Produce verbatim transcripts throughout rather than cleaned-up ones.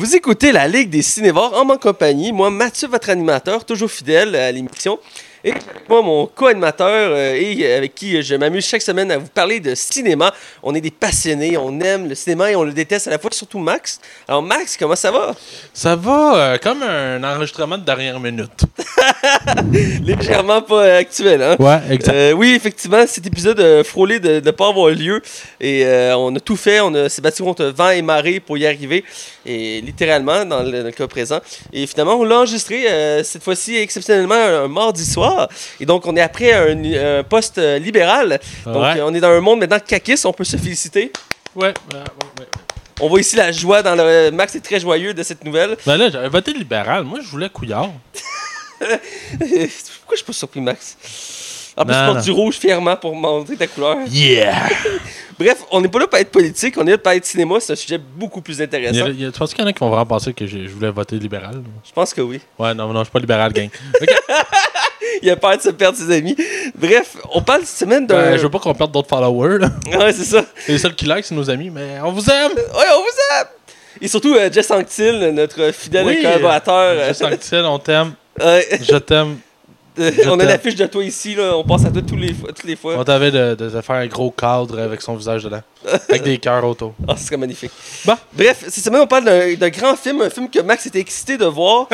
Vous écoutez la Ligue des Cinévores en ma compagnie. Moi, Mathieu, votre animateur, toujours fidèle à l'émission. Et avec moi, mon co-animateur euh, et avec qui je m'amuse chaque semaine à vous parler de cinéma. On est des passionnés, on aime le cinéma et on le déteste à la fois, surtout Max. Alors Max, comment ça va? Ça va euh, comme un enregistrement de dernière minute. Légèrement pas euh, actuel, hein? Ouais, exact. Euh, oui, effectivement, cet épisode a frôlé de ne pas avoir lieu. Et euh, on a tout fait, on a, s'est battu contre vent et marée pour y arriver. Et littéralement, dans le, dans le cas présent. Et finalement, on l'a enregistré euh, cette fois-ci exceptionnellement un, un mardi soir. Et donc, on est après un, un poste euh, libéral. Donc, Ouais. euh, on est dans un monde maintenant caquiste, on peut se féliciter. Ouais, ouais, ouais, ouais. On voit ici la joie dans le... Max est très joyeux de cette nouvelle. Ben là, j'avais voté libéral. Moi, je voulais Couillard. Pourquoi je suis pas surpris, Max? En plus, Non, tu portes non. du rouge fièrement pour montrer ta couleur. Yeah! Bref, on n'est pas là pour être politique, on est là pour être cinéma, c'est un sujet beaucoup plus Il y intéressant. a, il y a, tu penses qu'il y en a qui vont vraiment penser que je, je voulais voter libéral? Je pense que oui. Ouais, non, non, je suis pas libéral, gang. OK. Il a peur de se perdre ses amis. Bref, on parle cette semaine d'un... Ben, je veux pas qu'on perde d'autres followers, là. Ouais, c'est ça. Les seuls qui like, c'est nos amis, mais on vous aime! Ouais, on vous aime! Et surtout, euh, Jess Anctil, notre fidèle Oui, collaborateur. Je euh, sens que tu on t'aime. ouais. Je t'aime. Euh, Je on a t'aime. l'affiche de toi ici, là. On passe à toi tous les, fois- toutes les fois. On t'avait de, de, de faire un gros cadre avec son visage dedans. Avec des cœurs autour. Ah, ce serait magnifique. Bon. Bref, cette semaine, on parle d'un, d'un grand film, un film que Max était excité de voir.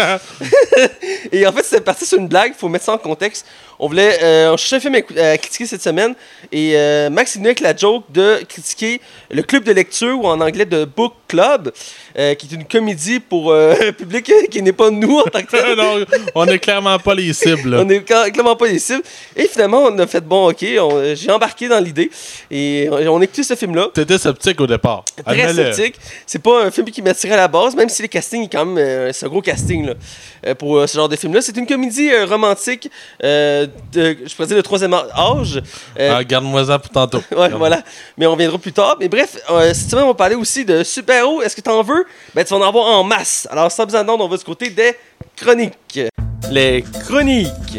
Et en fait, c'est parti sur une blague, il faut mettre ça en contexte. On voulait, euh, on cherchait un film à, écou- à critiquer cette semaine. Et euh, Max est venu avec la joke de critiquer le club de lecture, ou en anglais de Book Club, euh, qui est une comédie pour euh, un public qui n'est pas nous en tant que tel. Non, on est clairement pas les cibles, là. On n'est cla- clairement pas les cibles. Et finalement, on a fait bon, ok, on- j'ai embarqué dans l'idée. Et on, on a écouté ce film-là. T'étais sceptique au départ. Très Admets-le. sceptique. C'est pas un film qui m'attirait à la base, même si le casting est quand même. euh, c'est un gros casting là, euh, pour euh, ce genre de film-là. C'est une comédie euh, romantique euh, de, je pourrais dire, le troisième âge. Euh, Ah, garde-moi-en pour tantôt. ouais, Garde- voilà. Mais on reviendra plus tard. Mais bref, euh, cette semaine, on va parler aussi de super-héros. Est-ce que t'en veux? Ben, tu vas en avoir en masse. Alors, sans besoin d'attendre, on va du côté des chroniques. Les chroniques.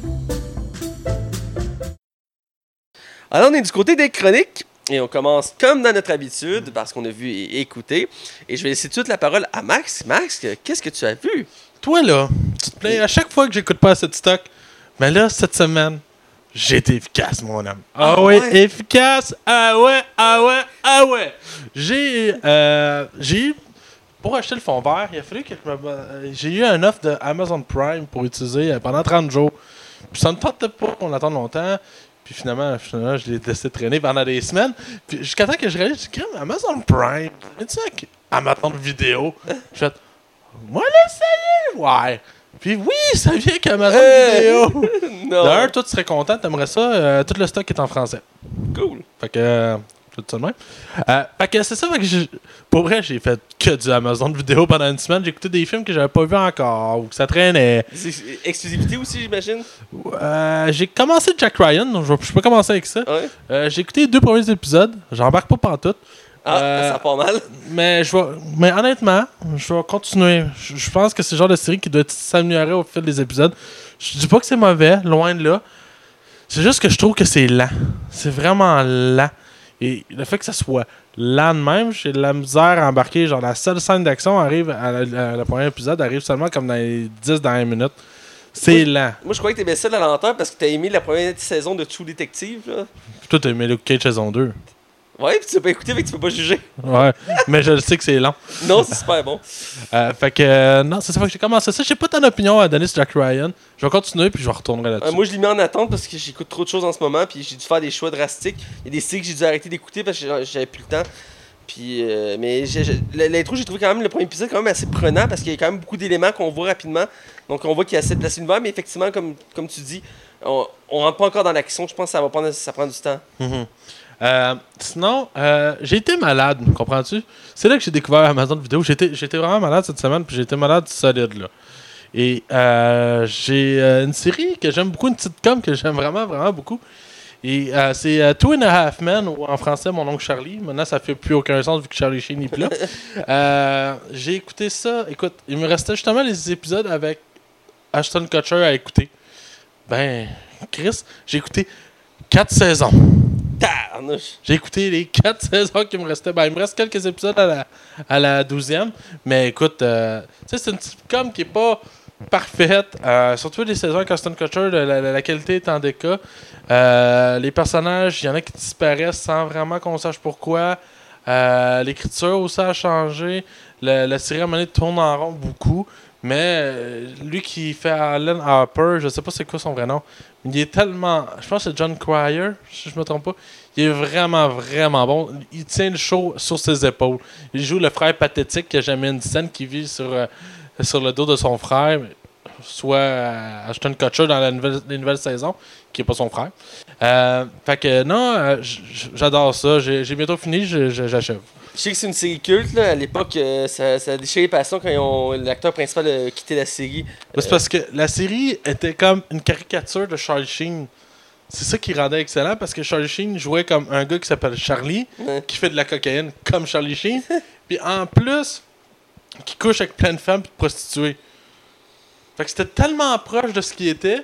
Alors, on est du côté des chroniques. Et on commence comme dans notre habitude, parce qu'on a vu et écouté. Et je vais laisser tout de suite la parole à Max. Max, que- qu'est-ce que tu as vu? Toi, là, tu te plains à chaque fois que j'écoute pas assez de stock. Mais là, cette semaine, j'ai été efficace, mon homme. Ah, Ah ouais, ouais? efficace. Ah ouais, ah ouais, ah ouais. J'ai, euh, j'ai eu, pour acheter le fond vert, il a fallu que je me, euh, j'ai eu un offre de Amazon Prime pour utiliser euh, pendant trente jours. Puis ça ne tentait pas qu'on attende longtemps. Puis finalement, finalement, je l'ai laissé traîner pendant des semaines. Puis jusqu'à temps que je réalise, j'ai dit, crème, Amazon Prime, tu sais, Amazon Vidéo. Je fais, moi l'essayer, ouais. Puis oui, ça vient qu'Amazon Euh, Vidéo. Non. D'ailleurs, toi, tu serais content, t'aimerais ça. euh, tout le stock est en français. Cool. Fait que, euh, tout ça de même. Euh, fait que c'est ça, fait que j'ai- pour vrai, j'ai fait que du Amazon Vidéo pendant une semaine. J'ai écouté des films que j'avais pas vus encore ou que ça traînait. C'est exclusivité aussi, j'imagine? Euh, j'ai commencé Jack Ryan, donc je vais- je peux commencer avec ça. Ouais. Euh, j'ai écouté les deux premiers épisodes. J'embarque pas pantoute. Ah, Euh, ça part mal. Mais je vais, mais honnêtement, je vais continuer. Je, je pense que c'est le genre de série qui doit s'améliorer au fil des épisodes. Je dis pas que c'est mauvais, loin de là. C'est juste que je trouve que c'est lent. C'est vraiment lent. Et le fait que ça soit lent de même, j'ai de la misère à embarquer. Genre, la seule scène d'action arrive à, la- à le premier épisode, arrive seulement comme dans les dix dernières minutes. C'est Oui. lent. Moi, je croyais que t'aimais ça la lenteur parce que t'as aimé la première saison de True Detective, là. Puis toi, t'as aimé Luke Cage saison deux. Ouais, puis tu l'as pas écouté, fait que tu peux pas juger. Ouais, mais je le sais que c'est long. Non, c'est super bon. Euh, fait que, euh, non, c'est ça fait que j'ai commencé ça. J'ai pas ton opinion à donner sur Jack Ryan. Je vais continuer, puis je retournerai là-dessus. Euh, moi, je l'ai mis en attente parce que j'écoute trop de choses en ce moment, puis j'ai dû faire des choix drastiques. Il y a des séries que j'ai dû arrêter d'écouter parce que j'avais- j'avais plus le temps. Puis, euh, mais j'ai- j'ai- l'intro, j'ai trouvé quand même le premier épisode quand même assez prenant parce qu'il y a quand même beaucoup d'éléments qu'on voit rapidement. Donc, on voit qu'il y a assez de place univers, mais effectivement, comme, comme tu dis, on, on rentre pas encore dans l'action. Je pense que ça va prendre, ça prend du temps. Mhm. Euh, sinon, euh, j'ai été malade, comprends-tu? C'est là que j'ai découvert Amazon Vidéo. J'étais, j'étais vraiment malade cette semaine, puis j'étais malade solide, là. Et euh, j'ai euh, une série que j'aime beaucoup, une sitcom que j'aime vraiment, vraiment beaucoup. Et euh, c'est euh, Two and a Half Men, ou en français, Mon oncle Charlie. Maintenant, ça fait plus aucun sens vu que Charlie Sheen n'est plus là. Euh, j'ai écouté ça. Écoute, il me restait justement les épisodes avec Ashton Kutcher à écouter. Ben, Chris, j'ai écouté quatre saisons. Ta- Tabarnouche. J'ai écouté les quatre saisons qui me restaient. Ben, il me reste quelques épisodes à la, à la douzième. Mais écoute, euh, tu sais, c'est une sitcom qui est pas parfaite. Euh, surtout les saisons avec Ashton Kutcher, la, la, la qualité est en déca. Euh, les personnages, il y en a qui disparaissent sans vraiment qu'on sache pourquoi. Euh, l'écriture aussi a changé. Le, la série à un moment donné tourne en rond beaucoup. Mais euh, lui qui fait Alan Harper, je sais pas c'est quoi son vrai nom, mais il est tellement... Je pense que c'est John Cryer, si je me trompe pas. Il est vraiment, vraiment bon. Il tient le show sur ses épaules. Il joue le frère pathétique qui a jamais une scène, qui vit sur, euh, sur le dos de son frère, soit euh, Ashton Kutcher dans la nouvelle, les nouvelles saisons, qui est pas son frère. Euh, fait que non, euh, j'adore ça. J'ai, j'ai bientôt fini, j'achève. Je sais que c'est une série culte, là. À l'époque, euh, ça, ça a déchiré les passions quand ils ont- l'acteur principal a quitté la série. Ben, c'est parce que la série était comme une caricature de Charlie Sheen. C'est ça qui rendait excellent, parce que Charlie Sheen jouait comme un gars qui s'appelle Charlie, Ouais. qui fait de la cocaïne comme Charlie Sheen, puis en plus, qui couche avec plein de femmes et de prostituées. Fait que c'était tellement proche de ce qui était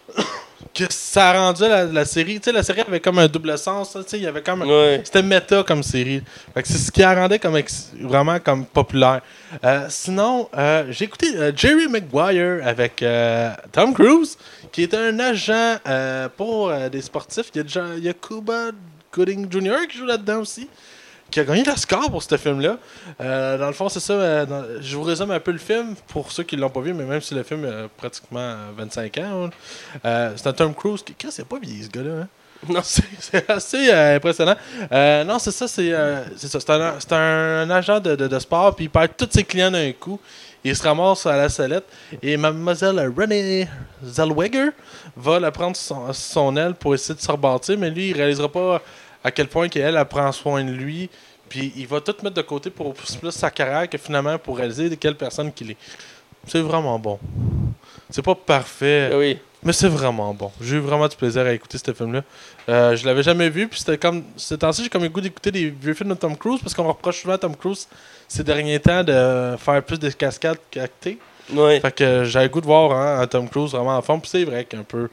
que ça a rendu la, la série. Tu sais, la série avait comme un double sens. Tu sais, il y avait comme. Ouais. C'était méta comme série. Fait que c'est ce qui la rendait comme ex- vraiment comme populaire. Euh, sinon, euh, j'ai écouté euh, Jerry Maguire avec euh, Tom Cruise, qui est un agent euh, pour euh, des sportifs. Il y a, déjà- il y a Cuba Gooding junior qui joue là-dedans aussi, qui a gagné l'Oscar pour ce film-là. Euh, dans le fond, c'est ça. euh, dans- je vous résume un peu le film pour ceux qui l'ont pas vu, mais même si le film a pratiquement vingt-cinq ans. hein. Euh, c'est un Tom Cruise qui. Qu'est-ce qu'il pas vieilli, ce gars-là? Hein? Non. C'est, c'est assez euh, impressionnant. Euh, non, c'est ça. C'est, euh, c'est ça. C'est un, c'est un, un agent de, de, de sport, puis il perd tous ses clients d'un coup. Il se ramasse à la sellette. Et mademoiselle Renée Zellweger va la prendre son, son aile pour essayer de se rebâtir, mais lui, il réalisera pas à quel point qu'elle elle prend soin de lui. Puis il va tout mettre de côté pour plus sa carrière que finalement pour réaliser de quelle personne qu'il est. C'est vraiment bon. C'est pas parfait, Ah oui. mais c'est vraiment bon. J'ai eu vraiment du plaisir à écouter ce film-là. Euh, je l'avais jamais vu, puis c'était comme. Ces temps-ci, j'ai comme le goût d'écouter des vieux films de Tom Cruise, parce qu'on reproche souvent à Tom Cruise ces derniers temps de faire plus de cascades qu'acter. Ouais. Fait que j'avais le goût de voir hein, un Tom Cruise vraiment en forme, puis c'est vrai qu'un peu.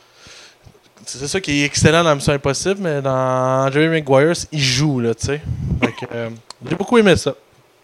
C'est ça qui est excellent dans Mission Impossible, mais dans Jerry Maguire, il joue, là, tu sais. Fait que, euh, j'ai beaucoup aimé ça.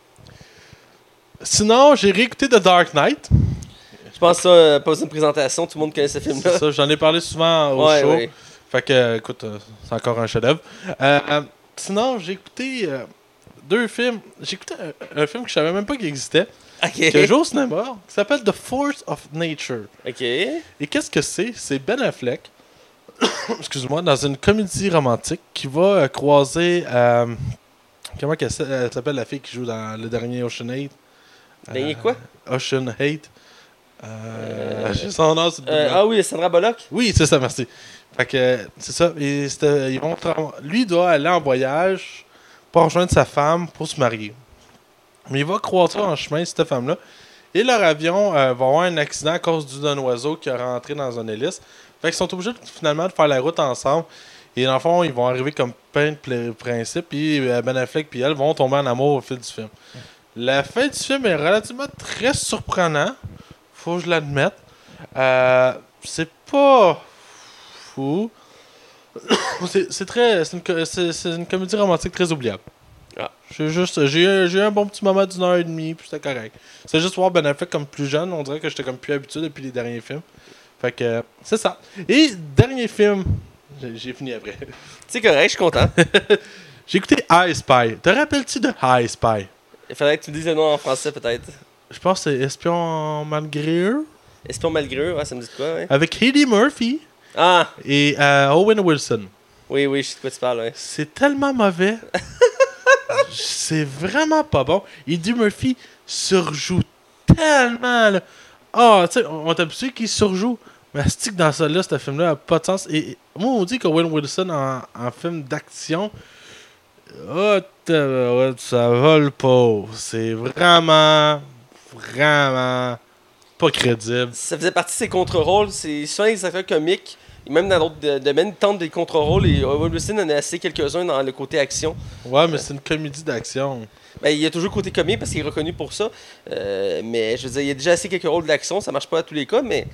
Sinon, j'ai réécouté The Dark Knight. Je pense que ça, euh, pas besoin de présentation, tout le monde connaît ce film-là. C'est ça, j'en ai parlé souvent au Ouais, show. ouais. Fait que, euh, écoute, euh, c'est encore un chef-d'œuvre. Euh, euh, sinon, j'ai écouté euh, deux films. J'ai écouté un, un film que je savais même pas qu'il existait, Ok. qui a joué au cinéma, qui s'appelle The Force of Nature. Ok. Et qu'est-ce que c'est? C'est Ben Affleck, excuse-moi, dans une comédie romantique qui va euh, croiser. Euh, comment qu'elle s- elle s'appelle la fille qui joue dans le dernier Ocean eight? Dernier quoi? Ocean eight. Euh, Euh, J'ai son nom, c'est Euh, ah oui, Sandra Bullock. Oui, c'est ça, merci. Fait que, c'est ça. Et c'était- ils vont tra- lui doit aller en voyage pour rejoindre sa femme pour se marier. Mais il va croiser en chemin cette femme-là. Et leur avion euh, va avoir un accident à cause du- d'un oiseau qui a rentré dans un hélice. Fait qu'ils sont obligés de- finalement de faire la route ensemble. Et dans le fond, ils vont arriver comme plein de pl- principes. Puis euh, Ben Affleck et elle vont tomber en amour au fil du film. La fin du film est relativement très surprenant. Faut que je l'admette. Euh, c'est pas fou. c'est, c'est très. C'est une, co- c'est, c'est une comédie romantique très oubliable. Ah. J'ai juste. J'ai, eu- j'ai eu un bon petit moment d'une heure et demie, puis c'était correct. C'est juste voir Ben Affleck comme plus jeune, on dirait que j'étais comme plus habitué depuis les derniers films. Fait que euh, c'est ça. Et dernier film. J'ai, j'ai fini après. C'est correct, je suis content. J'ai écouté I Spy. Te rappelles-tu de I Spy? Il faudrait que tu me dises le nom en français, peut-être. Je pense que c'est Espion malgré eux. Espion malgré eux, ouais, ça me dit de quoi, ouais. Avec Eddie Murphy Ah, et euh, Owen Wilson. oui, oui, je sais de quoi tu parles, ouais. C'est tellement mauvais. C'est vraiment pas bon. Eddie Murphy surjoue tellement. Là. Ah, tu sais, on est habitué qu'il surjoue. Mais c'est que dans ça là, ce film-là n'a pas de sens. Et et moi, on dit qu'Owen Wilson en, en film d'action, oh, t'as- ça vole pas. C'est vraiment, vraiment pas crédible. Ça faisait partie de ses contre-rôles. C'est souvent les acteurs comiques, et même dans d'autres de- domaines, ils tentent des contre-rôles. Et Owen Wilson en a assez quelques-uns dans le côté action. Ouais, mais c'est une comédie d'action. Ben, il y a toujours le côté comique parce qu'il est reconnu pour ça. Euh, mais je veux dire, il y a déjà assez quelques rôles d'action. Ça marche pas à tous les cas, mais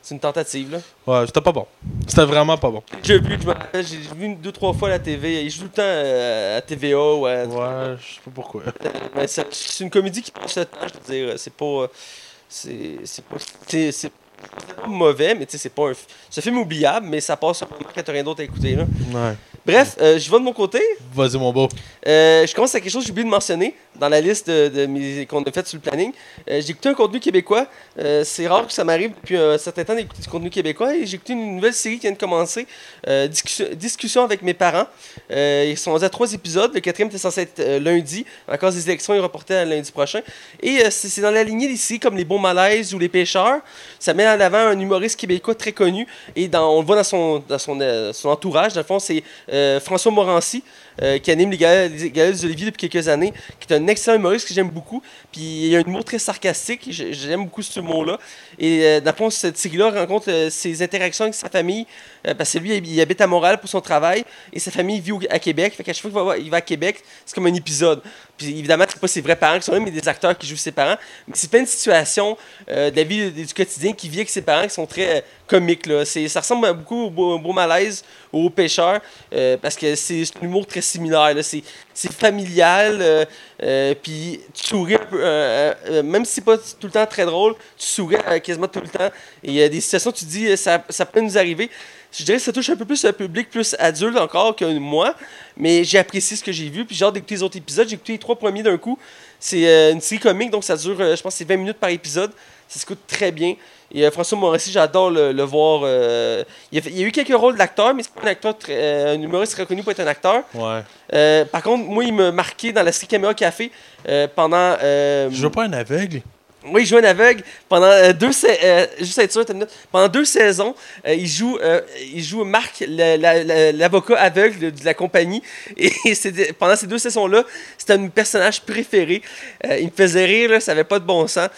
C'est une tentative, là. Ouais, c'était pas bon. C'était vraiment pas bon. J'ai vu, je me rappelle, j'ai vu une, deux, trois fois à la T V. Il joue tout le temps euh, à T V A ou à... Ouais, je sais pas pourquoi. Mais ça- c'est une comédie qui passe le temps, je veux dire. C'est pas... euh, C'est c'est pas... C'est c'est pas mauvais, mais tu sais, c'est pas un... f- C'est un film oubliable, mais ça passe un moment quand t'as rien d'autre à écouter, là. Ouais. Bref, euh, je vais de mon côté. Vas-y, mon beau. Euh, je commence à quelque chose que j'ai oublié de mentionner dans la liste de, de mes, qu'on a fait sur le planning. Euh, j'ai écouté un contenu québécois. Euh, c'est rare que ça m'arrive depuis un certain temps d'écouter du contenu québécois. Et j'ai écouté une nouvelle série qui vient de commencer. Euh, discussion, discussion avec mes parents. Euh, ils sont rendus à trois épisodes. Le quatrième était censé être euh, lundi. À cause des élections, il est reporté à lundi prochain. Et euh, c'est, c'est dans la lignée des séries comme Les Bons Malaises ou Les Pêcheurs. Ça met en avant un humoriste québécois très connu. Et dans, on le voit dans son, dans son, euh, son entourage. Dans le fond, c'est euh, François Morancy. Euh, qui anime les Galas, les Galas des Olivier depuis quelques années, qui est un excellent humoriste que j'aime beaucoup. Puis il a un humour très sarcastique, j'ai- j'aime beaucoup ce humour-là. Et euh, dans le fond, cette série-là rencontre euh, ses interactions avec sa famille, euh, parce que lui, il, il habite à Montréal pour son travail, et sa famille vit au- à Québec. Fait qu'à chaque fois qu'il va, il va à Québec, c'est comme un épisode. Puis évidemment, c'est pas ses vrais parents qui sont là, mais des acteurs qui jouent ses parents. Mais c'est plein de situations euh, de la vie du quotidien qu'il vit avec ses parents qui sont très euh, comiques. Là. C'est, ça ressemble beaucoup au Beau, au Beau Malaise, au Pêcheur, euh, parce que c'est, c'est un humour très similaire. Là. C'est, c'est familial, euh, euh, puis tu souris un peu, euh, euh, même si c'est pas tout le temps très drôle, tu souris euh, quasiment tout le temps. Et il y a des situations où tu te dis, euh, ça, ça peut nous arriver. Je dirais que ça touche un peu plus un public plus adulte encore que moi, mais j'ai apprécié ce que j'ai vu, puis j'ai hâte d'écouter les autres épisodes. J'ai écouté les trois premiers d'un coup. C'est euh, une série comique, donc ça dure, euh, je pense, que c'est vingt minutes par épisode. Ça s'écoute très bien. Et euh, François Morancy, j'adore le, le voir. euh, il, a fait- il y a eu quelques rôles d'acteur, mais c'est pas un acteur, très- euh, un humoriste reconnu pour être un acteur. Ouais. Euh, par contre, moi, il m'a marqué dans la série Caméra Café euh, pendant. euh, Je veux pas un aveugle. oui, il joue un aveugle pendant euh, deux sa- euh, juste être sûr, attends une minute. Pendant deux saisons. Euh, il joue euh, il joue Marc, le- la- la- l'avocat aveugle de, de la compagnie. Et c'est- pendant ces deux saisons-là, c'était un personnage préféré. Euh, il me faisait rire, là, ça avait pas de bon sens.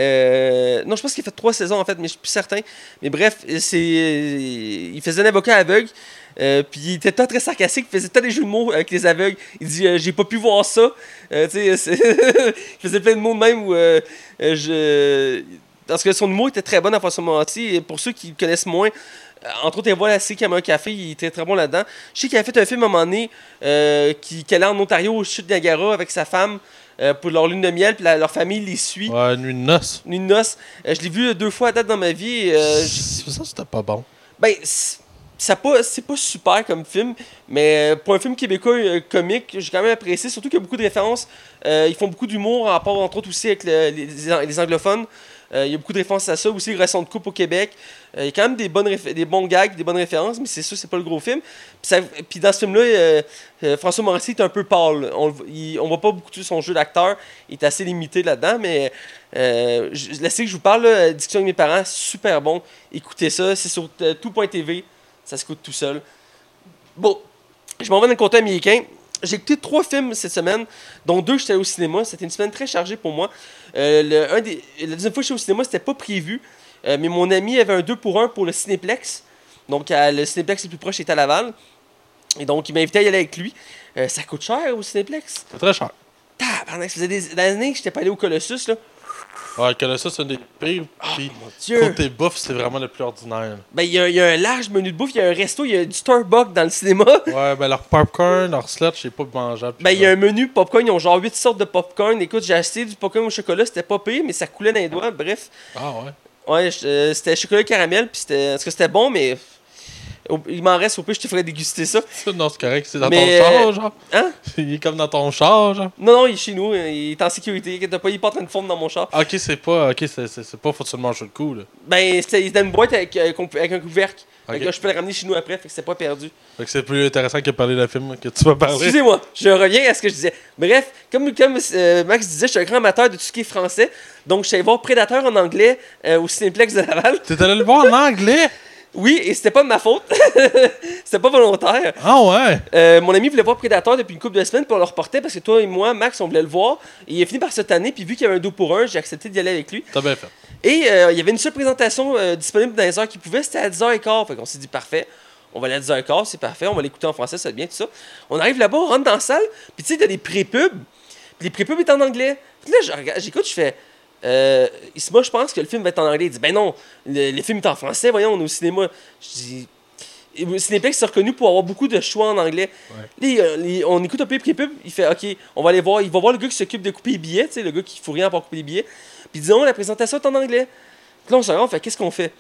Euh, non, je pense qu'il a fait trois saisons en fait, mais je suis plus certain. Mais bref, c'est il faisait un avocat aveugle. Euh, puis il était tout très sarcastique, il faisait tant des jeux de mots avec les aveugles. Il dit euh, j'ai pas pu voir ça. Euh, tu sais, c'est- il faisait plein de mots de même où euh, euh, je. Parce que son humour était très bon à François Morancy. Et pour ceux qui le connaissent moins, euh, entre autres, il voit la série Caméra Café, il était très bon là-dedans. Je sais qu'il a fait un film à un moment donné euh, qui, qui allait en Ontario au chute de Niagara avec sa femme euh, pour leur lune de miel, puis la- leur famille les suit. Ouais, nuit de noces. Une noce. Euh, je l'ai vu deux fois à date dans ma vie. et, euh, j- Ça, c'était pas bon. ben, c- ça pas, c'est pas super comme film, mais euh, pour un film québécois euh, comique, j'ai quand même apprécié, surtout qu'il y a beaucoup de références. Euh, ils font beaucoup d'humour, en rapport entre autres aussi avec le- les, les anglophones. Euh, il y a beaucoup de références à ça, aussi les relations de couple au Québec. Euh, il y a quand même des, bonnes réfé- des bons gags, des bonnes références, mais c'est sûr, c'est pas le gros film. Puis, ça- puis dans ce film-là, euh, euh, François Morancy est un peu pâle. On, le- il- on voit pas beaucoup de son jeu d'acteur, il est assez limité là-dedans, mais euh, je- la série que je vous parle, là, Discussion avec mes parents, super bon. Écoutez ça, c'est sur euh, tout point T V. Ça se coûte tout seul. Bon, je m'en vais dans le côté américain. J'ai écouté trois films cette semaine, dont deux j'étais au cinéma. C'était une semaine très chargée pour moi. Euh, le, un des, la deuxième fois que j'étais au cinéma, c'était pas prévu. Euh, mais mon ami avait un deux pour un pour le Cinéplex. Donc, à- le Cinéplex le plus proche était à Laval. Et donc, il m'a invité à y aller avec lui. Euh, ça coûte cher au Cinéplex. C'est très cher. Tabarnak, ça faisait des années que j'étais pas allé au Colossus, là. Ouais, que là, ça, c'est un des pires. Puis, Mon Dieu! côté bouffe, c'est vraiment le plus ordinaire. Ben, il y, a- il y a un large menu de bouffe, il y a un resto, il y a du Starbucks dans le cinéma. Ouais, ben leur popcorn, leur slotch, c'est pas mangeable. Ben, il y a un menu popcorn, ils ont genre huit sortes de popcorn. Écoute, j'ai acheté du popcorn au chocolat, c'était pas pire, mais ça coulait dans les doigts. Bref, Ah ouais. ouais, je- euh, c'était chocolat caramel, puis c'était. Parce que c'était bon, mais. au- Il m'en reste, au pire, je te ferais déguster ça. Ça, non, c'est correct. C'est dans Mais, ton euh, char, genre. Hein? Il est comme dans ton char, genre. Non, non, il est chez nous, euh, il est en sécurité. Inquiète pas, il est pas en train de fondre dans mon char. Ok, c'est pas. Ok, c'est c'est- c'est pas faut seulement le coup, là. Ben, c'était il était dans une boîte avec, euh, comp- avec un couvercle. Fait Ok. que là, je peux le ramener chez nous après, fait que c'est pas perdu. Fait que c'est plus intéressant que parler d'un film que tu vas parler. Excusez-moi, je reviens à ce que je disais. Bref, comme, comme euh, Max disait, je suis un grand amateur de tout ce qui est français. Donc, je suis allé voir Prédateur en anglais euh, au Cinéplex de Laval. T'es allé le voir en anglais? Oui, et c'était pas de ma faute. C'était pas volontaire. Ah ouais. Euh, mon ami voulait voir Predator depuis une couple de semaines, puis on le reportait parce que toi et moi, Max, on voulait le voir. Et il a fini par se tanner, puis vu qu'il y avait un dos pour un, j'ai accepté d'y aller avec lui. T'as bien fait. Et euh, il y avait une seule présentation euh, disponible dans les heures qu'il pouvait, c'était à dix heures quinze. Fait qu'on s'est dit parfait, on va aller à dix heures quinze, c'est parfait, on va l'écouter en français, ça va être bien, tout ça. On arrive là-bas, on rentre dans la salle, puis tu sais, t'as des pré-pubs, puis les pré-pubs étaient en anglais. Puis là, je regarde- j'écoute, je fais. Euh, moi, je pense que le film va être en anglais. Il dit, ben non, le, le film est en français, voyons, on est au cinéma. Je dis, Cinéplex est reconnu pour avoir beaucoup de choix en anglais. Ouais. Là, il, il, on écoute un peu les pré-pubs, il fait, OK, on va aller voir, il va voir le gars qui s'occupe de couper les billets, tu sais, le gars qui fout rien pour couper les billets. Puis disons, la présentation est en anglais. Puis là, on se regarde, on fait, qu'est-ce qu'on fait?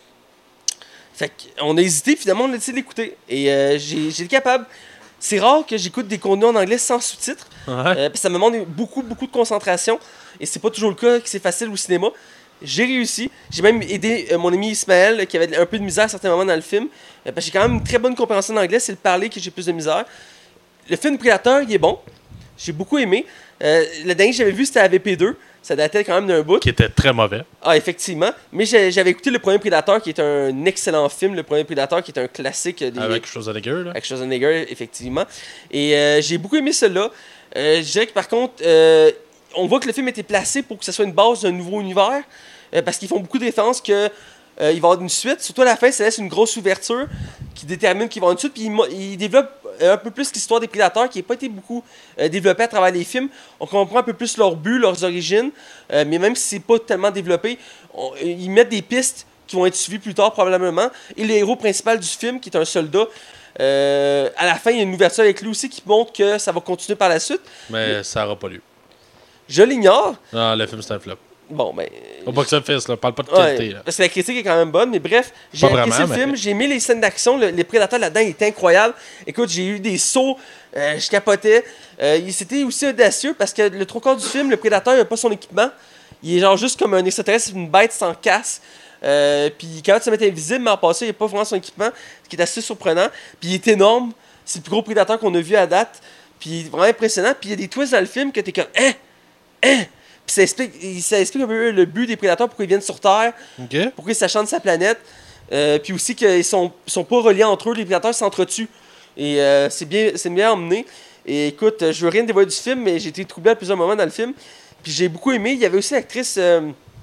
Fait qu'on a hésité, finalement, on a décidé de l'écouter. Et euh, j'ai, j'ai été capable. C'est rare que j'écoute des contenus en anglais sans sous-titres. Ouais. Euh, puis ça me demande beaucoup, beaucoup de concentration. Et c'est pas toujours le cas que c'est facile au cinéma. J'ai réussi. J'ai même aidé euh, mon ami Ismaël, qui avait un peu de misère à certains moments dans le film. Euh, parce que j'ai quand même une très bonne compréhension d'anglais. C'est le parler que j'ai plus de misère. Le film Predator, il est bon. J'ai beaucoup aimé. Euh, le dernier que j'avais vu, c'était A V P deux. Ça datait quand même d'un bout. Qui était très mauvais. Ah, effectivement. Mais j'ai, j'avais écouté le premier Predator, qui est un excellent film. Le premier Predator, qui est un classique. Des... Avec Schwarzenegger, là. Avec Schwarzenegger, effectivement. Et euh, j'ai beaucoup aimé celui-là. Euh, je dirais que par contre, euh, on voit que le film a été placé pour que ce soit une base d'un nouveau univers. Euh, parce qu'ils font beaucoup de références que euh, il va y avoir une suite. Surtout à la fin, ça laisse une grosse ouverture qui détermine qu'il va y avoir une suite. Puis il, il développe un peu plus l'histoire des prédateurs qui n'a pas été beaucoup euh, développée à travers les films. On comprend un peu plus leur but, leurs origines. Euh, mais même si c'est pas tellement développé, on, ils mettent des pistes qui vont être suivies plus tard probablement. Et le héros principal du film, qui est un soldat, euh, à la fin, il y a une ouverture avec lui aussi qui montre que ça va continuer par la suite. Mais, mais ça n'aura pas lieu. Je l'ignore. Non, le film, c'est un flop. Bon, ben. Au box-office, là. Parle pas de qualité, ouais, là. parce que la critique est quand même bonne, mais bref, j'ai Pas apprécié vraiment, le film, mais- j'ai aimé les scènes d'action, le- les prédateurs là-dedans, il était incroyable. Écoute, j'ai eu des sauts, euh, je capotais. Euh, il- C'était aussi audacieux parce que le trois quarts du film, le prédateur, il n'a pas son équipement. Il est genre juste comme un extraterrestre, une bête sans casse. Euh, puis quand il se met invisible, mais en passant, il n'a pas vraiment son équipement, ce qui est assez surprenant. Puis il est énorme, c'est le plus gros prédateur qu'on a vu à date. Puis il est vraiment impressionnant. Puis il y a des twists dans le film que t'es comme, hein, hein. Puis ça explique, ça explique un peu le but des prédateurs, pourquoi ils viennent sur Terre, OK. pourquoi ils s'acharnent sa planète. Euh, puis aussi qu'ils sont, sont pas reliés entre eux, les prédateurs s'entretuent. Et euh, c'est bien, c'est bien emmené. Et écoute, je veux rien dévoiler du film, mais j'ai été troublé à plusieurs moments dans le film. Puis j'ai beaucoup aimé. Il y avait aussi l'actrice euh,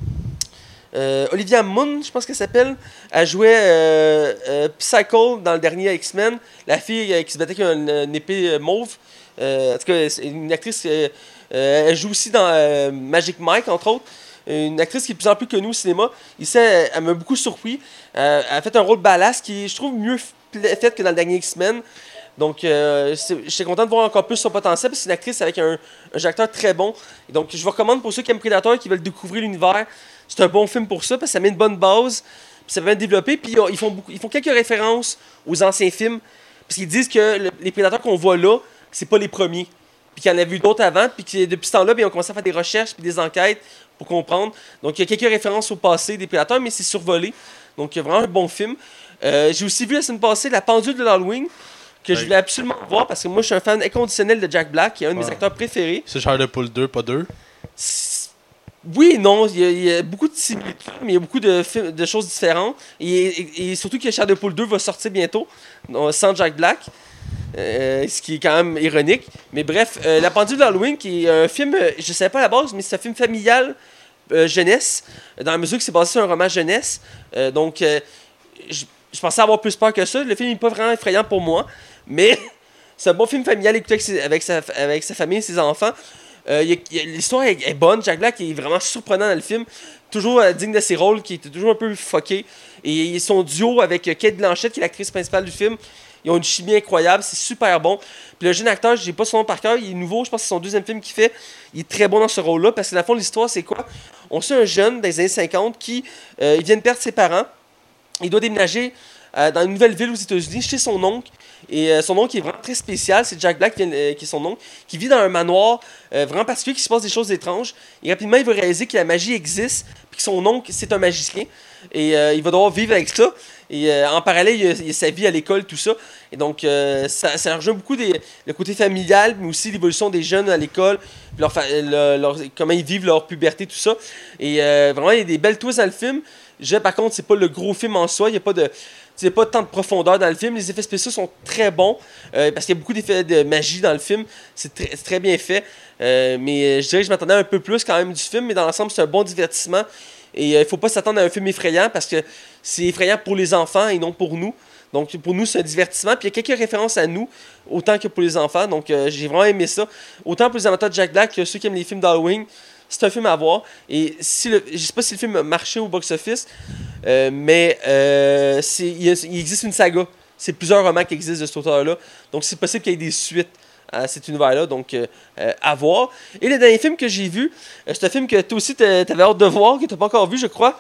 euh, Olivia Munn, je pense qu'elle s'appelle. Elle jouait euh, euh, Psycho dans le dernier X-Men. La fille euh, qui se battait avec une, une épée euh, mauve. Euh, en tout cas, c'est une actrice. Euh, euh, elle joue aussi dans euh, Magic Mike, entre autres. Une actrice qui est de plus en plus connue au cinéma. Ici, elle, elle m'a beaucoup surpris. Euh, elle a fait un rôle badass qui est, je trouve, mieux f- fait que dans le dernier X-Men. Donc, euh, j'étais content de voir encore plus son potentiel, parce que c'est une actrice avec un, un jeu d'acteur très bon. Et donc, je vous recommande pour ceux qui aiment Predator et qui veulent découvrir l'univers, c'est un bon film pour ça, parce que ça met une bonne base, puis ça va être développé. Puis ils font, beaucoup, ils font quelques références aux anciens films, parce qu'ils disent que le- les Prédateurs qu'on voit là, c'est pas les premiers. Puis qu'il y en a vu d'autres avant, puis que depuis ce temps-là, bien, on commence à faire des recherches puis des enquêtes pour comprendre. Donc, il y a quelques références au passé des Prédateurs, mais c'est survolé. Donc, il y a vraiment un bon film. Euh, j'ai aussi vu la semaine passée La Pendule de l'Halloween, que Oui. je voulais absolument voir parce que moi, je suis un fan inconditionnel de Jack Black, qui est un de mes Ah. acteurs préférés. C'est Charles Pool deux, pas deux. C'est- Oui et non, il y, a, il y a beaucoup de similitudes, mais il y a beaucoup de, fi- de choses différentes. Et, et- et surtout que Charles de Poule deux va sortir bientôt, non, sans Jack Black. Euh, ce qui est quand même ironique. Mais bref, euh, La Pendule d'Halloween, qui est un film, euh, je ne savais pas à la base, mais c'est un film familial euh, jeunesse, dans la mesure que c'est basé sur un roman jeunesse. Euh, donc, euh, je, je pensais avoir plus peur que ça. Le film n'est pas vraiment effrayant pour moi, mais c'est un bon film familial écouté avec, ses- avec, sa, avec sa famille et ses enfants. Euh, il y a- il y a- L'histoire est, est bonne. Jack Black est vraiment surprenant dans le film. Toujours euh, digne de ses rôles, qui était toujours un peu fucké. Et son duo avec euh, Kate Blanchett, qui est l'actrice principale du film, ils ont une chimie incroyable, c'est super bon. Puis le jeune acteur, j'ai pas son nom par cœur, il est nouveau, je pense que c'est son deuxième film qu'il fait. Il est très bon dans ce rôle-là, parce que dans le fond, l'histoire, c'est quoi? On suit un jeune des années cinquante qui euh, il vient de perdre ses parents. Il doit déménager euh, dans une nouvelle ville aux États-Unis chez son oncle. Et euh, son oncle est vraiment très spécial, c'est Jack Black qui, vient, euh, qui est son oncle, qui vit dans un manoir euh, vraiment particulier, qui se passe des choses étranges. Et rapidement, il va réaliser que la magie existe, puis que son oncle, c'est un magicien. Et euh, il va devoir vivre avec ça. Et euh, en parallèle, il y, a, il y a sa vie à l'école, tout ça. Et donc, euh, ça, ça rejoint beaucoup des, le côté familial, mais aussi l'évolution des jeunes à l'école, puis leur, fa- leur- leur- comment ils vivent leur puberté, tout ça. Et euh, vraiment, il y a des belles twists dans le film. Je, par contre, c'est pas le gros film en soi. Il n'y a pas de. Il n'y a pas tant de profondeur dans le film. Les effets spéciaux sont très bons euh, parce qu'il y a beaucoup d'effets de magie dans le film. C'est très, c'est très bien fait. Euh, mais je dirais que je m'attendais un peu plus quand même du film. Mais dans l'ensemble, c'est un bon divertissement. Et il euh, ne faut pas s'attendre à un film effrayant parce que c'est effrayant pour les enfants et non pour nous. Donc pour nous, c'est un divertissement. Puis il y a quelques références à nous, autant que pour les enfants. Donc euh, j'ai vraiment aimé ça. Autant pour les amateurs de Jack Black que ceux qui aiment les films d'Halloween. c'est un film à voir. Et si le, je sais pas si le film a marché au box-office, euh, mais euh, c'est, il, y a, il existe une saga. C'est plusieurs romans qui existent de cet auteur-là. Donc c'est possible qu'il y ait des suites à cet univers-là. Donc euh, euh, à voir. Et le dernier film que j'ai vu, euh, c'est un film que toi aussi t'avais hâte de voir, que t'as pas encore vu, je crois.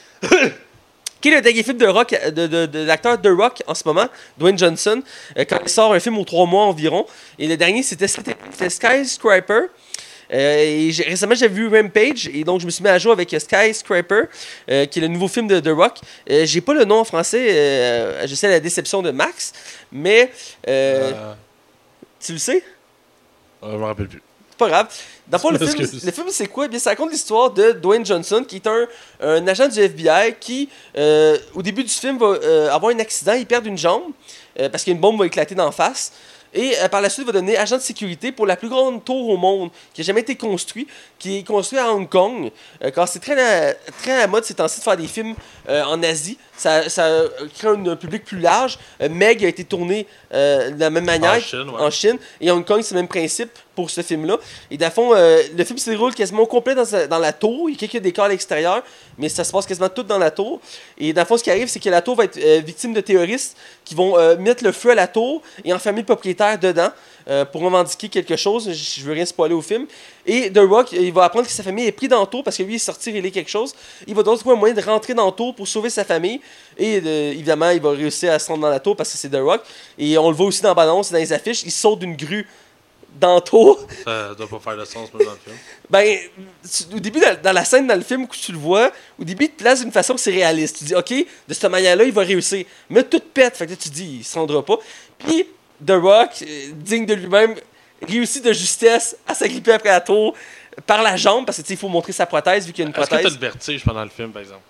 Qui est le dernier film de rock, de, de, de l'acteur The Rock en ce moment, Dwayne Johnson, euh, quand il sort un film aux trois mois environ. Et le dernier, c'était, c'était Skyscraper. Euh, et j'ai, récemment, j'avais vu Rampage, et donc je me suis mis à jour avec Skyscraper, euh, qui est le nouveau film de The Rock. Euh, j'ai pas le nom en français, euh, je sais la déception de Max, mais euh, euh... tu le sais? Euh, je me rappelle plus. C'est pas grave. Dans le fond, le film, le film, c'est quoi? Eh bien, ça raconte l'histoire de Dwayne Johnson, qui est un, un agent du F B I qui, euh, au début du film, va euh, avoir un accident, il perd une jambe, euh, parce qu'une bombe va éclater d'en face. Et euh, par la suite, il va devenir agent de sécurité pour la plus grande tour au monde qui n'a jamais été construite, qui est construite à Hong Kong. Euh, car c'est très, la, très à la mode ces temps-ci de faire des films euh, en Asie. Ça, ça crée un public plus large. Euh, Meg a été tourné euh, de la même manière en Chine, ouais. en Chine. Et Hong Kong, c'est le même principe pour ce film-là. Et dans le fond, euh, le film se déroule quasiment au complet dans, dans la tour. Il y a quelques décors à l'extérieur, mais ça se passe quasiment tout dans la tour. Et dans le fond, ce qui arrive, c'est que la tour va être euh, victime de terroristes qui vont euh, mettre le feu à la tour et enfermer le propriétaire dedans euh, pour revendiquer quelque chose. Je, je veux rien spoiler au film. Et The Rock, il va apprendre que sa famille est prise dans le tour parce que lui, il est sorti régler quelque chose. Il va donc trouver un moyen de rentrer dans le tour pour sauver sa famille. Et euh, évidemment, il va réussir à se rendre dans la tour parce que c'est The Rock. Et on le voit aussi dans la bande-annonce, dans les affiches. Il saute d'une grue dans le tour. Ça doit pas faire de sens, même dans le film. Ben, tu, au début, dans, dans la scène, dans le film où tu le vois, au début, il te place d'une façon que c'est réaliste. Tu dis, OK, de cette manière-là, il va réussir. Mais tout pète. Fait que là, tu te dis, il se rendra pas. Puis, The Rock, euh, digne de lui-même, réussit de justesse à s'agripper après la tour par la jambe, parce qu'il faut montrer sa prothèse, vu qu'il y a une Est-ce prothèse. que t'as le vertige pendant le film, par exemple?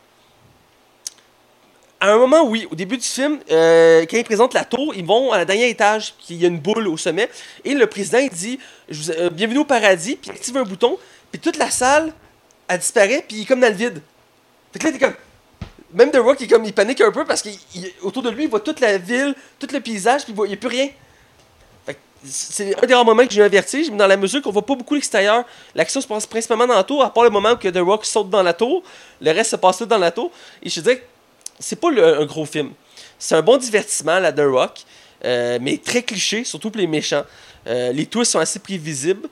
À un moment, oui. Au début du film, euh, quand ils présentent la tour, ils vont à la dernier étage, puis il y a une boule au sommet, et le président, il dit je vous, euh, bienvenue au paradis, puis il active un bouton, puis toute la salle, elle disparaît, puis il est comme dans le vide. Fait que là, t'es comme... Même The Rock, il, comme, il panique un peu, parce qu'autour de lui, il voit toute la ville, tout le paysage, puis il voit, il n'y a plus rien. Fait que c'est un des rares moments que j'ai eu un vertige, mais dans la mesure qu'on voit pas beaucoup l'extérieur, l'action se passe principalement dans la tour, à part le moment où que The Rock saute dans la tour, le reste se passe tout dans la tour, et je te dis c'est pas le, un gros film. C'est un bon divertissement, la The Rock, euh, mais très cliché, surtout pour les méchants. Euh, les twists sont assez prévisibles.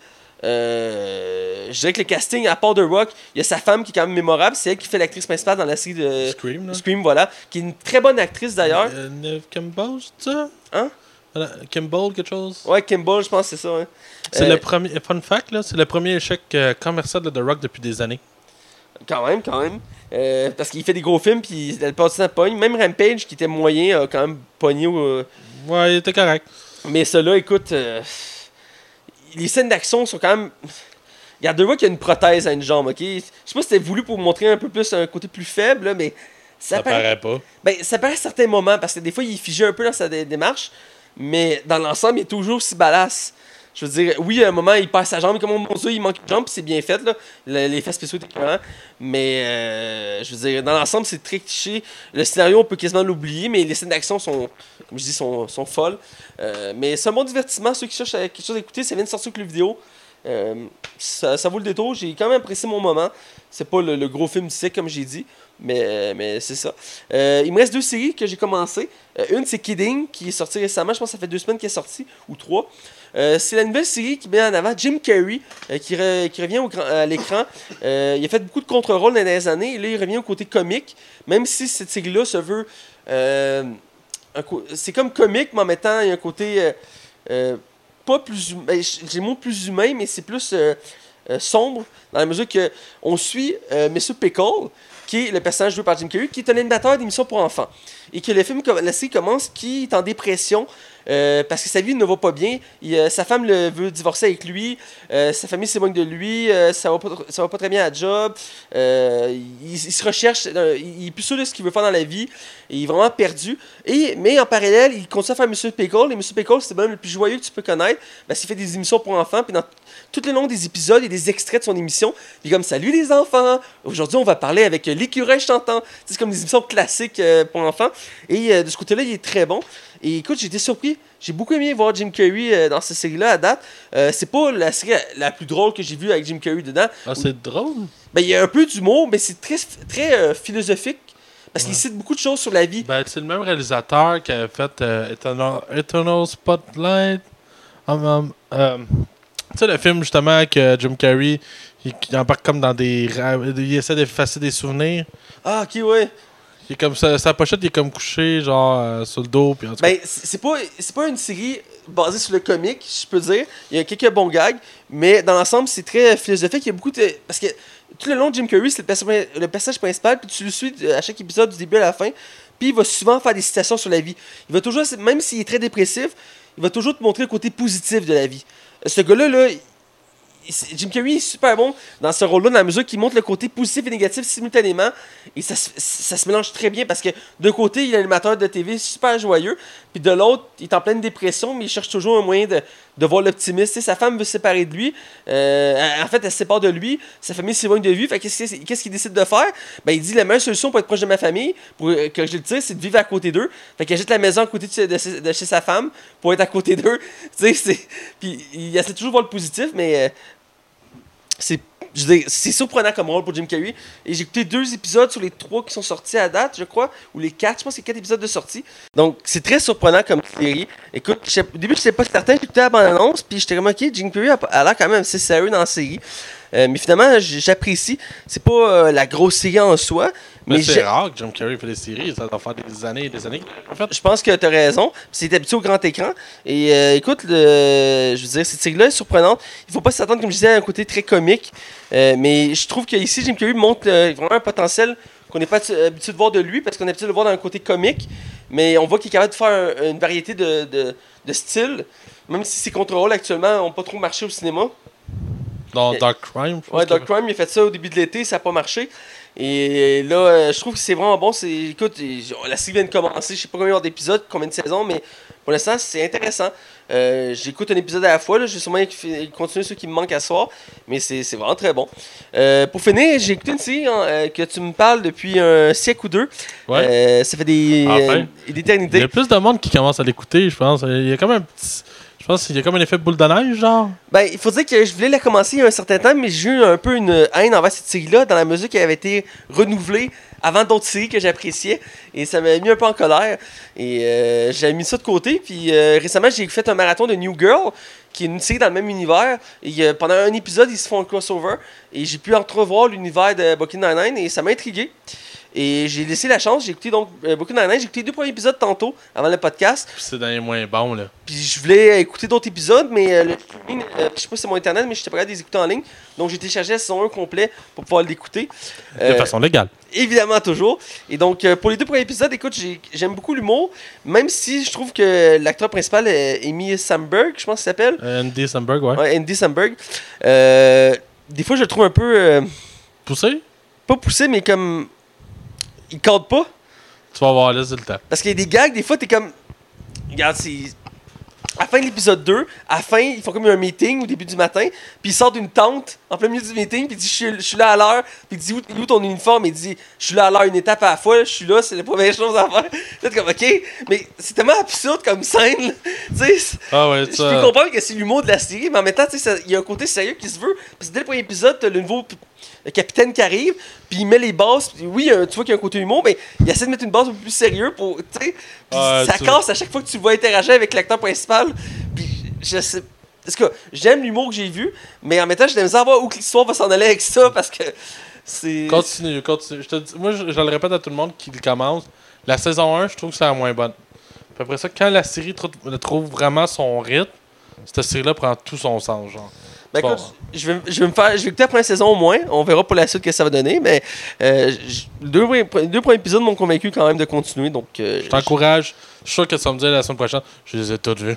Euh, je dirais que le casting, à part The Rock, il y a sa femme qui est quand même mémorable. C'est elle qui fait l'actrice principale dans la série de Scream, là. Scream, voilà. Qui est une très bonne actrice d'ailleurs. Euh, Neve Campbell, c'est ça? Hein? Voilà, Campbell, quelque chose? Ouais, Kimball, je pense que c'est ça. Hein. C'est euh, le premier. Fun fact, là, c'est le premier échec euh, commercial de The Rock depuis des années. Quand même, quand même. Euh, parce qu'il fait des gros films, puis elle passe ça pogne. Même Rampage, qui était moyen, a quand même pogné. Euh... Ouais, il était correct. Mais ceux-là, écoute, euh... les scènes d'action sont quand même. Regarde, deux fois qu'il y a une prothèse à une jambe, ok? Je sais pas si c'était voulu pour montrer un peu plus un côté plus faible, là, mais. Ça, ça paraît... paraît pas. Ben, ça paraît à certains moments, parce que des fois, il est figé un peu dans sa dé- démarche, mais dans l'ensemble, il est toujours si badass. Je veux dire, oui, à un moment, il perd sa jambe, comme mon Dieu, il manque une jambe, puis c'est bien fait, là. Le, les effets spéciaux étaient écœurants. Mais, euh, je veux dire, dans l'ensemble, c'est très cliché. Le scénario, on peut quasiment l'oublier, mais les scènes d'action sont, comme je dis, sont, sont folles. Euh, mais c'est un bon divertissement. Ceux qui cherchent quelque chose à écouter, ça vient de sortir avec le vidéo. Euh, ça, ça vaut le détour. J'ai quand même apprécié mon moment. C'est pas le, le gros film du siècle, comme j'ai dit. Mais, mais c'est ça. Euh, il me reste deux séries que j'ai commencé. Euh, une, c'est Kidding, qui est sortie récemment. Je pense que ça fait deux semaines qu'elle est sortie, ou trois. Euh, c'est la nouvelle série qui met en avant Jim Carrey, euh, qui, re, qui revient au grand, à l'écran. Euh, il a fait beaucoup de contre-rôles dans les dernières années. Et là, il revient au côté comique. Même si cette série-là se veut... Euh, co- c'est comme comique, mais en mettant il y a un côté... Euh, euh, pas plus humain. Ben, j'ai le mot plus humain, mais c'est plus euh, euh, sombre, dans la mesure que on suit euh, Monsieur Pickle, qui est le personnage joué par Jim Carrey, qui est un animateur d'émissions pour enfants. Et que le film, la série commence, qui est en dépression, euh, parce que sa vie ne va pas bien. Il, euh, sa femme le, veut divorcer avec lui, euh, sa famille s'éloigne de lui, euh, ça va pas, ça va pas très bien à la job, euh, il, il se recherche, euh, il est plus sûr de ce qu'il veut faire dans la vie, Il est vraiment perdu. Et, mais en parallèle, il continue à faire monsieur Pickle. Et monsieur Pickle, c'est le bonhomme le plus joyeux que tu peux connaître. Parce qu'il fait des émissions pour enfants. Puis dans tout le long des épisodes, il y a des extraits de son émission. Puis comme, salut les enfants. Aujourd'hui, on va parler avec euh, l'écureuil chantant. C'est comme des émissions classiques euh, pour enfants. Et euh, de ce côté-là, il est très bon. Et écoute, j'ai été surpris. J'ai beaucoup aimé voir Jim Carrey euh, dans cette série-là à date. Euh, c'est pas la série la plus drôle que j'ai vue avec Jim Carrey dedans. Ah, c'est drôle? Ben, il y a un peu d'humour, mais c'est très, très euh, philosophique. Parce ouais. qu'il cite beaucoup de choses sur la vie. Ben, c'est le même réalisateur qui a fait euh, Eternal, Eternal Spotlight. Um, um, um, tu sais, le film justement avec euh, Jim Carrey, il, il embarque comme dans des. Il essaie d'effacer des souvenirs. Ah, ok, ouais. Il est comme ça, sa pochette, il est comme couché, genre, euh, sur le dos. Puis en tout cas. Ben, c'est pas, c'est pas une série basée sur le comique, je peux dire. Il y a quelques bons gags, mais dans l'ensemble, c'est très philosophique. Il y a beaucoup de. Parce que tout le long de Jim Carrey, c'est le personnage, le personnage principal, puis tu le suis à chaque épisode du début à la fin. Puis il va souvent faire des citations sur la vie. Il va toujours, même s'il est très dépressif, il va toujours te montrer le côté positif de la vie. Ce gars-là, là, Jim Carrey est super bon dans ce rôle-là, dans la mesure qu'il montre le côté positif et négatif simultanément. Et ça, ça se mélange très bien parce que d'un côté, il est animateur de T V super joyeux, puis de l'autre, il est en pleine dépression, mais il cherche toujours un moyen de, de voir l'optimisme. Sa femme veut se séparer de lui. Euh, en fait, elle se sépare de lui. Sa famille s'éloigne de lui. Fait qu'est-ce, qu'est-ce qu'il décide de faire? Ben, il dit la meilleure solution pour être proche de ma famille, pour que je le dise, c'est de vivre à côté d'eux. Fait qu'il achète la maison à côté de, de, de chez sa femme pour être à côté d'eux. Tu sais, c'est. Puis il essaie toujours de voir le positif, mais. Euh, C'est, je veux dire, c'est surprenant comme rôle pour Jim Carrey. Et j'ai écouté deux épisodes sur les trois qui sont sortis à date, je crois. Ou les quatre, je pense qu'il y a quatre épisodes de sortie. Donc, c'est très surprenant comme série. Écoute, je sais, au début, je n'étais pas certain. J'écoutais la bande-annonce, puis j'étais remarqué, Jim Carrey a, a l'air quand même assez sérieux dans la série. Euh, mais finalement, j'apprécie. C'est pas euh, la grosse série en soi. Mais, mais c'est j'ai... rare que Jim Carrey fait des séries. Ça doit faire des années et des années. En fait. Je pense que tu as raison. C'est habitué au grand écran. Et euh, écoute, le... je veux dire, cette série-là est surprenante. Il faut pas s'attendre, comme je disais, à un côté très comique. Euh, mais je trouve qu'ici, Jim Carrey montre euh, vraiment un potentiel qu'on n'est pas habitué de voir de lui, parce qu'on est habitué de le voir dans un côté comique. Mais on voit qu'il est capable de faire un, une variété de, de, de styles. Même si ses contre-rôles actuellement n'ont pas trop marché au cinéma. Dans Dark Crime, je pense. Ouais, Dark Crime, il a fait ça au début de l'été, ça n'a pas marché. Et là, euh, je trouve que c'est vraiment bon. C'est, écoute, la série vient de commencer, je sais pas combien d'épisodes, combien de saisons, mais pour l'instant, c'est intéressant. Euh, j'écoute un épisode à la fois, là, je vais sûrement continuer ceux qui me manquent à soir, mais c'est, c'est vraiment très bon. Euh, pour finir, j'ai écouté une série hein, euh, que tu me parles depuis un siècle ou deux. Ouais. Euh, ça fait des, enfin, euh, des éternités. Il y a plus de monde qui commence à l'écouter, je pense. Il y a comme un petit... Je pense qu'il y a comme un effet boule de neige, genre. Ben, il faut dire que je voulais la commencer il y a un certain temps, mais j'ai eu un peu une haine envers cette série-là, dans la mesure qu'elle avait été renouvelée avant d'autres séries que j'appréciais, et ça m'a mis un peu en colère. Et euh, j'ai mis ça de côté, puis euh, récemment, j'ai fait un marathon de New Girl, qui est une série dans le même univers, et euh, pendant un épisode, ils se font un crossover, et j'ai pu entrevoir l'univers de Brooklyn Nine-Nine, et ça m'a intrigué. Et j'ai laissé la chance, j'ai écouté donc euh, beaucoup d'années, j'ai écouté les deux premiers épisodes tantôt, avant le podcast. Puis c'est dans les moins bons, là. Puis je voulais écouter d'autres épisodes, mais euh, le, euh, je sais pas si c'est mon internet, mais j'étais pas capable de les écouter en ligne. Donc j'ai téléchargé la saison un complet pour pouvoir l'écouter. Euh, de façon légale. Évidemment, toujours. Et donc, euh, pour les deux premiers épisodes, écoute, j'ai, j'aime beaucoup l'humour, même si je trouve que l'acteur principal est Amy Samberg, je pense qu'il s'appelle. Euh, Andy Samberg, ouais. Ouais, Andy Samberg. Euh, des fois, je le trouve un peu... Euh, poussé? Pas poussé, mais comme... Il cadre pas. Tu vas voir là, c'est le temps. Parce qu'il y a des gags, des fois, t'es comme... Regarde, c'est... À la fin de l'épisode deux, à la fin, ils font comme un meeting au début du matin, puis ils sortent d'une tente en plein milieu du meeting, puis ils disent je suis, je suis là à l'heure, puis ils disent où, où ton uniforme, il dit je suis là à l'heure, une étape à la fois, je suis là, c'est la première chose à faire. Là, t'es comme ok, mais c'est tellement absurde comme scène, tu sais. Ah ouais, je peux comprendre que c'est l'humour de la série, mais en même temps, tu sais, il y a un côté sérieux qui se veut, parce que dès le premier épisode, t'as le nouveau le capitaine qui arrive, puis il met les bases, puis oui, tu vois qu'il y a un côté humour, mais il essaie de mettre une base un peu plus sérieuse pour, tu sais, puis ah, ça casse à chaque fois que tu le vois interagir avec l'acteur principal, puis je sais, parce que j'aime l'humour que j'ai vu, mais en même temps, j'ai de la misère à voir où l'histoire va s'en aller avec ça, parce que c'est... Continue, continue. Je te dis, moi, je, je le répète à tout le monde qui commence, la saison un, je trouve que c'est la moins bonne. Puis après ça, quand la série trouve, trouve vraiment son rythme, cette série-là prend tout son sens, genre. Ben écoute, bon. je, vais, je vais me faire, je vais écouter la première saison au moins. On verra pour la suite ce que ça va donner. Mais euh, je, les deux, deux premiers épisodes m'ont convaincu quand même de continuer. Donc, euh, je t'encourage. Je suis sûr que ça va me dire la semaine prochaine. Je les ai toutes vues.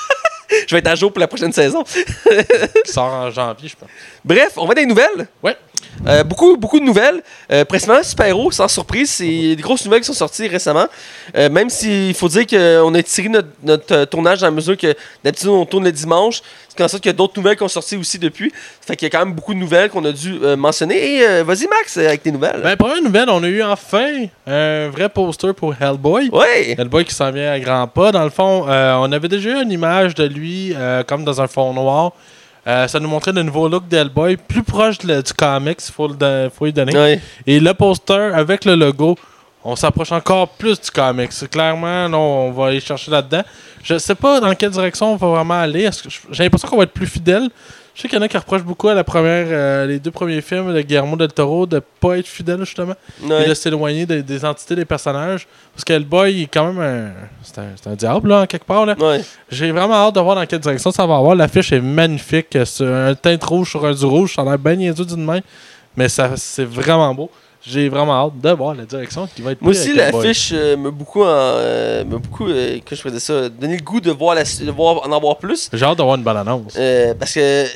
Je vais être à jour pour la prochaine saison. Qui sort en janvier, je pense. Bref, on va dans les nouvelles. Ouais. Euh, beaucoup, beaucoup de nouvelles. Euh, principalement super-héros, sans surprise. C'est des grosses nouvelles qui sont sorties récemment. Euh, même s'il faut dire qu'on a tiré notre, notre euh, tournage dans la mesure que d'habitude on tourne le dimanche. C'est en sorte qu'il y a d'autres nouvelles qui ont sorti aussi depuis. Fait qu'il y a quand même beaucoup de nouvelles qu'on a dû euh, mentionner. Et euh, vas-y Max, avec tes nouvelles. Ben, première nouvelle, on a eu enfin un vrai poster pour Hellboy. Ouais! Hellboy qui s'en vient à grands pas. Dans le fond, euh, on avait déjà eu une image de lui euh, comme dans un fond noir. Euh, ça nous montrait le nouveau look d'Hellboy, plus proche de, du comics, il faut, le, faut lui donner. Ouais. Et le poster avec le logo, on s'approche encore plus du comics. Clairement, là, on va aller chercher là-dedans. Je sais pas dans quelle direction on va vraiment aller. Est-ce que j'ai l'impression qu'on va être plus fidèle. Je sais qu'il y en a qui reprochent beaucoup à la première, euh, les deux premiers films de Guillermo del Toro de pas être fidèle justement Ouais. et de s'éloigner des, des entités des personnages. Parce qu'Hellboy il est quand même un, c'est un, c'est un diable là, en quelque part. Là. Ouais. J'ai vraiment hâte de voir dans quelle direction ça va avoir. L'affiche est magnifique. C'est un teinte rouge sur un du rouge. Ça a l'air bien niaiseux d'une main. Mais ça, c'est vraiment beau. J'ai vraiment hâte de voir la direction qui va être Moi prise aussi, avec Hellboy. l'affiche euh, m'a beaucoup, en, euh, m'a beaucoup euh, que je faisais ça, donné le goût de voir, la, de voir en avoir plus. J'ai hâte d'avoir une bonne annonce. Euh, parce que euh,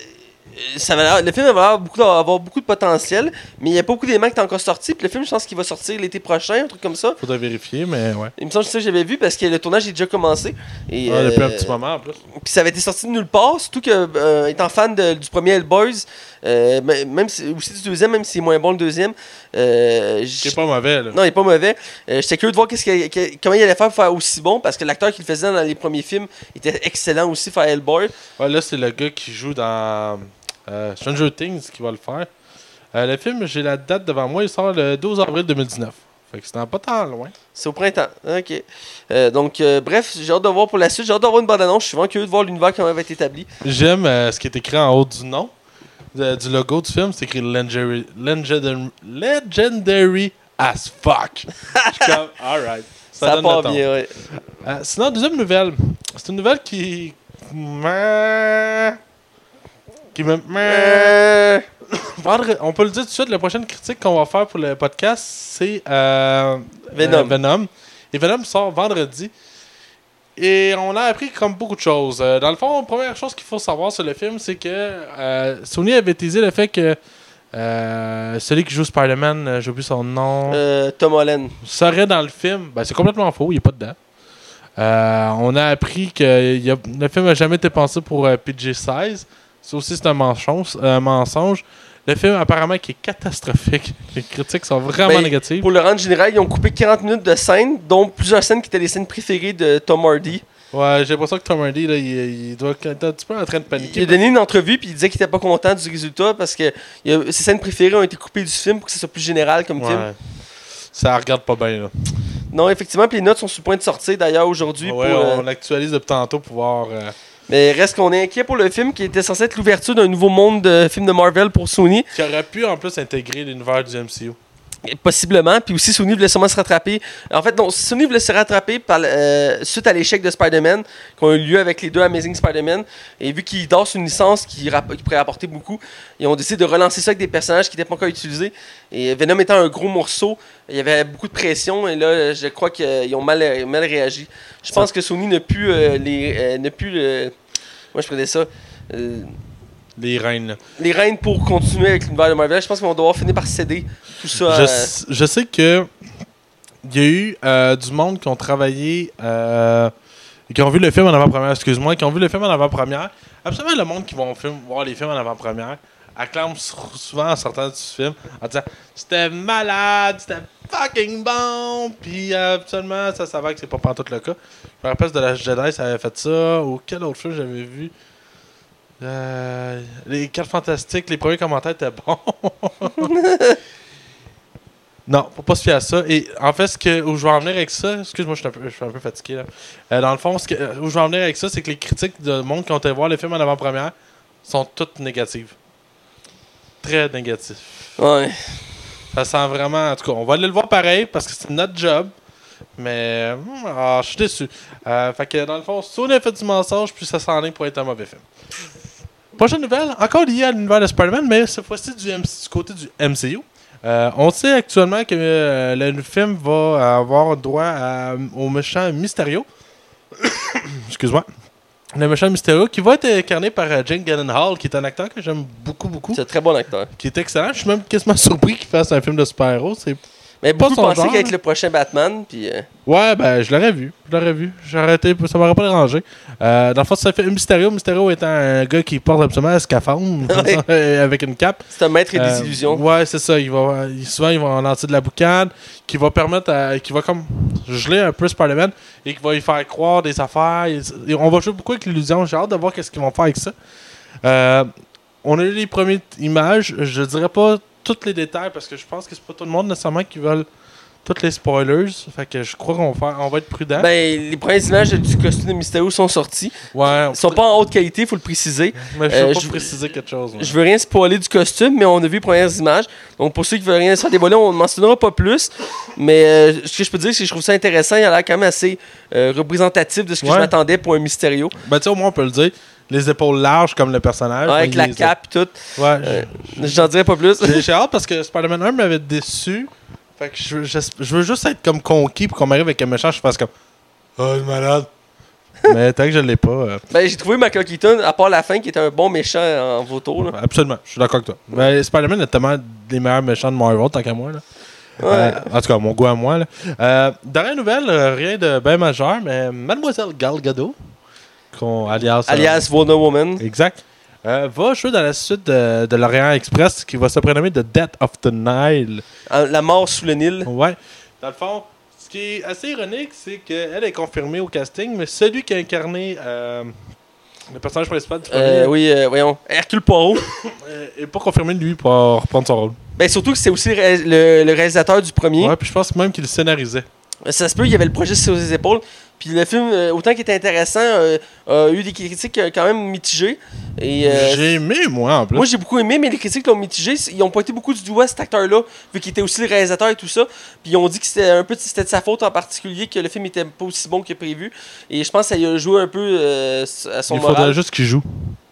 ça va l'air- le film va avoir beaucoup, avoir beaucoup de potentiel, mais il n'y a pas beaucoup d'éléments qui sont encore sortis. Puis le film, je pense qu'il va sortir l'été prochain, un truc comme ça. Faudrait vérifier, mais ouais. Il me semble que c'est ça que j'avais vu parce que le tournage est déjà commencé. Et, Ouais, depuis euh, un petit moment en plus. Puis ça avait été sorti de nulle part, surtout que euh, étant fan de- du premier Hellboys, euh, m- même si, aussi du deuxième, même si c'est moins bon le deuxième, euh, j- C'est pas mauvais là. non, il est pas mauvais. Euh, J'étais curieux de voir qu'est-ce qu'il- que- comment il allait faire pour faire aussi bon, parce que l'acteur qui le faisait dans les premiers films était excellent aussi, faire Hellboy. Ouais, là, c'est le gars qui joue dans euh, Stranger Things qui va le faire. Euh, le film, j'ai la date devant moi, il sort le douze avril deux mille dix-neuf. Fait que c'est dans pas tant loin. C'est au printemps. Ok. Euh, donc, euh, bref, j'ai hâte de voir pour la suite. J'ai hâte d'avoir une bande-annonce. Je suis vraiment curieux de voir l'univers comment il va être établi. J'aime euh, ce qui est écrit en haut du nom, de- du logo du film. C'est écrit Legendary, Legendary, Legendary as fuck. Je suis comme, alright. Ça, Ça, donne part le ton. bien, ouais. Euh, sinon, deuxième nouvelle. C'est une nouvelle qui. Qui me. Euh, Vendre- On peut le dire tout de suite, la prochaine critique qu'on va faire pour le podcast, c'est euh, Venom. euh, Venom. Et Venom sort vendredi. Et on a appris comme beaucoup de choses. Euh, dans le fond, la première chose qu'il faut savoir sur le film, c'est que euh, Sony avait teasé le fait que euh, celui qui joue Spider-Man, euh, j'ai oublié son nom, euh, Tom Holland. serait dans le film. Ben, c'est complètement faux, il n'est pas dedans. Euh, on a appris que il y a- le film n'a jamais été pensé pour euh, P G seize. Ça aussi, c'est un mensonge, un mensonge. Le film, apparemment, qui est catastrophique. Les critiques sont vraiment Ben, négatives. Pour le rendre général, ils ont coupé quarante minutes de scènes, dont plusieurs scènes qui étaient les scènes préférées de Tom Hardy. Ouais, j'ai l'impression que Tom Hardy, là, il, il doit être un petit peu en train de paniquer. Il a donné une entrevue puis il disait qu'il était pas content du résultat parce que il a- ses scènes préférées ont été coupées du film pour que ce soit plus général comme film. Ouais. Ça regarde pas bien, là. Non, effectivement, puis les notes sont sur le point de sortir d'ailleurs aujourd'hui. Ouais, pour, euh, on l'actualise depuis tantôt pour voir. euh, Mais reste qu'on est inquiet pour le film qui était censé être l'ouverture d'un nouveau monde de films de Marvel pour Sony. qui aurait pu en plus intégrer l'univers du M C U. Et possiblement. Puis aussi, Sony voulait sûrement se rattraper. En fait, non, Sony voulait se rattraper par, euh, suite à l'échec de Spider-Man, qui a eu lieu avec les deux Amazing Spider-Man. Et vu qu'ils dansent une licence qui, rapp- qui pourrait apporter beaucoup, ils ont décidé de relancer ça avec des personnages qui n'étaient pas encore utilisés. Et Venom étant un gros morceau, il y avait beaucoup de pression. Et là, je crois qu'ils ont mal, mal réagi. Je pense que Sony n'a plus euh, les. euh, n'a plus le. Moi, je prenais ça. euh, Les reines, là. les rênes pour continuer avec l'univers de Marvel. Je pense qu'ils vont devoir finir par céder tout ça. Je, euh, s- je sais que il y a eu euh, du monde qui ont travaillé euh, et qui ont vu le film en avant-première, excuse-moi, qui ont vu le film en avant-première. Absolument le monde qui vont film, voir les films en avant-première acclame sou- souvent en sortant du film en disant c'était malade, c'était fucking bon, puis euh, absolument ça s'avère que c'est pas pantoute le cas. Je me rappelle de la Jedi, ça avait fait ça, ou quel autre film j'avais vu. Euh, les cartes fantastiques, les premiers commentaires étaient bons. Non, faut pas se fier à ça. Et en fait, ce que, où je vais en venir avec ça, excuse-moi, je suis un peu, je suis un peu fatigué là. Euh, dans le fond, ce que, où je vais en venir avec ça, c'est que les critiques de monde qui ont été voir le film en avant-première sont toutes négatives. Très négatives. ouais. Ça sent vraiment. En tout cas, on va aller le voir pareil parce que c'est notre job. Mais hum, ah, je suis déçu. Euh, fait que dans le fond, Sony a fait du mensonge, puis ça s'enligne pour être un mauvais film. Prochaine nouvelle, encore liée à l'univers de Spider-Man, mais cette fois-ci du, M C du côté du M C U. Euh, on sait actuellement que euh, le film va avoir droit à- au méchant Mysterio. Excuse-moi. le méchant Mysterio, qui va être incarné par euh, Jake Gyllenhaal, qui est un acteur que j'aime beaucoup, beaucoup. C'est un très bon acteur. Qui est excellent. Je suis même quasiment surpris qu'il fasse un film de super-héros. C'est Mais pas beaucoup son pensaient genre, qu'il allait être hein. le prochain Batman, puis... Euh... Ouais, ben, je l'aurais vu. Je l'aurais vu. J'ai arrêté. Ça m'aurait pas dérangé. Euh, dans le fond, ça fait Mysterio. Mysterio étant un gars qui porte absolument un scaphandre Ouais. avec une cape. C'est un maître des Euh, illusions. Ouais, c'est ça. Il va, il- souvent, il va en lancer de la boucane, qui va permettre à, qui va comme geler un peu Spider-Man et qui va lui faire croire des affaires. Et- et on va jouer beaucoup avec l'illusion. J'ai hâte de voir qu'est-ce qu'ils vont faire avec ça. Euh, on a eu les premières images. Je dirais pas tous les détails parce que je pense que c'est pas tout le monde nécessairement qui veulent tous les spoilers. Fait que je crois qu'on va, faire- on va être prudent. Ben, les premières images du costume de Mysterio sont sorties. ouais. Ils sont pas en haute qualité, faut le préciser. Mais je veux euh, pas je- préciser quelque chose. ouais. Je veux rien spoiler du costume, mais on a vu les premières images. Donc pour ceux qui veulent rien se faire dévoiler, on ne mentionnera pas plus. Mais euh, ce que je peux dire, c'est que je trouve ça intéressant. Il a l'air quand même assez euh, représentatif de ce que Ouais. je m'attendais pour un Mysterio. Ben, tu sais, au moins, on peut le dire. Les épaules larges comme le personnage. Ouais, ben, avec la il les a- cape et tout. Ouais. Euh, J'en dirai pas plus. J'ai j'ai hâte parce que Spider-Man un m'avait déçu. Fait que je, je, je veux juste être comme conquis pour qu'on m'arrive avec un méchant, je fasse comme oh, le malade. Mais tant que je l'ai pas. euh, Ben, j'ai trouvé Michael Keaton, à part la fin, qui était un bon méchant en photo. Là. absolument, je suis d'accord avec toi. Mais Spider-Man est tellement des meilleurs méchants de Marvel, tant qu'à moi. Là. Ouais. Euh, en tout cas, mon goût à moi. Là. Euh, dernière nouvelle, euh, rien de bien majeur, mais Mademoiselle Gal Gadot, qu'on, alias. euh, Alias Wonder Woman. Exact. Euh, va jouer dans la suite de, de l'Orient Express qui va se prénommer The Death of the Nile. En- La mort sous le Nil. Ouais. Dans le fond, ce qui est assez ironique, c'est qu'elle est confirmée au casting, mais celui qui a incarné euh, le personnage principal du premier Euh, oui, euh, voyons. Hercule Poirot. euh, est pas confirmé lui pour reprendre son rôle. Ben, surtout que c'est aussi le, ré- le- le réalisateur du premier. Ouais, puis je pense même qu'il le scénarisait. Ça se peut, il y avait le projet sur ses épaules. Puis le film, euh, autant qu'il était intéressant, euh, a eu des critiques euh, quand même mitigées. Et, euh, J'ai aimé, moi, en plus. moi, j'ai beaucoup aimé, mais les critiques l'ont mitigé. Ils ont pointé beaucoup du doigt cet acteur-là, vu qu'il était aussi le réalisateur et tout ça. Puis ils ont dit que c'était un peu c'était de sa faute en particulier, que le film était pas aussi bon que prévu. Et je pense que ça y a joué un peu euh, à son Il moral. faudrait juste qu'il joue.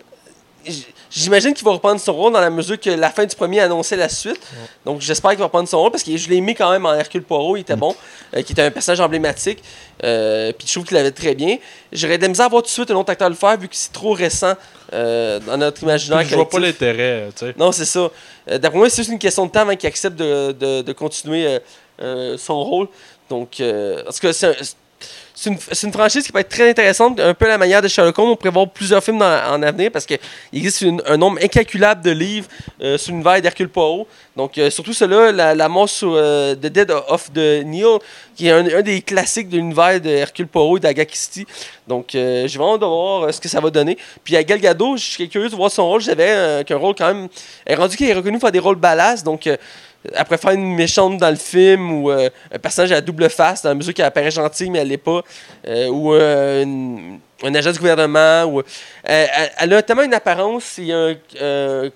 J- J'imagine qu'il va reprendre son rôle dans la mesure que la fin du premier annonçait la suite. Donc j'espère qu'il va reprendre son rôle parce que je l'ai aimé quand même en Hercule Poirot, il était bon, euh, qui était un personnage emblématique. Euh, Puis je trouve qu'il l'avait très bien. J'aurais de la misère à voir tout de suite un autre acteur le faire vu que c'est trop récent euh, dans notre imaginaire. Je vois pas collectif. l'intérêt, tu sais. Non, c'est ça. Euh, D'après moi, c'est juste une question de temps avant qu'il accepte de, de, de continuer euh, euh, son rôle. Donc, euh, parce que c'est un- c'est une, c'est une franchise qui peut être très intéressante, un peu à la manière de Sherlock Holmes. On pourrait voir plusieurs films dans- en avenir parce qu'il existe une- un nombre incalculable de livres euh, sur l'univers d'Hercule Poirot. Donc, euh, surtout cela, la, la mort sur euh, The Dead of the Nile, qui est un, un des classiques de l'univers de Hercule Poirot et d'Agatha Christie. Donc, euh, j'ai vraiment hâte de voir euh, ce que ça va donner. Puis à Gal Gadot, je suis curieux de voir son rôle. J'avais euh, qu'un rôle quand même. Elle est rendu qu'elle est reconnue pour faire des rôles ballast. Donc, euh, après faire une méchante dans le film ou euh, un personnage à double face dans la mesure qu'elle apparaît gentille mais elle l'est pas, euh, ou euh, une- un agent du gouvernement, ou, euh, elle, elle a tellement une apparence et un, euh,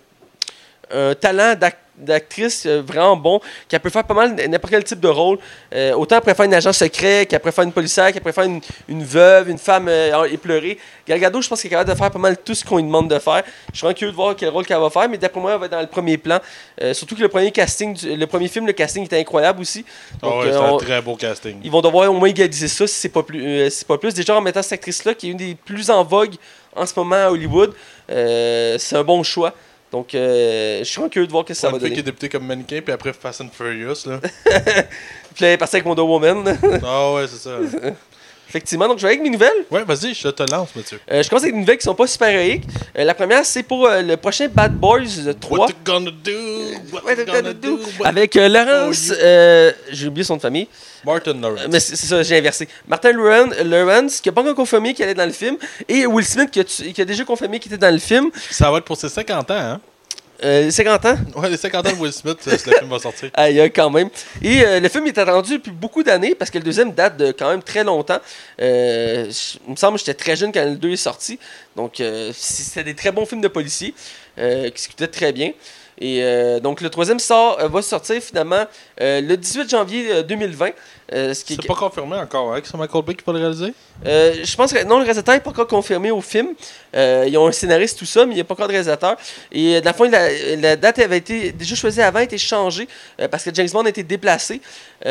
un talent d'ac- d'actrice euh, vraiment bon qu'elle peut faire pas mal n'importe quel type de rôle. Euh, autant elle pourrait faire une agent secret, qu'elle pourrait faire une policière, qu'elle pourrait faire une, une veuve, une femme euh, éplorée. Gal Gadot, je pense qu'elle est capable de faire pas mal tout ce qu'on lui demande de faire. Je suis vraiment curieux de voir quel rôle qu'elle va faire, mais d'après moi, elle va être dans le premier plan. Euh, surtout que le premier casting, du- le premier film, le casting était incroyable aussi. Donc, Ah ouais, euh, c'est on- un très beau casting. ils vont devoir au moins égaliser ça si c'est pas plus, euh, si c'est pas plus. Déjà en mettant cette actrice-là, qui est une des plus en vogue en ce moment à Hollywood, euh, c'est un bon choix. Donc, euh, je suis vraiment curieux de voir ce que ça Une va fille qui donner. est députée comme mannequin, puis après Fast and Furious, là. Puis là, elle est partie avec Wonder Woman. Ah ouais, c'est ça. Effectivement, donc je vais avec mes nouvelles. Ouais, vas-y, je te lance, monsieur. Euh, je commence avec des nouvelles qui sont pas super héroïques. Euh, la première, c'est pour euh, le prochain Bad Boys trois. What you gonna do? What What you you gonna gonna do? do? What- Avec euh, Lawrence, Oh, you- euh, j'ai oublié son nom de famille, Martin Lawrence. mais c'est c'est ça, j'ai inversé. Martin Lawrence, Lawrence, qui a pas encore confirmé qu'il allait dans le film, et Will Smith, qui a, tu- qui a déjà confirmé qu'il était dans le film. Ça va être pour ses cinquante ans, hein? Euh, cinquante ans. Ouais, les cinquante ans de Will Smith, euh, si le film va sortir. Aïe, aïe, quand même. Et euh, le film est attendu depuis beaucoup d'années parce que le deuxième date de quand même très longtemps. Euh, je- il me semble que j'étais très jeune quand le deux est sorti. Donc, euh, c- c'était des très bons films de policiers euh, qui se coûtaient très bien. Et euh, donc, le troisième sort, euh, va sortir finalement euh, le dix-huit janvier deux mille vingt. Euh, ce qui C'est est... pas confirmé encore, hein, que c'est Michael Bay qui va le réaliser? Euh, je pense que non, le réalisateur n'est pas encore confirmé au film. Euh, ils ont un scénariste, tout ça, mais il n'y a pas encore de réalisateur. Et euh, de la fin, la, la date avait été déjà choisie avant, a été changée euh, parce que James Bond a été déplacé.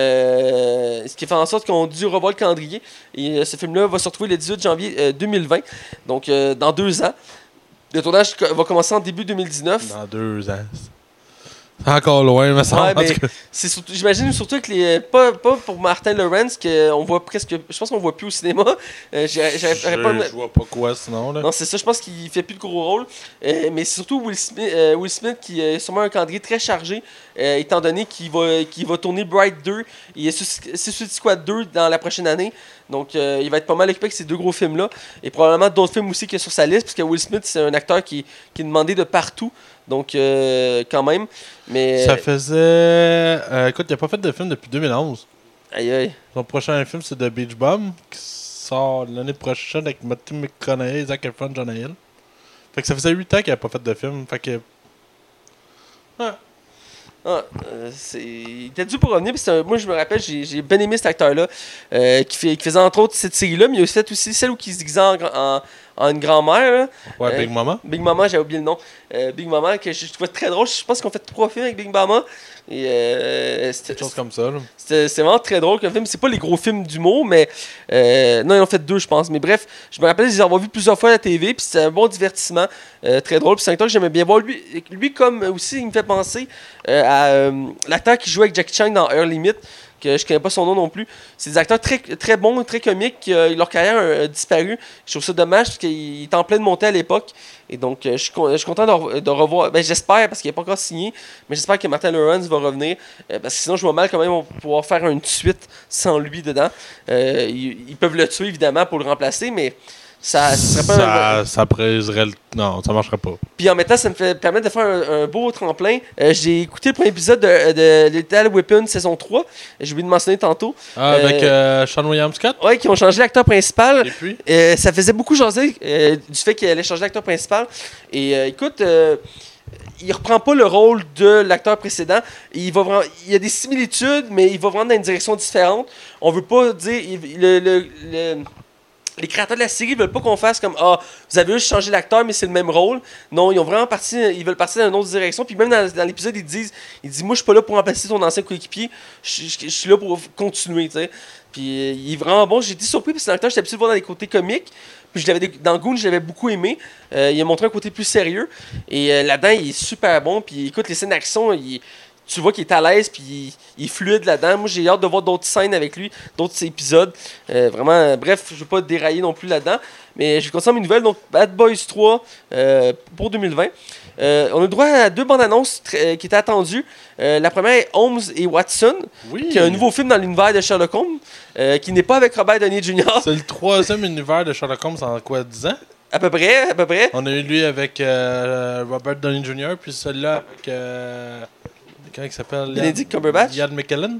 Euh, ce qui fait en sorte qu'on a dû revoir le calendrier. Et euh, ce film-là va se retrouver le dix-huit janvier euh, deux mille vingt, donc euh, dans deux ans. Le tournage va commencer en début deux mille dix-neuf. Dans deux ans. C'est encore loin, me semble. Ouais, mais c'est surtout, j'imagine surtout que les. Pas, pas pour Martin Lawrence, qu'on voit presque. Je pense qu'on voit plus au cinéma. Euh, j'aurais, j'aurais je, pas... je vois pas quoi sinon. Là. Non, c'est ça, je pense qu'il fait plus le gros rôle. Euh, mais c'est surtout Will Smith, euh, Will Smith qui a sûrement un calendrier très chargé, euh, étant donné qu'il va, qu'il va tourner Bright deux et Suicide Squad deux dans la prochaine année. Donc, euh, il va être pas mal occupé avec ces deux gros films-là. Et probablement d'autres films aussi qu'il y a sur sa liste, parce que Will Smith, c'est un acteur qui, qui est demandé de partout. Donc, euh, quand même. Mais... Ça faisait. Euh, écoute, il n'a pas fait de film depuis deux mille onze. Aïe, aïe. Son prochain film, c'est The Beach Bum, qui sort l'année prochaine avec Matthew McConaughey, Zac Efron, Jonah Hill. Fait que ça faisait huit ans qu'il n'a pas fait de film. Fait que. Ouais. Ah, euh, c'est... Il était dû pour revenir. Un... Moi, je me rappelle, j'ai, j'ai bien aimé cet acteur-là, euh, qui, fait... qui faisait entre autres cette série-là, mais il a fait aussi celle où il se déguisait en, en... en une grand-mère. Là. Ouais, euh, Big Mama. Big Mama, j'ai oublié le nom. Euh, Big Mama, que je, je trouvais très drôle. Je pense qu'on fait trois films avec Big Mama. Et, euh, c'était, Quelque chose comme ça. Là. C'était, c'était vraiment très drôle comme film. C'est pas les gros films d'humour, mais. Euh, non, ils en ont fait deux, je pense. Mais bref, je me rappelle, je les avoir vus plusieurs fois à la T V. Puis c'était un bon divertissement. Euh, très drôle. Puis c'est un acteur que j'aimais bien voir. Lui, lui comme aussi, il me fait penser euh, à euh, l'acteur qui jouait avec Jackie Chan dans Heure Limit, que je connais pas son nom non plus. C'est des acteurs très, très bons, très comiques, qui, euh, leur carrière a, a disparu. Je trouve ça dommage parce qu'il est en pleine montée à l'époque. Et donc, euh, je, suis, je suis content de, de revoir. Ben, j'espère, parce qu'il n'est pas encore signé, mais j'espère que Martin Lawrence va revenir. Euh, parce que sinon, je vois mal quand même on va pouvoir faire une suite sans lui dedans. Euh, ils, ils peuvent le tuer, évidemment, pour le remplacer, mais ça serait pas ça, un... ça briserait le... Non, ça marcherait pas. Puis en même temps, ça me fait permettre de faire un, un beau tremplin. Euh, j'ai écouté le premier épisode de, de Lethal Weapon saison trois. J'ai oublié de mentionner tantôt. Ah, euh, avec euh, Sean William Scott? Ouais, qui ont changé l'acteur principal. Et puis? Euh, ça faisait beaucoup jaser euh, du fait qu'il allait changer l'acteur principal. Et euh, écoute, euh, il reprend pas le rôle de l'acteur précédent. Il, va vraiment, il y a des similitudes, mais il va vraiment dans une direction différente. On veut pas dire... Il, le, le, le Les créateurs de la série veulent pas qu'on fasse comme ah, vous avez juste changé l'acteur, mais c'est le même rôle. Non, ils ont vraiment parti, ils veulent partir dans une autre direction. Puis même dans, dans l'épisode, ils disent, ils disent, moi je suis pas là pour remplacer ton ancien coéquipier, je, je, je suis là pour continuer, tu sais. Puis euh, il est vraiment bon. J'ai été surpris parce que l'acteur, j'étais habitué de voir dans les côtés comiques. Puis je l'avais dans Goon, je l'avais beaucoup aimé. Euh, il a montré un côté plus sérieux. Et euh, là-dedans, il est super bon. Puis écoute, les scènes d'action, il tu vois qu'il est à l'aise, puis il, il est fluide là-dedans. Moi, j'ai hâte de voir d'autres scènes avec lui, d'autres épisodes. Euh, vraiment, euh, bref, je ne veux pas dérailler non plus là-dedans. Mais je vais continuer mes nouvelles. Donc, Bad Boys trois euh, pour deux mille vingt. Euh, on a le droit à deux bandes annonces euh, qui étaient attendues. Euh, la première est Holmes et Watson, oui. qui est un nouveau film dans l'univers de Sherlock Holmes, euh, qui n'est pas avec Robert Downey junior C'est le troisième univers de Sherlock Holmes en quoi, dix ans? À peu près, à peu près. On a eu lui avec euh, Robert Downey junior, puis celui-là avec... Euh, comment il s'appelle? Benedict Cumberbatch. Ian McKellen.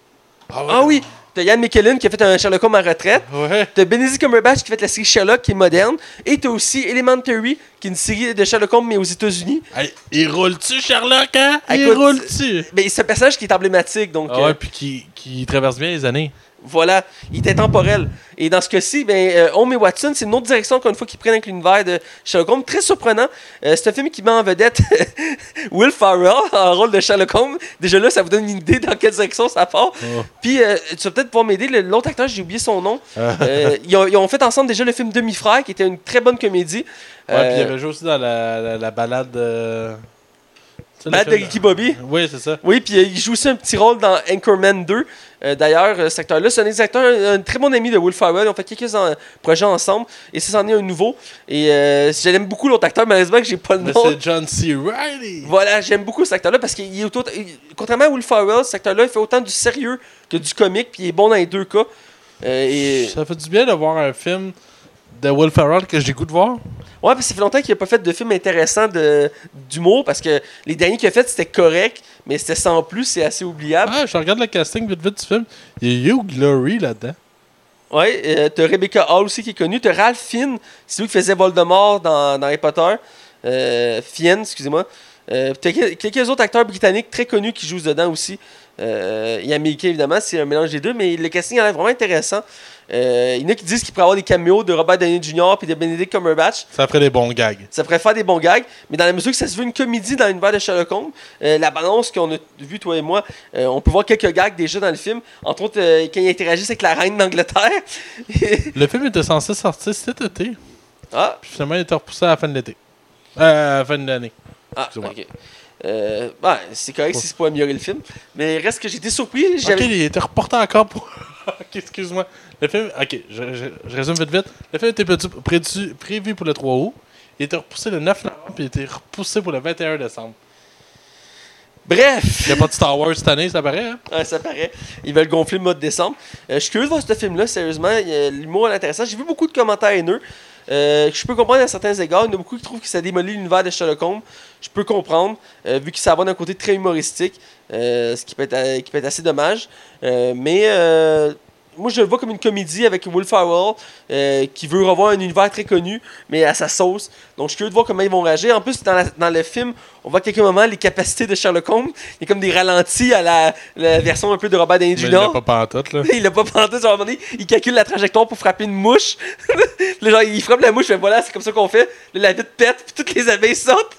Ah, ouais, ah oui, t'as Ian McKellen qui a fait un Sherlock Holmes en retraite. Ouais. T'as Benedict Cumberbatch qui a fait la série Sherlock qui est moderne. Et t'as aussi Elementary qui est une série de Sherlock Holmes mais aux États-Unis. Hey, il roule-tu Sherlock, hein? Il Écoute, roule-tu? Ben, c'est un personnage qui est emblématique. Donc, ah ouais, euh, puis qui, qui traverse bien les années. Voilà, il était temporel. Et dans ce cas-ci, ben, euh, Holmes et Watson, c'est une autre direction, encore une fois, qu'ils prennent avec l'univers de Sherlock Holmes. Très surprenant. Euh, c'est un film qui met en vedette Will Ferrell en rôle de Sherlock Holmes. Déjà là, ça vous donne une idée dans quelle direction ça part. Oh. Puis, euh, tu vas peut-être pouvoir m'aider. L'autre acteur, j'ai oublié son nom. euh, ils, ont, ils ont fait ensemble déjà le film Demi-frère, qui était une très bonne comédie. Ouais, euh, puis il avait joué aussi dans la, la, la balade... Euh... Balade de Ricky Bobby. Oui, c'est ça. Oui, puis euh, il joue aussi un petit rôle dans Anchorman deux. Euh, D'ailleurs, euh, cet acteur-là, c'est un des acteurs, un, un très bon ami de Will Ferrell. Ils ont fait quelques en, projets ensemble. Et ça, c'en est un nouveau. Et euh, j'aime beaucoup l'autre acteur, malheureusement que j'ai pas le mais nom. c'est John C. Reilly. Voilà, j'aime beaucoup cet acteur-là parce qu'il est autant, il, contrairement à Will Ferrell, cet acteur-là, il fait autant du sérieux que du comique. Puis il est bon dans les deux cas. Euh, et... Ça fait du bien de voir un film de Will Ferrell que j'ai goût de voir. Ouais, parce que ça fait longtemps qu'il n'a pas fait de film intéressant de, d'humour, parce que les derniers qu'il a fait, c'était correct, mais c'était sans plus, c'est assez oubliable. Ah, je regarde le casting vite vite du film. Il y a Hugh Laurie là-dedans. Ouais, euh, t'as Rebecca Hall aussi qui est connue. T'as Ralph Fiennes, c'est lui qui faisait Voldemort dans, dans Harry Potter. Euh, Fiennes, excusez-moi. Euh, t'as quelques autres acteurs britanniques très connus qui jouent dedans aussi. Euh, il y a Mickey, évidemment, c'est un mélange des deux, mais le casting a l'air vraiment intéressant. Euh, il y en a qui disent qu'il pourrait avoir des caméos de Robert Downey junior et de Benedict Cumberbatch. Ça ferait des bons gags. Ça pourrait faire des bons gags, mais dans la mesure que ça se veut une comédie dans l'univers de Sherlock Holmes, euh, la balance qu'on a vue, toi et moi, euh, on peut voir quelques gags déjà dans le film. Entre autres, euh, quand ils interagissent avec la reine d'Angleterre. Le film était censé sortir cet été. Ah. Puis finalement, il était repoussé à la fin de l'été. Euh, à la fin de l'année. Ah, ok. Euh, ben, c'est correct si c'est pour améliorer le film. Mais reste que j'ai été surpris. Ok, il était reporté encore pour. Ok, excuse-moi. Le film. Ok, je, je, je résume vite vite. Le film était prévu, prévu, prévu pour le trois août. Il était repoussé le neuf novembre, puis il était repoussé pour le vingt et un décembre. Bref! Il n'y a pas de Star Wars cette année, ça paraît, hein? Ouais, ça paraît. Ils veulent gonfler le mois de décembre. Euh, je suis curieux de voir ce film-là, sérieusement. L'humour est intéressant. J'ai vu beaucoup de commentaires haineux. Euh, je peux comprendre à certains égards. Il y en a beaucoup qui trouvent que ça démolit l'univers de Sherlock Holmes. Je peux comprendre, euh, vu que ça va d'un côté très humoristique, euh, ce qui peut, être, euh, qui peut être assez dommage. Euh, mais euh, moi, je le vois comme une comédie avec Will Ferrell, euh, qui veut revoir un univers très connu, mais à sa sauce. Donc, je suis curieux de voir comment ils vont réagir. En plus, dans, la, dans le film, on voit à quelques moments les capacités de Sherlock Holmes. Il y a comme des ralentis à la, la version un peu de Robert Downey junior Mais il l'a pas pantoute, là. Il l'a pas pantoute. Genre, à un moment donné, il calcule la trajectoire pour frapper une mouche. Là, genre, il frappe la mouche, mais voilà, c'est comme ça qu'on fait. Là, la vitre pète, puis toutes les abeilles sautent.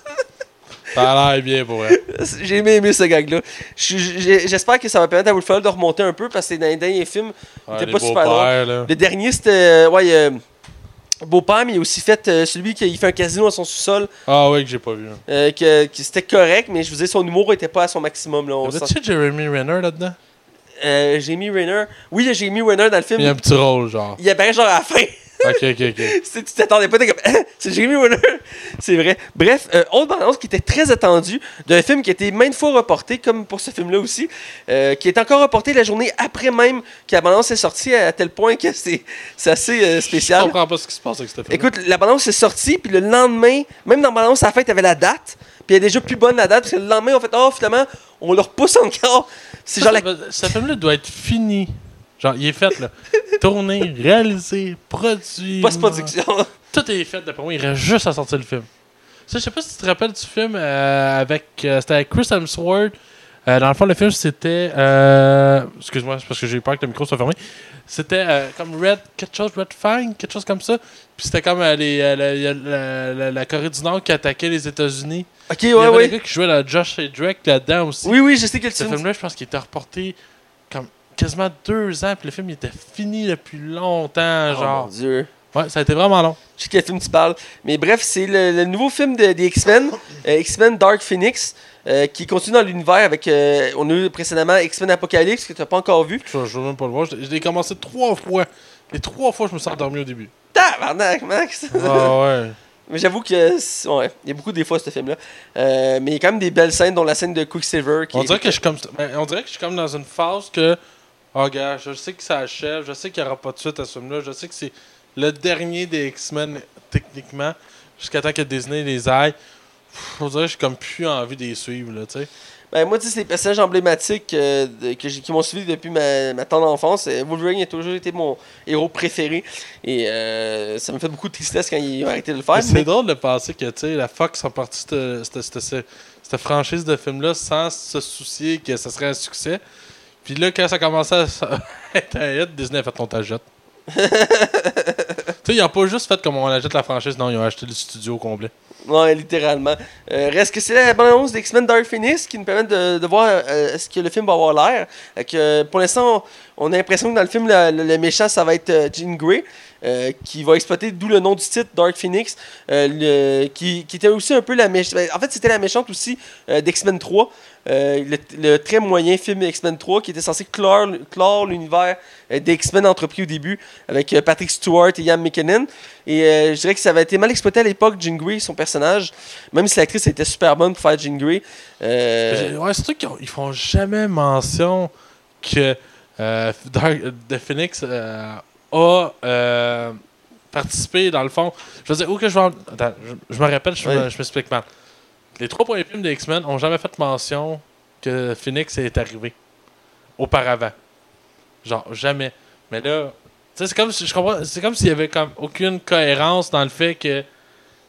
Ça a l'air bien pour elle. J'ai aimé, aimé ce gag-là. J'espère que ça va permettre à Will Ferrell de remonter un peu, parce que dans les derniers films, il Ouais, était pas super drôle. là. Le dernier, c'était... Euh, ouais, euh, Beau-père, mais il a aussi fait euh, celui qui fait un casino à son sous-sol. Ah ouais, que j'ai pas vu. Euh, que, que c'était correct, mais je vous dis, son humour était pas à son maximum. Là, on Avait-tu sent- Jeremy Renner là-dedans? euh, Jamie Renner. Oui, il y a Jamie Renner dans le film. Il y a un petit rôle, genre. Il apparaît genre à la fin. Ok, ok, ok. C'est- tu t'attendais pas, t'es comme, hein, c'est Jamie Renner. C'est vrai. Bref, euh, autre bande-annonce qui était très attendue d'un film qui a été maintes fois reporté, comme pour ce film-là aussi, euh, qui est encore reporté la journée après même que la bande-annonce est sortie, à tel point que c'est c'est assez euh, Je spécial. comprends pas ce qui se passe avec cette film. Écoute, la bande-annonce est sortie, puis le lendemain, même dans la bande-annonce, à la fin, t'avais la date, puis elle est déjà plus bonne la date, parce que le lendemain, on fait, oh, finalement, on le repousse encore. C'est genre la... Ce film-là doit être fini. Genre, il est fait, là. Tourné, réalisé, produit. post-production. Tout est fait, d'après moi. Il reste juste à sortir le film. Ça, je sais pas si tu te rappelles du film euh, avec. Euh, c'était avec Chris Hemsworth. Euh, dans le fond, le film, c'était. Euh, excuse-moi, c'est parce que j'ai eu peur que le micro soit fermé. C'était euh, comme Red. Quelque chose, Red Fang, quelque chose comme ça. Puis c'était comme euh, les, euh, la, la, la, la Corée du Nord qui attaquait les États-Unis. Ok, Il y ouais, avait ouais. le gars qui jouait là, Josh et Drake là-dedans aussi. Oui, oui, je sais quel Ce film. film-là, je pense qu'il était reporté comme quasiment deux ans, puis le film il était fini depuis longtemps, Oh genre. mon Dieu. Ouais, ça a été vraiment long. Je sais quel film tu parles. Mais bref, c'est le, le nouveau film de- des X-Men, euh, X-Men Dark Phoenix, euh, qui continue dans l'univers avec. Euh, on a eu précédemment X-Men Apocalypse, que tu n'as pas encore vu. Je, je veux même pas le voir. Je, je l'ai commencé trois fois. Les trois fois, je me suis endormi au début. Tabarnak, Max! Ah ouais. Mais j'avoue que. c'est- Ouais, il y a beaucoup des fois ce film-là. Euh, mais il y a quand même des belles scènes, dont la scène de Quicksilver. Qui On est- dirait que je suis comme. ben, on dirait que je suis comme dans une phase que. Oh gars, je sais que ça achève, je sais qu'il n'y aura pas de suite à ce film-là, je sais que c'est le dernier des X-Men, techniquement, jusqu'à temps que Disney les aille. Pff, on dirait que j'ai comme plus envie de les suivre, là, tu sais. Ben, moi, tu sais, c'est des personnages emblématiques euh, de- que j'ai- qui m'ont suivi depuis ma, ma tendre enfance. Euh, Wolverine a toujours été mon héros préféré. Et euh, ça me fait beaucoup de tristesse quand ils ont arrêté de le faire. Mais mais- c'est drôle de penser que, tu sais, la Fox a parti cette, cette, cette, cette- cette franchise de films-là sans se soucier que ça serait un succès. Puis là, quand ça commençait à être un hit, Disney a fait ton t'achètes. Tu sais, ils n'ont pas juste fait comme on achète la franchise, non, ils ont acheté le studio au complet. Ouais, littéralement. Euh, reste que c'est la bande-annonce d'X-Men Dark Phoenix qui nous permet de, de voir euh, ce que le film va avoir l'air. Fait que, euh, pour l'instant, on, on a l'impression que dans le film, le, le- le méchant, ça va être euh, Jean Grey, euh, qui va exploiter, d'où le nom du titre, Dark Phoenix, euh, le- qui, qui était aussi un peu la méchante. En fait, c'était la méchante aussi euh, d'X-Men trois. Euh, le, le très moyen film X-Men trois qui était censé clore, clore l'univers euh, des X-Men entrepris au début avec euh, Patrick Stewart et Ian McKellen. Et euh, je dirais que ça avait été mal exploité à l'époque, Jean Grey, son personnage. Même si l'actrice était super bonne pour faire Jean Grey. Euh, J'ai- Ouais, c'est sûr qu'ils ont- ils font jamais mention que euh, Dark, The Phoenix euh, a euh, participé, dans le fond. Je veux dire, où que je vais en- Attends, je, je me répète, je, Ouais. me- je m'explique mal. Les trois premiers films des X-Men ont jamais fait mention que Phoenix est arrivé auparavant. Genre, jamais. Mais là, tu sais, c'est comme si je comprends, c'est comme s'il y avait comme aucune cohérence dans le fait que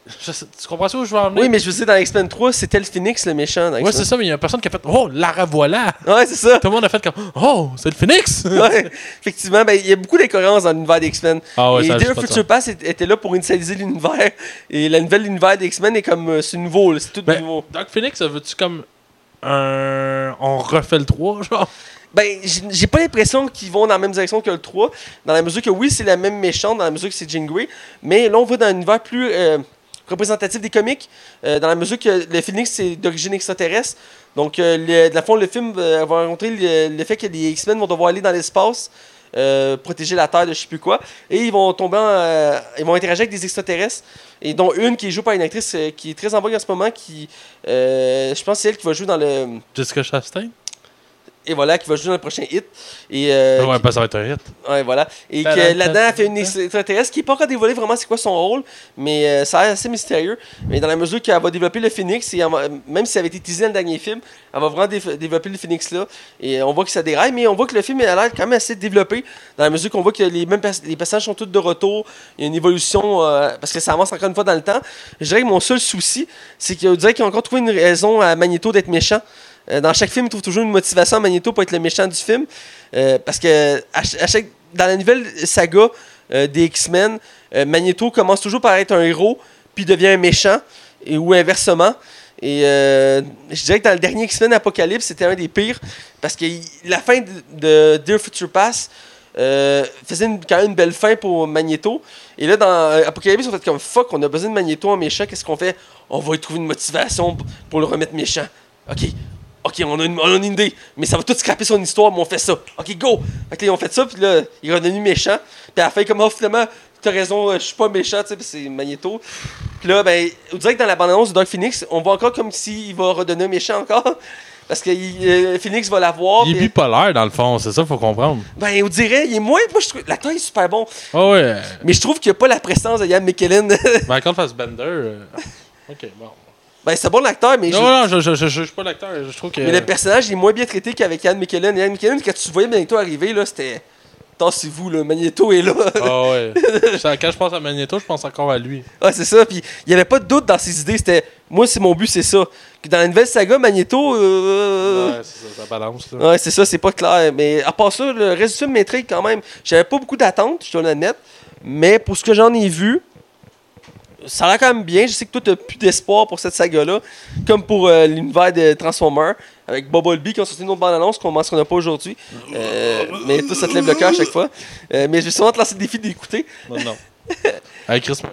Je sais- tu comprends ça où je veux en venir? Oui, mais je veux dire, dans X-Men trois, c'était le Phoenix, le méchant. Dans Ouais, X-Men. c'est ça, mais il y a personne qui a fait Oh, la revoilà! Ouais, c'est ça. Tout le monde a fait comme Oh, c'est le Phoenix! Ouais, effectivement, ben, il y a beaucoup d'incohérences dans l'univers des X-Men. Ah ouais, et ça, Day je of sais pas Future Past était était là pour initialiser l'univers. Et la nouvelle univers des X-Men est comme. euh, c'est nouveau, là, c'est tout Ben, nouveau. Dark Phoenix, ça veut-tu comme un. On refait le trois, genre? Ben, j'ai j'ai pas l'impression qu'ils vont dans la même direction que le trois. Dans la mesure que oui, c'est la même méchante, dans la mesure que c'est Jean Grey. Mais là, on va dans un univers plus. euh, représentatif des comics, euh, dans la mesure que le Phoenix c'est d'origine extraterrestre. Donc, euh, le, de la fond, le film euh, va rencontrer le, le fait que les X-Men vont devoir aller dans l'espace, euh, protéger la Terre de je sais plus quoi, et ils vont tomber en, euh, ils vont interagir avec des extraterrestres, et dont une qui est jouée par une actrice euh, qui est très en vogue en ce moment, qui, euh, je pense que c'est elle qui va jouer dans le, Jessica Chastain? et voilà, qui va jouer dans le prochain hit. Et, euh, ouais, qui- ben, ça va être un hit. Ouais, voilà. Et que Tadam, là-dedans, elle fait une tadam. extraterrestre qui n'est pas encore dévoilé vraiment c'est quoi son rôle, mais euh, ça a l'air assez mystérieux. Mais dans la mesure qu'elle va développer le Phoenix, et elle va- même si ça avait été teasé dans le dernier film, elle va vraiment dé- développer le Phoenix là. Et on voit que ça déraille, mais on voit que le film a l'air quand même assez développé, dans la mesure qu'on voit que les, mêmes pers- les personnages sont tous de retour. Il y a une évolution, euh, parce que ça avance encore une fois dans le temps. Je dirais que mon seul souci, c'est qu'on dirait qu'ils ont encore trouvé une raison à Magneto d'être méchant. Euh, Dans chaque film, il trouve toujours une motivation à Magneto pour être le méchant du film. Euh, parce que à ch- à chaque, dans la nouvelle saga euh, des X-Men, euh, Magneto commence toujours par être un héros, puis devient un méchant, et, ou inversement. Et euh, je dirais que dans le dernier X-Men Apocalypse, c'était un des pires, parce que il- la fin de, de Dear Future Past euh, faisait une- quand même une belle fin pour Magneto. Et là, dans euh, Apocalypse, on fait comme fuck, on a besoin de Magneto en méchant, qu'est-ce qu'on fait? On va y trouver une motivation p- pour le remettre méchant. Ok. Ok, on a, une, on a une idée, mais ça va tout scraper son histoire, mais on fait ça. Ok, go! Fait que là, ils ont fait ça, puis là, il est redevenu méchant. Puis à la fin, comme, oh, finalement, t'as raison, euh, je suis pas méchant, tu sais, puis c'est Magneto. Puis là, ben, on dirait que dans la bande-annonce de Dark Phoenix, on voit encore comme s'il va redonner un méchant encore. Parce que il- euh, Phoenix va l'avoir. Il est puis- bipolaire, dans le fond, c'est ça qu'il faut comprendre. Ben, on dirait, il est moins. Moi, je trouve. L'acteur est super bon. Ah ouais. Mais je trouve qu'il n'y a pas la prestance de Ian McKellen. Michael Fassbender. euh, Ok, bon. Ben, c'est bon l'acteur, mais. Non, je... non, je, je, je, je, je suis pas l'acteur. Je trouve que. Mais le personnage il est moins bien traité qu'avec Ian McKellen. Ian McKellen, quand tu voyais Magneto arriver, là, c'était. Tassez-vous, là, Magneto est là. Ah ouais. Ça, quand je pense à Magneto, je pense encore à lui. Ah, c'est ça. Puis il n'y avait pas de doute dans ses idées. C'était. Moi, c'est mon but, c'est ça. Que dans la nouvelle saga, Magneto. euh, Ouais, c'est ça, ça balance. Là. Ouais, c'est ça, c'est pas clair. Mais à part ça, le reste du film m'intrigue quand même. J'avais pas beaucoup d'attentes, je dois l'admettre. Mais pour ce que j'en ai vu, ça a l'air quand même bien. Je sais que toi, t'as plus d'espoir pour cette saga-là. Comme pour euh, l'univers de Transformers, avec Bumblebee qui ont sorti une autre bande-annonce qu'on ne mentionnera pas aujourd'hui. Euh, mais toi, ça te lève le cœur à chaque fois. Euh, mais je vais sûrement te lancer le défi d'écouter. Non, non. Avec Chris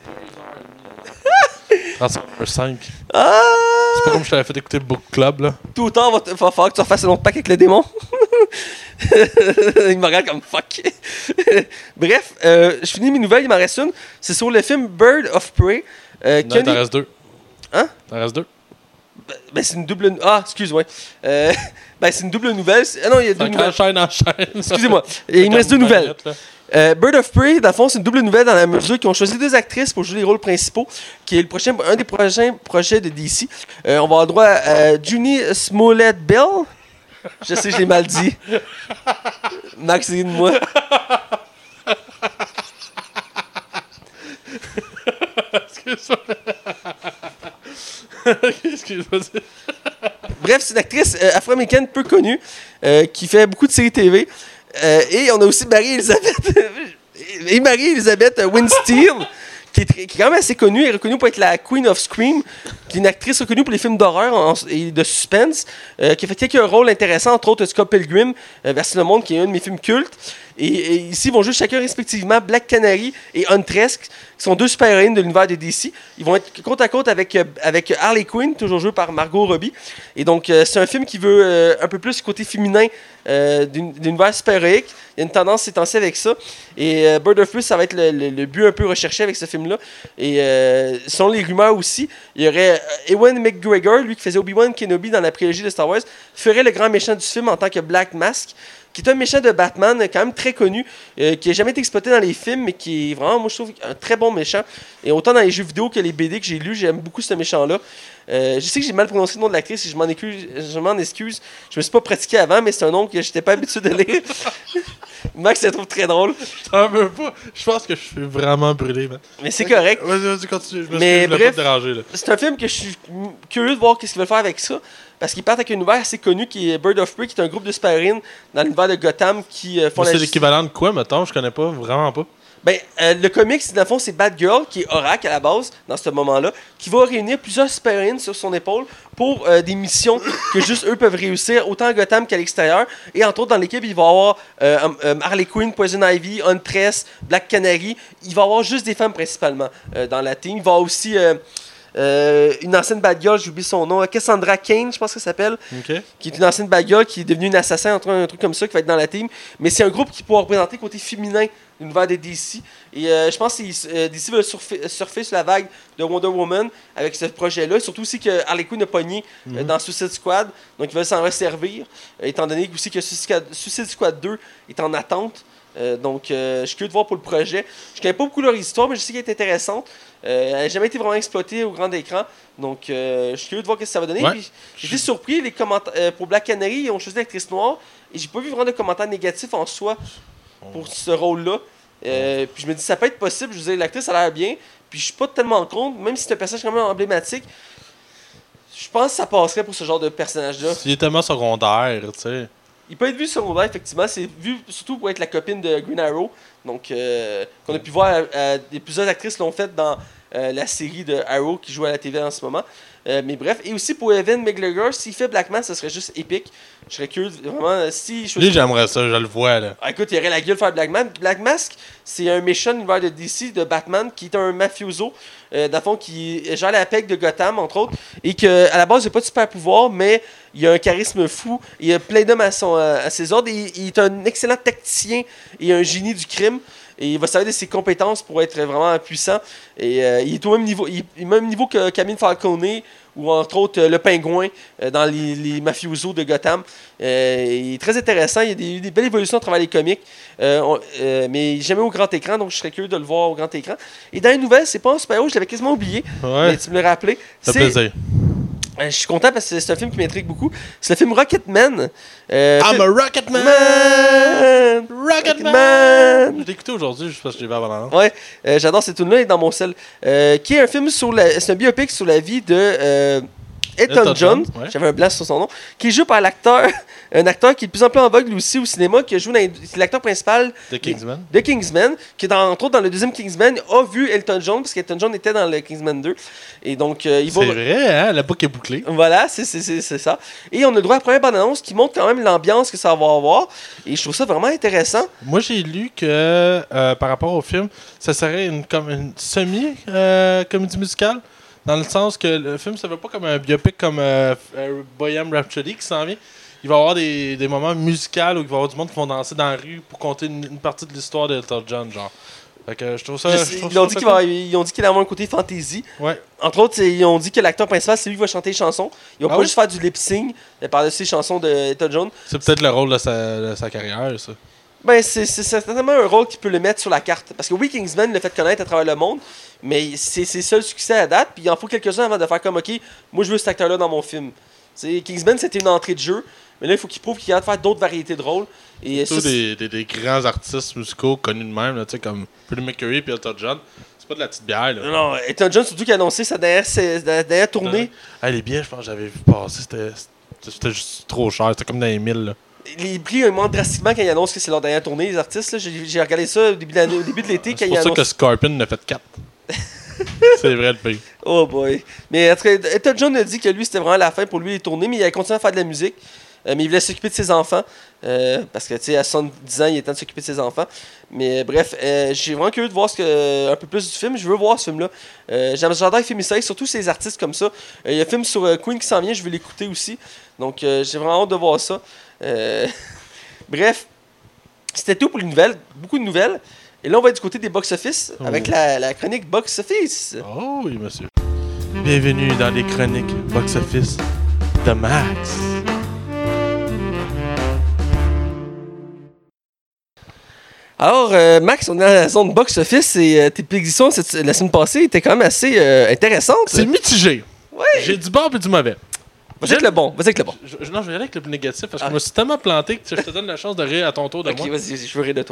Transformers cinq. Ah! C'est pas comme je t'avais fait écouter Book Club, là. Tout le temps, va, te- va falloir que tu refasses un autre pack avec le démon. Il me regarde comme fuck. Bref, euh, je finis mes nouvelles, il m'en reste une. C'est sur le film Bird of Prey. Euh, Non, qui a t'en des- restes deux. Hein? T'en restes deux. Ben, c'est une double. Ah, excuse-moi. Euh, ben, c'est une double nouvelle. C'est- Ah non, il y a deux Donc, nouvelles. enchaîne, enchaîne. Excusez-moi. Et il me reste deux nouvelles. Euh, Bird of Prey, dans le fond, c'est une double nouvelle dans la mesure qu'ils ont choisi deux actrices pour jouer les rôles principaux, qui est le prochain, un des prochains projets de D C. Euh, on va avoir droit à euh, Junie Smollett-Bell. Je sais, je l'ai mal dit. Max, aide-moi. Excuse-moi. Excuse-moi. Bref, c'est une actrice euh, afro-américaine peu connue euh, qui fait beaucoup de séries T V. Euh, et on a aussi Marie-Elisabeth et Marie-Elisabeth Winstead, qui est, très- qui est quand même assez connue. Elle est reconnue pour être la Queen of Scream, qui est une actrice reconnue pour les films d'horreur en- et de suspense, euh, qui a fait quelques rôles intéressants, entre autres Scott Pilgrim euh, versus le monde, qui est un de mes films cultes. Et, et ici, ils vont jouer chacun respectivement Black Canary et Huntress, qui sont deux super-héroïnes de l'univers de D C. Ils vont être côte à côte avec, euh, avec Harley Quinn, toujours jouée par Margot Robbie. Et donc, euh, c'est un film qui veut euh, un peu plus le côté féminin euh, d'une- de l'univers super-héroïque. Il y a une tendance ces temps-ci avec ça. Et euh, Bird of Prey, ça va être le, le- le but un peu recherché avec ce film-là. Et euh, selon les rumeurs aussi, il y aurait euh, Ewan McGregor, lui qui faisait Obi-Wan Kenobi dans la prélogie de Star Wars, ferait le grand méchant du film en tant que Black Mask, qui est un méchant de Batman, quand même très connu, euh, qui n'a jamais été exploité dans les films, mais qui est vraiment, moi je trouve, un très bon méchant. Et autant dans les jeux vidéo que les B D que j'ai lus, j'aime beaucoup ce méchant-là. Euh, je sais que j'ai mal prononcé le nom de l'actrice et je m'en excuse, je m'en excuse. Je me suis pas pratiqué avant, mais c'est un nom que j'étais pas habitué de lire. Max se trouve très drôle. Je t'en veux pas. Je pense que je suis vraiment brûlé, man. Mais c'est correct. Vas-y, vas-y, continue. Je me Mais suis je voulais bref, pas te déranger, là. C'est un film que je suis curieux de voir qu'est-ce qu'ils veulent faire avec ça. Parce qu'ils partent avec un univers assez connu qui est Bird of Prey, qui est un groupe de super-héroïnes dans l'univers de Gotham qui euh, font Mais la c'est l'équivalent de quoi, mettons? Je connais pas, vraiment pas. Ben, euh, le comics, dans le fond, c'est Batgirl, qui est Oracle à la base, dans ce moment-là, qui va réunir plusieurs super-héroïnes sur son épaule pour euh, des missions que juste eux peuvent réussir, autant à Gotham qu'à l'extérieur. Et entre autres, dans l'équipe, il va y avoir euh, euh, Harley Quinn, Poison Ivy, Huntress, Black Canary. Il va y avoir juste des femmes principalement euh, dans la team. Il va y avoir aussi euh, euh, une ancienne Batgirl, j'oublie son nom, Cassandra Cain, je pense que ça s'appelle, OK. qui est une ancienne Batgirl, qui est devenue une assassin, un truc, un truc comme ça, qui va être dans la team. Mais c'est un groupe qui pourra représenter le côté féminin l'univers de D C. Et euh, je pense que euh, D C veut surfer, surfer sur la vague de Wonder Woman avec ce projet-là. Surtout aussi que Harley Quinn a pogné euh, Mhm. dans Suicide Squad. Donc ils veulent s'en resservir. Euh, étant donné aussi que Suicide, Suicide Squad deux est en attente. Euh, donc euh, je suis curieux de voir pour le projet. Je connais pas beaucoup leur histoire, mais je sais qu'elle est intéressante. Euh, elle n'a jamais été vraiment exploitée au grand écran. Donc euh, je suis curieux de voir ce que ça va donner. Ouais. Puis, j'ai été surpris. Les commenta- euh, pour Black Canary, ils ont choisi l'actrice noire. Et j'ai pas vu vraiment de commentaires négatifs en soi pour ce rôle-là. Euh, puis je me dis, ça peut être possible. Je veux dire, l'actrice a l'air bien. Puis je suis pas tellement contre, même si c'est un personnage quand même emblématique. Je pense que ça passerait pour ce genre de personnage-là. Il est tellement secondaire, tu sais. Il peut être vu secondaire, effectivement. C'est vu surtout pour être la copine de Green Arrow. Donc, euh, qu'on a pu voir, euh, euh, des, plusieurs actrices l'ont fait dans euh, la série de Arrow qui joue à la T V en ce moment. Euh, mais bref, et aussi pour Evan McGregor, s'il fait Blackman, ça serait juste épique. Je serais curieux, de- vraiment, euh, si... je- Lui, j'aimerais ça, je le vois, là. Ah, écoute, il aurait la gueule de faire Blackman. Black Mask, c'est un méchant univers de D C, de Batman, qui est un mafioso, euh, dans le fond, qui gère la P E C de Gotham, entre autres, et qu'à la base, il n'a pas de super pouvoir, mais il a un charisme fou, il a plein d'hommes à, son, à ses ordres, et il est un excellent tacticien et un génie du crime. Et il va servir de ses compétences pour être vraiment puissant. Et euh, il est au même niveau, il est au même niveau que Camille Falcone ou entre autres euh, le Pingouin euh, dans les, les mafiosos de Gotham. Euh, il est très intéressant. Il y a des, des belles évolutions à travers les comics, euh, on- euh, mais jamais au grand écran, donc je serais curieux de le voir au grand écran. Et dans les nouvelles, c'est pas un super-héros, je l'avais quasiment oublié, Ouais, mais tu me l'as rappelé. ça fait plaisir. Euh, je suis content parce que c'est un film qui m'intrigue beaucoup. C'est le film Rocketman. Euh, I'm film- a Rocketman! Man! Rocketman! Je l'ai écouté aujourd'hui juste parce que j'ai vu avant. Ouais, euh, j'adore cette tune-là, elle est dans mon sel. Euh, qui est un film sur la. C'est un biopic sur la vie de euh, Elton Elton John. John, ouais. J'avais un blanc sur son nom. Qui est joué par l'acteur. Un acteur qui est de plus en plus en vogue lui aussi au cinéma. Qui a joué dans, c'est l'acteur principal The Kingsman. de Kingsman. Qui est dans, entre autres dans le deuxième Kingsman. A vu Elton John. Parce qu'Elton John était dans le Kingsman deux. Et donc, euh, il va. C'est vrai, hein? La boucle est bouclée. Voilà, c'est, c'est, c'est, c'est ça. Et on a le droit à la première bande-annonce qui montre quand même l'ambiance que ça va avoir. Et je trouve ça vraiment intéressant. Moi, j'ai lu que euh, par rapport au film, ça serait une, comme une semi-comédie musicale. Dans le sens que le film, ça veut pas comme un biopic comme euh, euh, Bohemian Rhapsody qui s'en vient. Il va y avoir des, des moments musicaux où il va y avoir du monde qui vont danser dans la rue pour compter une, une partie de l'histoire d'Elton John, genre. Fait que je trouve ça. Je je sais- trouve ils, ont ça dit fait qu'il va, ils ont dit qu'il allait avoir un côté fantasy. cool. Ouais. Entre autres, c'est- ils ont dit que l'acteur principal, c'est lui qui va chanter les chansons. Ils vont Ah pas oui? juste faire du lip-sync euh, par-dessus les chansons d'Elton John. C'est peut-être le rôle de sa, de sa carrière, ça. Ben, c'est c'est certainement un rôle qui peut le mettre sur la carte. Parce que oui, Kingsman le fait connaître à travers le monde, mais c'est ses seuls succès à date. Puis il en faut quelques-uns avant de faire comme, OK, moi je veux cet acteur-là dans mon film. T'sais, Kingsman, c'était une entrée de jeu. Mais là, il faut qu'il prouve qu'il est capable de faire d'autres variétés de rôles. Et Surtout ça, c'est- des, des, des grands artistes musicaux connus de même, là, tu sais, comme Freddie Mercury et Elton John. C'est pas de la petite bière, là. Non, Elton John, surtout qui a annoncé sa dernière, sa dernière tournée. Ah, les billets, je pense que j'avais vu passer, c'était, c'était juste trop cher. C'était comme dans les mille, là. Les prix augmentent drastiquement quand ils annoncent que c'est leur dernière tournée, les artistes. là. J'ai j'ai regardé ça au début de, l'année- au début de l'été quand C'est ils pour ça annoncent. que Scorpion en a fait quatre. C'est vrai, le pays. Oh boy. Mais en tout cas, Elton John a dit que lui, c'était vraiment la fin pour lui les tournées, mais il a continué à faire de la musique. Euh, mais il voulait s'occuper de ses enfants. euh, parce que, tu sais, à soixante-dix ans, il est temps de s'occuper de ses enfants. Mais bref, euh, j'ai vraiment curieux de voir ce que, un peu plus du film. Je veux voir ce film-là. Euh, j'aime- J'adore les films historiques, surtout ces artistes comme ça. Euh, il y a un film sur euh, Queen qui s'en vient, je veux l'écouter aussi. Donc, euh, j'ai vraiment hâte de voir ça. Euh, Bref, c'était tout pour les nouvelles. Beaucoup de nouvelles. Et là, on va être du côté des box-office Oh. avec la, la chronique box-office. Oh oui, monsieur. Bienvenue dans les chroniques box-office de Max. Alors, euh, Max, on est dans la zone box-office et euh, tes prédictions cette- la semaine passée étaient quand même assez euh, intéressantes. C'est mitigé. Ouais. J'ai du bon et du mauvais. Vas-y avec le bon. Vas-y avec le bon. Je, je, non, je vais y aller avec le plus négatif parce que Ah. je me suis tellement planté que je te donne la chance de rire à ton tour de Ok, moi. vas-y, vas-y, je veux rire de toi.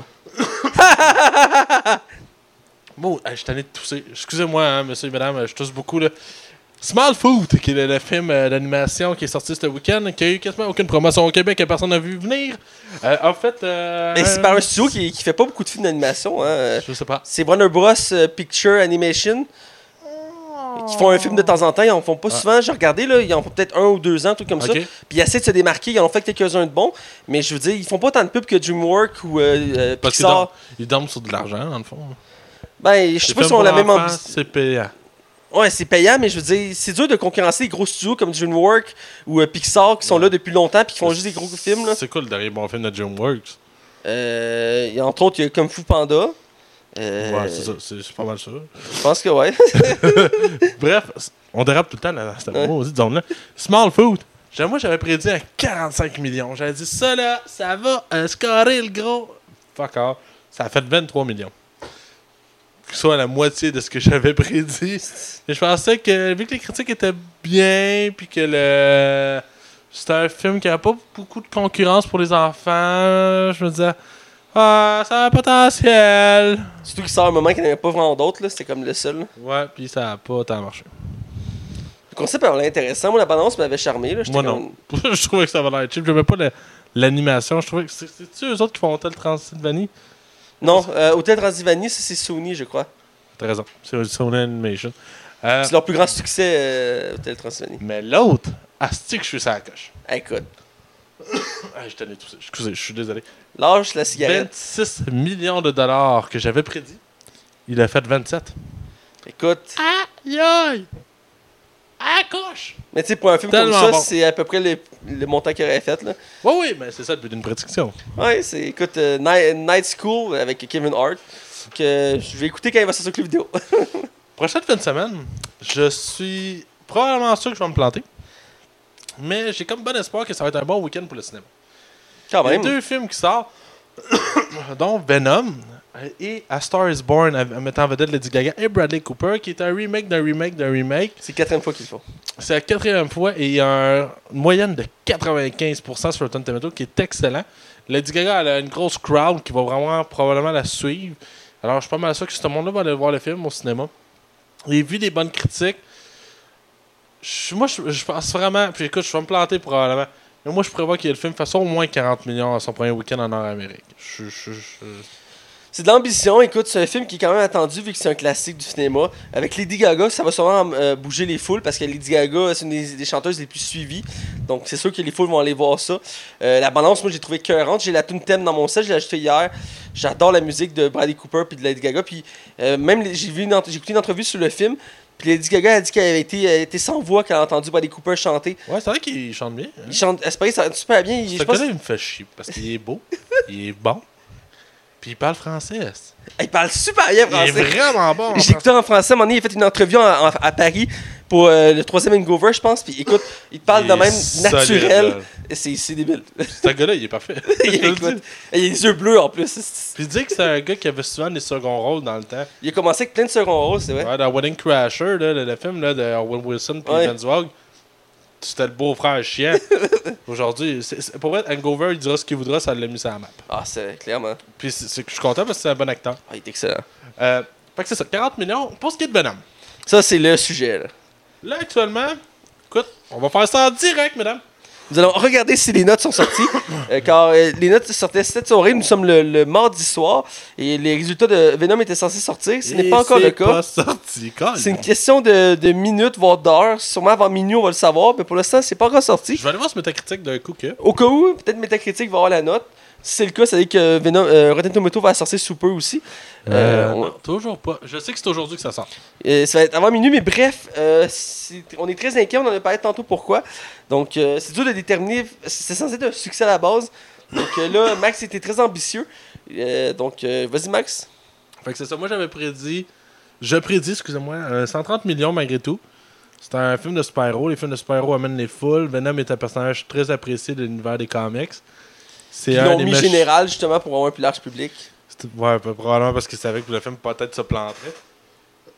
Bon, hey, je suis tanné de tousser. Excusez-moi, hein, monsieur et madame, je tousse beaucoup. Là. Smallfoot, qui est le, le film euh, d'animation qui est sorti ce week-end, qui a eu quasiment aucune promotion au Québec que personne n'a vu venir. Euh, en fait. Euh, Mais c'est par un studio qui, qui fait pas beaucoup de films d'animation. Hein. Je sais pas. C'est Warner Bros. euh, Picture Animation. Qui font un film de temps en temps. Ils en font pas Ah. souvent. J'ai regardé, là, ils en font peut-être un ou deux ans, un truc comme ça. Ok. Puis ils essaient de se démarquer. Ils en ont fait quelques-uns de bons. Mais je veux dire, ils font pas tant de pubs que DreamWorks ou euh, euh, Parce qu'ils Pixar. dorment, ils dorment sur de l'argent, dans le fond. Ben, je sais Les pas si films on a la pour même enfants, ambition. C'est payant. Ouais, c'est payant, mais je veux dire, c'est dur de concurrencer les gros studios comme DreamWorks ou euh, Pixar qui sont là depuis longtemps puis qui font juste des gros films. Là. C'est quoi le dernier bon film de DreamWorks? Euh, et entre autres, il y a Kung Fu Panda. Euh, Ouais, c'est ça. C'est c'est pas mal ça. Je pense que ouais. Bref, on dérape tout le temps dans cette Ouais. maudite zone-là. Smallfoot. J'avoue, Moi, j'avais prédit à quarante-cinq millions. J'avais dit, ça là, ça va euh, scorer le gros. Fuck off. Ça a fait vingt-trois millions. Soit la moitié de ce que j'avais prédit. Et je pensais que, vu que les critiques étaient bien, puis que le c'était un film qui n'avait pas beaucoup de concurrence pour les enfants, je me disais, ah, ça a un potentiel. Surtout qu'il sort un moment qu'il n'y en avait pas vraiment d'autres. là. C'était comme le seul. là. Ouais, puis ça a pas tant marché. Le concept avait l'air intéressant. Moi, la balance m'avait charmé. Là. J'étais Moi, comme- non. Je trouvais que ça avait l'air cheap. J'aimais pas le- l'animation. Je trouvais que c'est- c'est-tu eux autres qui font Hotel Transylvanie? Non, euh, Hotel Transylvanie, ça c'est Sony, je crois. T'as raison. C'est Sony Animation. Euh, C'est leur plus grand succès, euh, Hotel Transylvanie. mais l'autre, asti que je suis sur la coche. Ah, écoute, Ah, je tenais tout ça. Excusez, je suis désolé. lâche la cigarette. vingt-six millions de dollars que j'avais prédit. Il a fait vingt-sept. Écoute, Aïe aïe! À coche! mais tu sais, pour un film Tellement comme ça, bon. c'est à peu près le, le montant qu'il aurait fait. Là. Oui, oui, mais c'est ça le but d'une prédiction. Ouais, c'est, écoute, euh, Night, Night School avec Kevin Hart, que je vais écouter quand il va sortir le vidéo. Prochaine fin de semaine, je suis probablement sûr que je vais me planter. Mais j'ai comme bon espoir que ça va être un bon week-end pour le cinéma. Quand Il y a même. deux films qui sortent, dont Venom et A Star is Born, en mettant en vedette Lady Gaga et Bradley Cooper, qui est un remake d'un remake d'un remake. C'est la quatrième fois qu'ils le font. C'est la quatrième fois et il y a un- une moyenne de quatre-vingt-quinze pour cent sur Rotten Tomatoes qui est excellent. Lady Gaga elle a une grosse crowd qui va vraiment probablement la suivre. Alors je suis pas mal sûr que ce monde-là va aller voir le film au cinéma. Et vu des bonnes critiques, je- moi je, je pense vraiment, puis écoute, je vais me planter probablement. Mais moi je prévois que le film fasse au moins quarante millions à son premier week-end en Nord-Amérique. Je, je, je- C'est de l'ambition. Écoute, c'est un film qui est quand même attendu vu que c'est un classique du cinéma. Avec Lady Gaga, ça va sûrement euh, bouger les foules parce que Lady Gaga, c'est une des, des chanteuses les plus suivies. Donc, c'est sûr que les foules vont aller voir ça. Euh, la balance, moi, j'ai trouvé cœurante. J'ai la tune thème dans mon set, je l'ai acheté hier. J'adore la musique de Bradley Cooper puis de Lady Gaga. Puis, euh, même, les- j'ai vu une, ent- j'ai écouté une entrevue sur le film. Puis Lady Gaga a dit qu'elle avait été, elle était sans voix quand elle a entendu Bradley Cooper chanter. Ouais, c'est vrai qu'il chante bien. Hein? Il chante, c'est ça chante super bien. Il- Ce je pense- gars-là, il me fait chier parce qu'il est beau, il est bon, puis il parle français. est-ce. il parle super bien Il français. est vraiment bon. en J'ai français. écouté en français, à un moment donné, il a fait une entrevue en- en- à Paris pour euh, le troisième Hangover, je pense. Puis écoute, il te parle Il de est même solide, naturel. là. C'est c'est débile. Ce gars-là, il est parfait. il, Je te le écoute, dis. il a les yeux bleus en plus. Puis dis que c'est un gars qui avait souvent des seconds rôles dans le temps. Il a commencé avec plein de second rôles, c'est vrai. Ouais, dans Wedding Crasher, là, le, le film là, de Owen Wilson puis Ouais. Vince Vaughn, c'était le beau-frère chiant. Aujourd'hui, c'est- c'est- pour vrai, Hangover, il dira ce qu'il voudra, ça l'a mis sur la map. Ah, c'est clairement. Puis c'est c'est que je suis content parce que c'est un bon acteur. Ah, il est excellent. Euh, fait que c'est ça, quarante millions pour ce qui est de Venom. Ça, c'est le sujet. Là. Là, actuellement, écoute, on va faire ça en direct, mesdames. Nous allons regarder si les notes sont sorties. euh, car euh, les notes sortaient cette soirée. Nous sommes le, le mardi soir. Et les résultats de Venom étaient censés sortir. Ce n'est Et pas encore le c'est cas. pas sorti, C'est une question de, de minutes, voire d'heures. Sûrement avant minuit, on va le savoir. Mais pour l'instant, c'est pas encore sorti. Je vais aller voir ce métacritique d'un coup que. Au cas où, peut-être Metacritic va avoir la note. Si c'est le cas, ça veut dire que Venom, euh, Rotten Tomatoes va sortir sous peu aussi. Euh, Euh, on- non, toujours pas. Je sais que c'est aujourd'hui que ça sort. euh, ça va être avant minuit, mais bref, euh, c'est- on est très inquiet. On en a parlé tantôt pourquoi. Donc, euh, c'est dur de déterminer. C'est censé être un succès à la base. Donc euh, là, Max était très ambitieux. Euh, donc, euh, vas-y, Max. Fait que c'est ça. Moi, j'avais prédit. Je prédis, excusez-moi, euh, cent trente millions malgré tout. C'est un film de super-héros. Les films de super-héros amènent les foules. Venom est un personnage très apprécié de l'univers des comics. C'est Ils un l'ont des mis mach- général justement pour avoir un plus large public. C'est- Ouais, probablement parce qu'ils savaient que le film peut-être se planterait.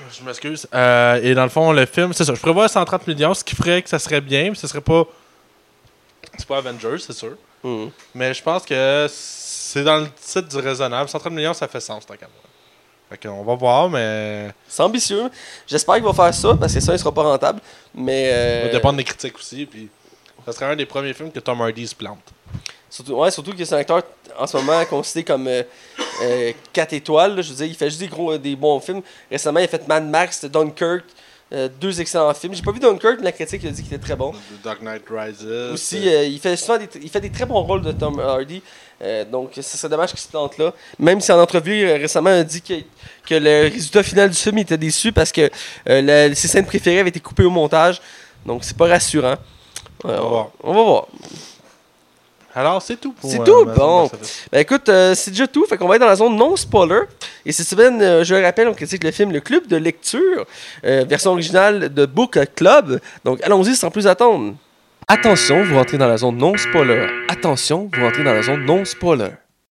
Je m'excuse. Euh, et dans le fond, le film, c'est ça. Je prévois cent trente millions, ce qui ferait que ça serait bien, mais ce serait pas. C'est pas Avengers, c'est sûr. Mm. Mais je pense que c'est dans le titre du raisonnable. cent trente millions, ça fait sens, tant qu'à moi. Fait qu'on va voir, mais. C'est ambitieux. J'espère qu'il va faire ça, parce que ça, il sera pas rentable. Mais. Euh... Ça va dépendre des critiques aussi. Puis ça serait un des premiers films que Tom Hardy se plante. Surtout, ouais, surtout que c'est un acteur en ce moment considéré comme euh, euh, quatre étoiles. Là. Je veux dire, il fait juste des, gros, des bons films. Récemment, il a fait Mad Max, Dunkirk, euh, deux excellents films. J'ai pas vu Dunkirk, mais la critique a dit qu'il était très bon. The Dark Knight Rises. Aussi, euh, il fait souvent des, il fait des très bons rôles de Tom Hardy. Euh, donc, ce serait dommage qu'il se plante là. Même si en entrevue, euh, récemment, il a dit que, que le résultat final du film il était déçu parce que euh, la, ses scènes préférées avaient été coupées au montage. Donc, c'est pas rassurant. Euh, on va voir. On va voir. Alors, c'est tout pour C'est euh, tout, ma- bon. ma- Ben écoute, euh, c'est déjà tout. Fait qu'on va être dans la zone non-spoiler. Et cette semaine, euh, je le rappelle, on critique le film Le Club de lecture, euh, version originale de Book Club. Donc allons-y sans plus attendre. Attention, vous rentrez dans la zone non-spoiler. Attention, vous rentrez dans la zone non-spoiler.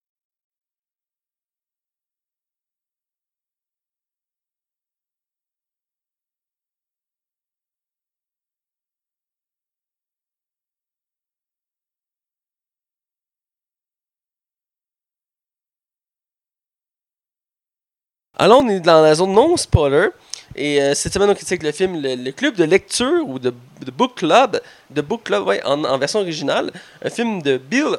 Alors, on est dans la zone non-spoiler. Et euh, cette semaine, on critique le film Le, le Club de lecture ou de, de Book Club, de Book Club ouais, en, en version originale. Un film de Bill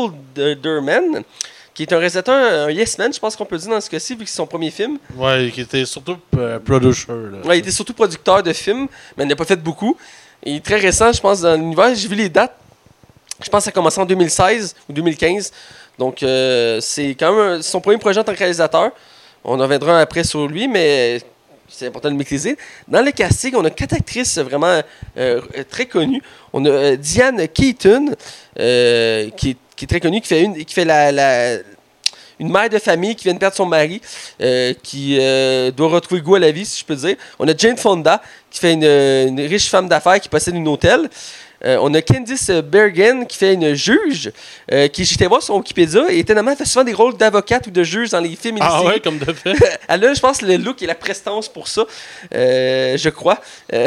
Alderman, qui est un réalisateur, un yes man, je pense qu'on peut dire dans ce cas-ci, vu que c'est son premier film. Ouais, qui était surtout euh, producer. Là. Ouais, il était surtout producteur de films, mais il n'a pas fait beaucoup. Il est très récent, je pense, dans l'univers. J'ai vu les dates. Je pense que ça a commencé en deux mille seize ou deux mille quinze. Donc, euh, c'est quand même un- son premier projet en tant que réalisateur. On en reviendra après sur lui, mais c'est important de le maîtriser. Dans le casting, on a quatre actrices vraiment euh, très connues. On a euh, Diane Keaton, euh, qui, est, qui est très connue, qui fait, une, qui fait la, la- une mère de famille qui vient de perdre son mari, euh, qui euh, doit retrouver le goût à la vie, si je peux dire. On a Jane Fonda, qui fait une, une riche femme d'affaires qui possède une hôtel. Euh, on a Candice Bergen qui fait une juge, euh, qui j'étais voir sur Wikipédia et étonnamment elle fait souvent des rôles d'avocate ou de juge dans les films et les Ah séries. ouais, comme de fait. Elle a, je pense, le look et la prestance pour ça, euh, je crois. Euh,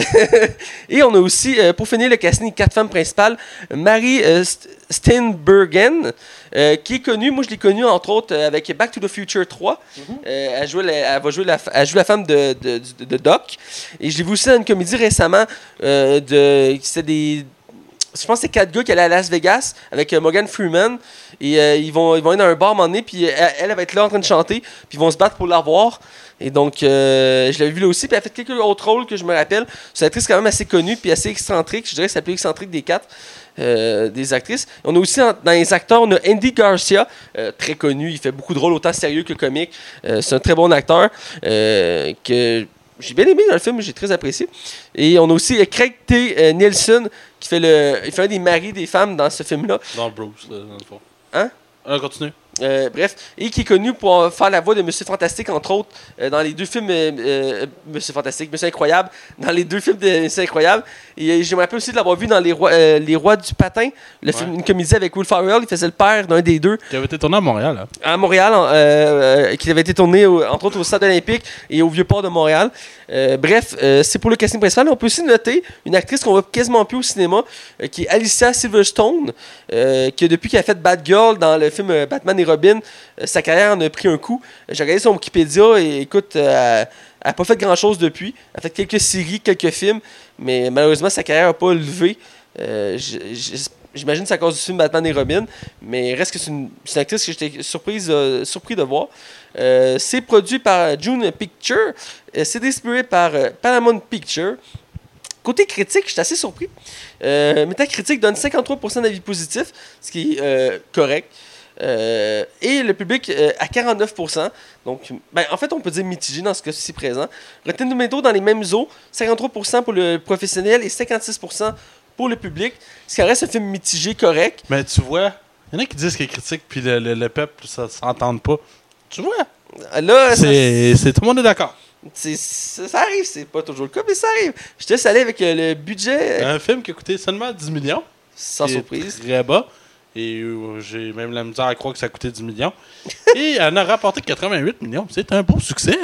et on a aussi, euh, pour finir le casting, quatre femmes principales, Mary euh, St- Steenburgen, euh, qui est connue, moi je l'ai connue entre autres euh, avec Back to the Future trois. Euh, elle, jouait la- elle va jouer la, elle joue la femme de, de, de- de Doc. Et je l'ai vu aussi dans une comédie récemment, euh, de, c'était des... Je pense que c'est quatre gars qui allaient à Las Vegas avec euh, Morgan Freeman. Et euh, ils, vont, ils vont aller dans un bar à un moment donné, puis elle, elle va être là en train de chanter, puis ils vont se battre pour l'avoir. Et donc, euh, je l'avais vu là aussi, puis elle a fait quelques autres rôles que je me rappelle. C'est une actrice quand même assez connue, puis assez excentrique. Je dirais que c'est la plus excentrique des quatre, euh, des actrices. On a aussi, en- dans les acteurs, on a Andy Garcia, euh, très connu. Il fait beaucoup de rôles, autant sérieux que comiques. Euh, c'est un très bon acteur, euh, que j'ai bien aimé dans le film, j'ai très apprécié. Et on a aussi euh, Craig T. euh, Nielsen, qui fait, le, il fait un des maris des femmes dans ce film-là. Dans Bruce, là, dans le fond. Hein? Ah, continue. Euh, bref, et qui est connu pour euh, faire la voix de Monsieur Fantastique, entre autres, euh, dans les deux films euh, euh, Monsieur Fantastique, Monsieur Incroyable, dans les deux films de Monsieur Incroyable. Et euh, je me rappelle aussi de l'avoir vu dans Les Rois, euh, les Rois du Patin, le film, Ouais. une comédie avec Will Ferrell, il faisait le père d'un des deux, Qui avait été tourné à Montréal. Hein. à Montréal, en- euh, euh, qui avait été tourné, au- entre autres, au Stade olympique et au Vieux-Port de Montréal. Euh, bref, euh, c'est pour le casting principal. On peut aussi noter une actrice qu'on voit quasiment plus au cinéma, euh, qui est Alicia Silverstone, euh, qui, depuis qu'elle a fait Batgirl dans le film euh, Batman et Robin, euh, sa carrière en a pris un coup. Euh, J'ai regardé son Wikipédia et écoute, euh, elle n'a pas fait grand-chose depuis. Elle a fait quelques séries, quelques films, mais malheureusement, sa carrière n'a pas levé. Euh, j- j- J'imagine que c'est à cause du film Batman et Robin, mais reste que c'est une, c'est une actrice que j'étais surprise, euh, surpris de voir. Euh, c'est produit par June Picture, euh, c'est distribué par euh, Paramount Picture. Côté critique, je suis assez surpris. Euh, Metacritic donne cinquante-trois pour cent d'avis positifs, ce qui est euh, correct. Euh, et le public euh, à quarante-neuf pour cent. Donc, ben, en fait, on peut dire mitigé dans ce cas-ci présent. Rotten Tomatoes dans les mêmes eaux, cinquante-trois pour cent pour le professionnel et cinquante-six pour cent pour le public. Ce qui reste un film mitigé, correct. Mais tu vois, il y en a qui disent que les critiques puis le, le, le peuple, ça s'entendent pas. Tu vois, Là, ça, c'est, c'est, tout le monde est d'accord. c'est- ça, ça arrive, c'est pas toujours le cas, mais ça arrive. Je te laisse aller avec euh, le budget, euh, Un film qui a coûté seulement dix millions. sans qui est surprise. Très bas. Et euh, j'ai même la misère à croire que ça a coûté dix millions. Et elle en a rapporté quatre-vingt-huit millions. C'est un beau succès.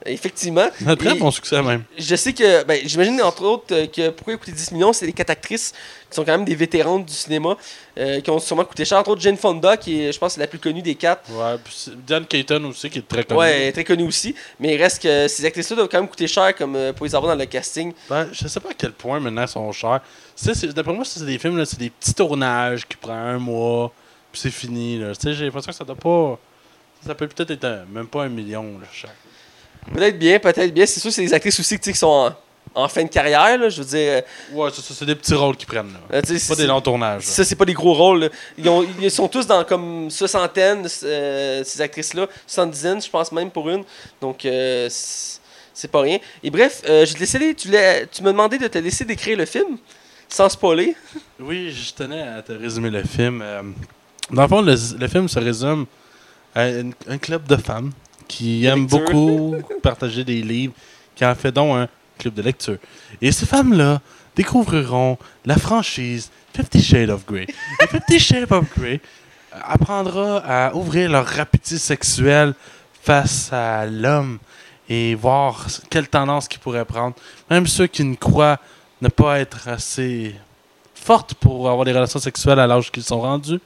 Effectivement. Un très Et bon succès, même. Je sais que, ben, j'imagine entre autres euh, que pourquoi coûter dix millions, c'est les quatre actrices qui sont quand même des vétérantes du cinéma, euh, qui ont sûrement coûté cher. Entre autres, Jane Fonda, qui est, je pense, la plus connue des quatre. Ouais, puis c'est Diane Keaton aussi, qui est très connue. Ouais, elle est très connue aussi. Mais il reste que ces actrices-là doivent quand même coûter cher comme, euh, pour les avoir dans le casting. Ben, je sais pas à quel point maintenant elles sont chères. Ça, c'est- D'après moi, ça, c'est des films, là, c'est des petits tournages qui prennent un mois, puis c'est fini. Là. Tu sais, j'ai l'impression que ça doit pas. Ça peut peut-être être un- même pas un million, là, cher. Peut-être bien, peut-être bien. C'est sûr que c'est des actrices aussi tu sais, qui sont en, en fin de carrière. Là, je veux dire, Ouais, c'est ça, c'est des petits rôles qu'ils prennent. Là. euh, tu sais, C'est pas c'est- des longs tournages. là. ça, c'est pas des gros rôles. Là. Ils, ont- ils sont tous dans comme soixantaine, euh, ces actrices-là. soixante-dix, je pense même pour une. Donc, euh, c'est c'est pas rien. Et bref, euh, je vais te laisser aller- tu, l'as- tu m'as demandé de te laisser décrire le film, sans spoiler. Oui, je tenais à te résumer le film. Euh, dans le fond, le, le film se résume à une- un club de femmes qui aiment lecture. beaucoup partager des livres, qui en fait donc un club de lecture. Et ces femmes-là découvriront la franchise Fifty Shades of Grey. Et Fifty Shades of Grey apprendra à ouvrir leur appétit sexuel face à l'homme et voir quelle tendance qu'ils pourraient prendre. Même ceux qui ne croient ne pas être assez fortes pour avoir des relations sexuelles à l'âge qu'ils sont rendus,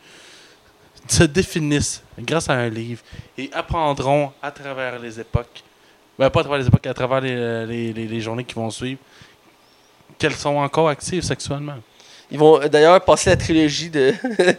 se définissent grâce à un livre et apprendront à travers les époques, ben, pas à travers les époques, à travers les, les, les, les journées qui vont suivre, qu'elles sont encore actives sexuellement. Ils vont euh, d'ailleurs passer la trilogie de,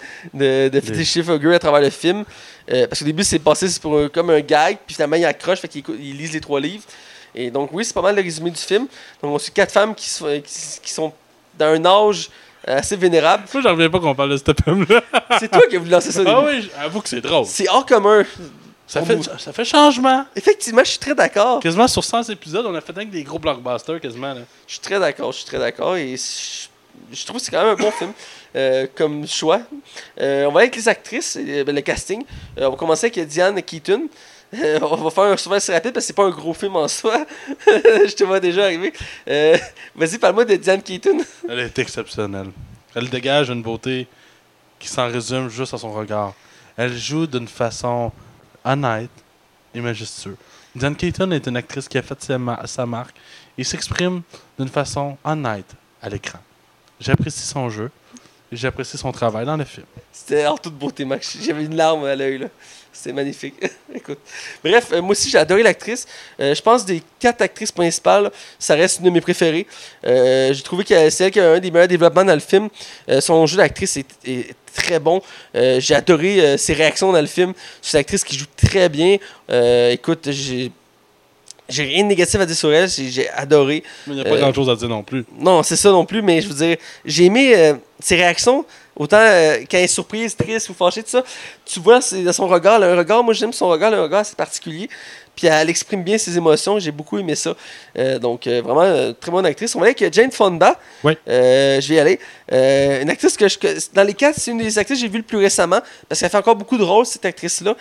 de, de Fifty Les- Shades of Grey à travers le film. Euh, parce qu'au début, c'est passé c'est pour un- comme un gag, puis finalement, ils accrochent, fait qu'ils écou- ils lisent les trois livres. Et donc, oui, c'est pas mal le résumé du film. Donc, on suit quatre femmes qui, sont- qui, qui sont dans un âge assez vénérable. Moi, j'en reviens pas qu'on parle de ce film-là. C'est toi qui as voulu lancer ça au Ah début. oui, avoue que c'est drôle. C'est hors commun. Ça On fait, nous- ça, ça fait changement. Effectivement, je suis très d'accord. Quasiment sur cent épisodes, on a fait avec des gros blockbusters quasiment. Là. Je suis très d'accord, je suis très d'accord. Et je, je trouve que c'est quand même un bon film euh, comme choix. Euh, on va avec les actrices, euh, ben, le casting. Euh, on va commencer avec Diane Keaton. Euh, on va faire un super assez rapide parce que c'est pas un gros film en soi. Je te vois déjà arriver. Euh, Vas-y, parle-moi de Diane Keaton. Elle est exceptionnelle. Elle dégage une beauté qui s'en résume juste à son regard. Elle joue d'une façon honnête et majestueuse. Diane Keaton est une actrice qui a fait sa, ma- sa marque et s'exprime d'une façon honnête à l'écran. J'apprécie son jeu et j'apprécie son travail dans le film. C'était en toute beauté, Max. J'avais une larme à l'œil, là. C'était magnifique. Écoute. Bref, euh, moi aussi, j'ai adoré l'actrice. Euh, je pense des quatre actrices principales, ça reste une de mes préférées. Euh, j'ai trouvé que c'est elle qui a un des meilleurs développements dans le film. Euh, son jeu d'actrice est, est très bon. Euh, j'ai adoré euh, ses réactions dans le film. C'est une actrice qui joue très bien. Euh, écoute, j'ai... J'ai rien de négatif à dire sur elle, j'ai j'ai adoré. Mais il n'y a pas Euh, grand-chose à dire non plus. Non, c'est ça non plus, mais je veux dire, j'ai aimé euh, ses réactions, autant euh, quand elle est surprise, triste ou fâchée, tout ça. Tu vois, c'est dans son regard, elle a un regard, moi j'aime son regard, elle a un regard assez particulier. Puis elle exprime bien ses émotions, j'ai beaucoup aimé ça. Euh, donc euh, vraiment, euh, très bonne actrice. On va aller avec Jane Fonda. Oui. Euh, je vais y aller. Euh, une actrice que je. que- dans les quatre, c'est une des actrices que j'ai vues le plus récemment, parce qu'elle fait encore beaucoup de rôles, cette actrice-là.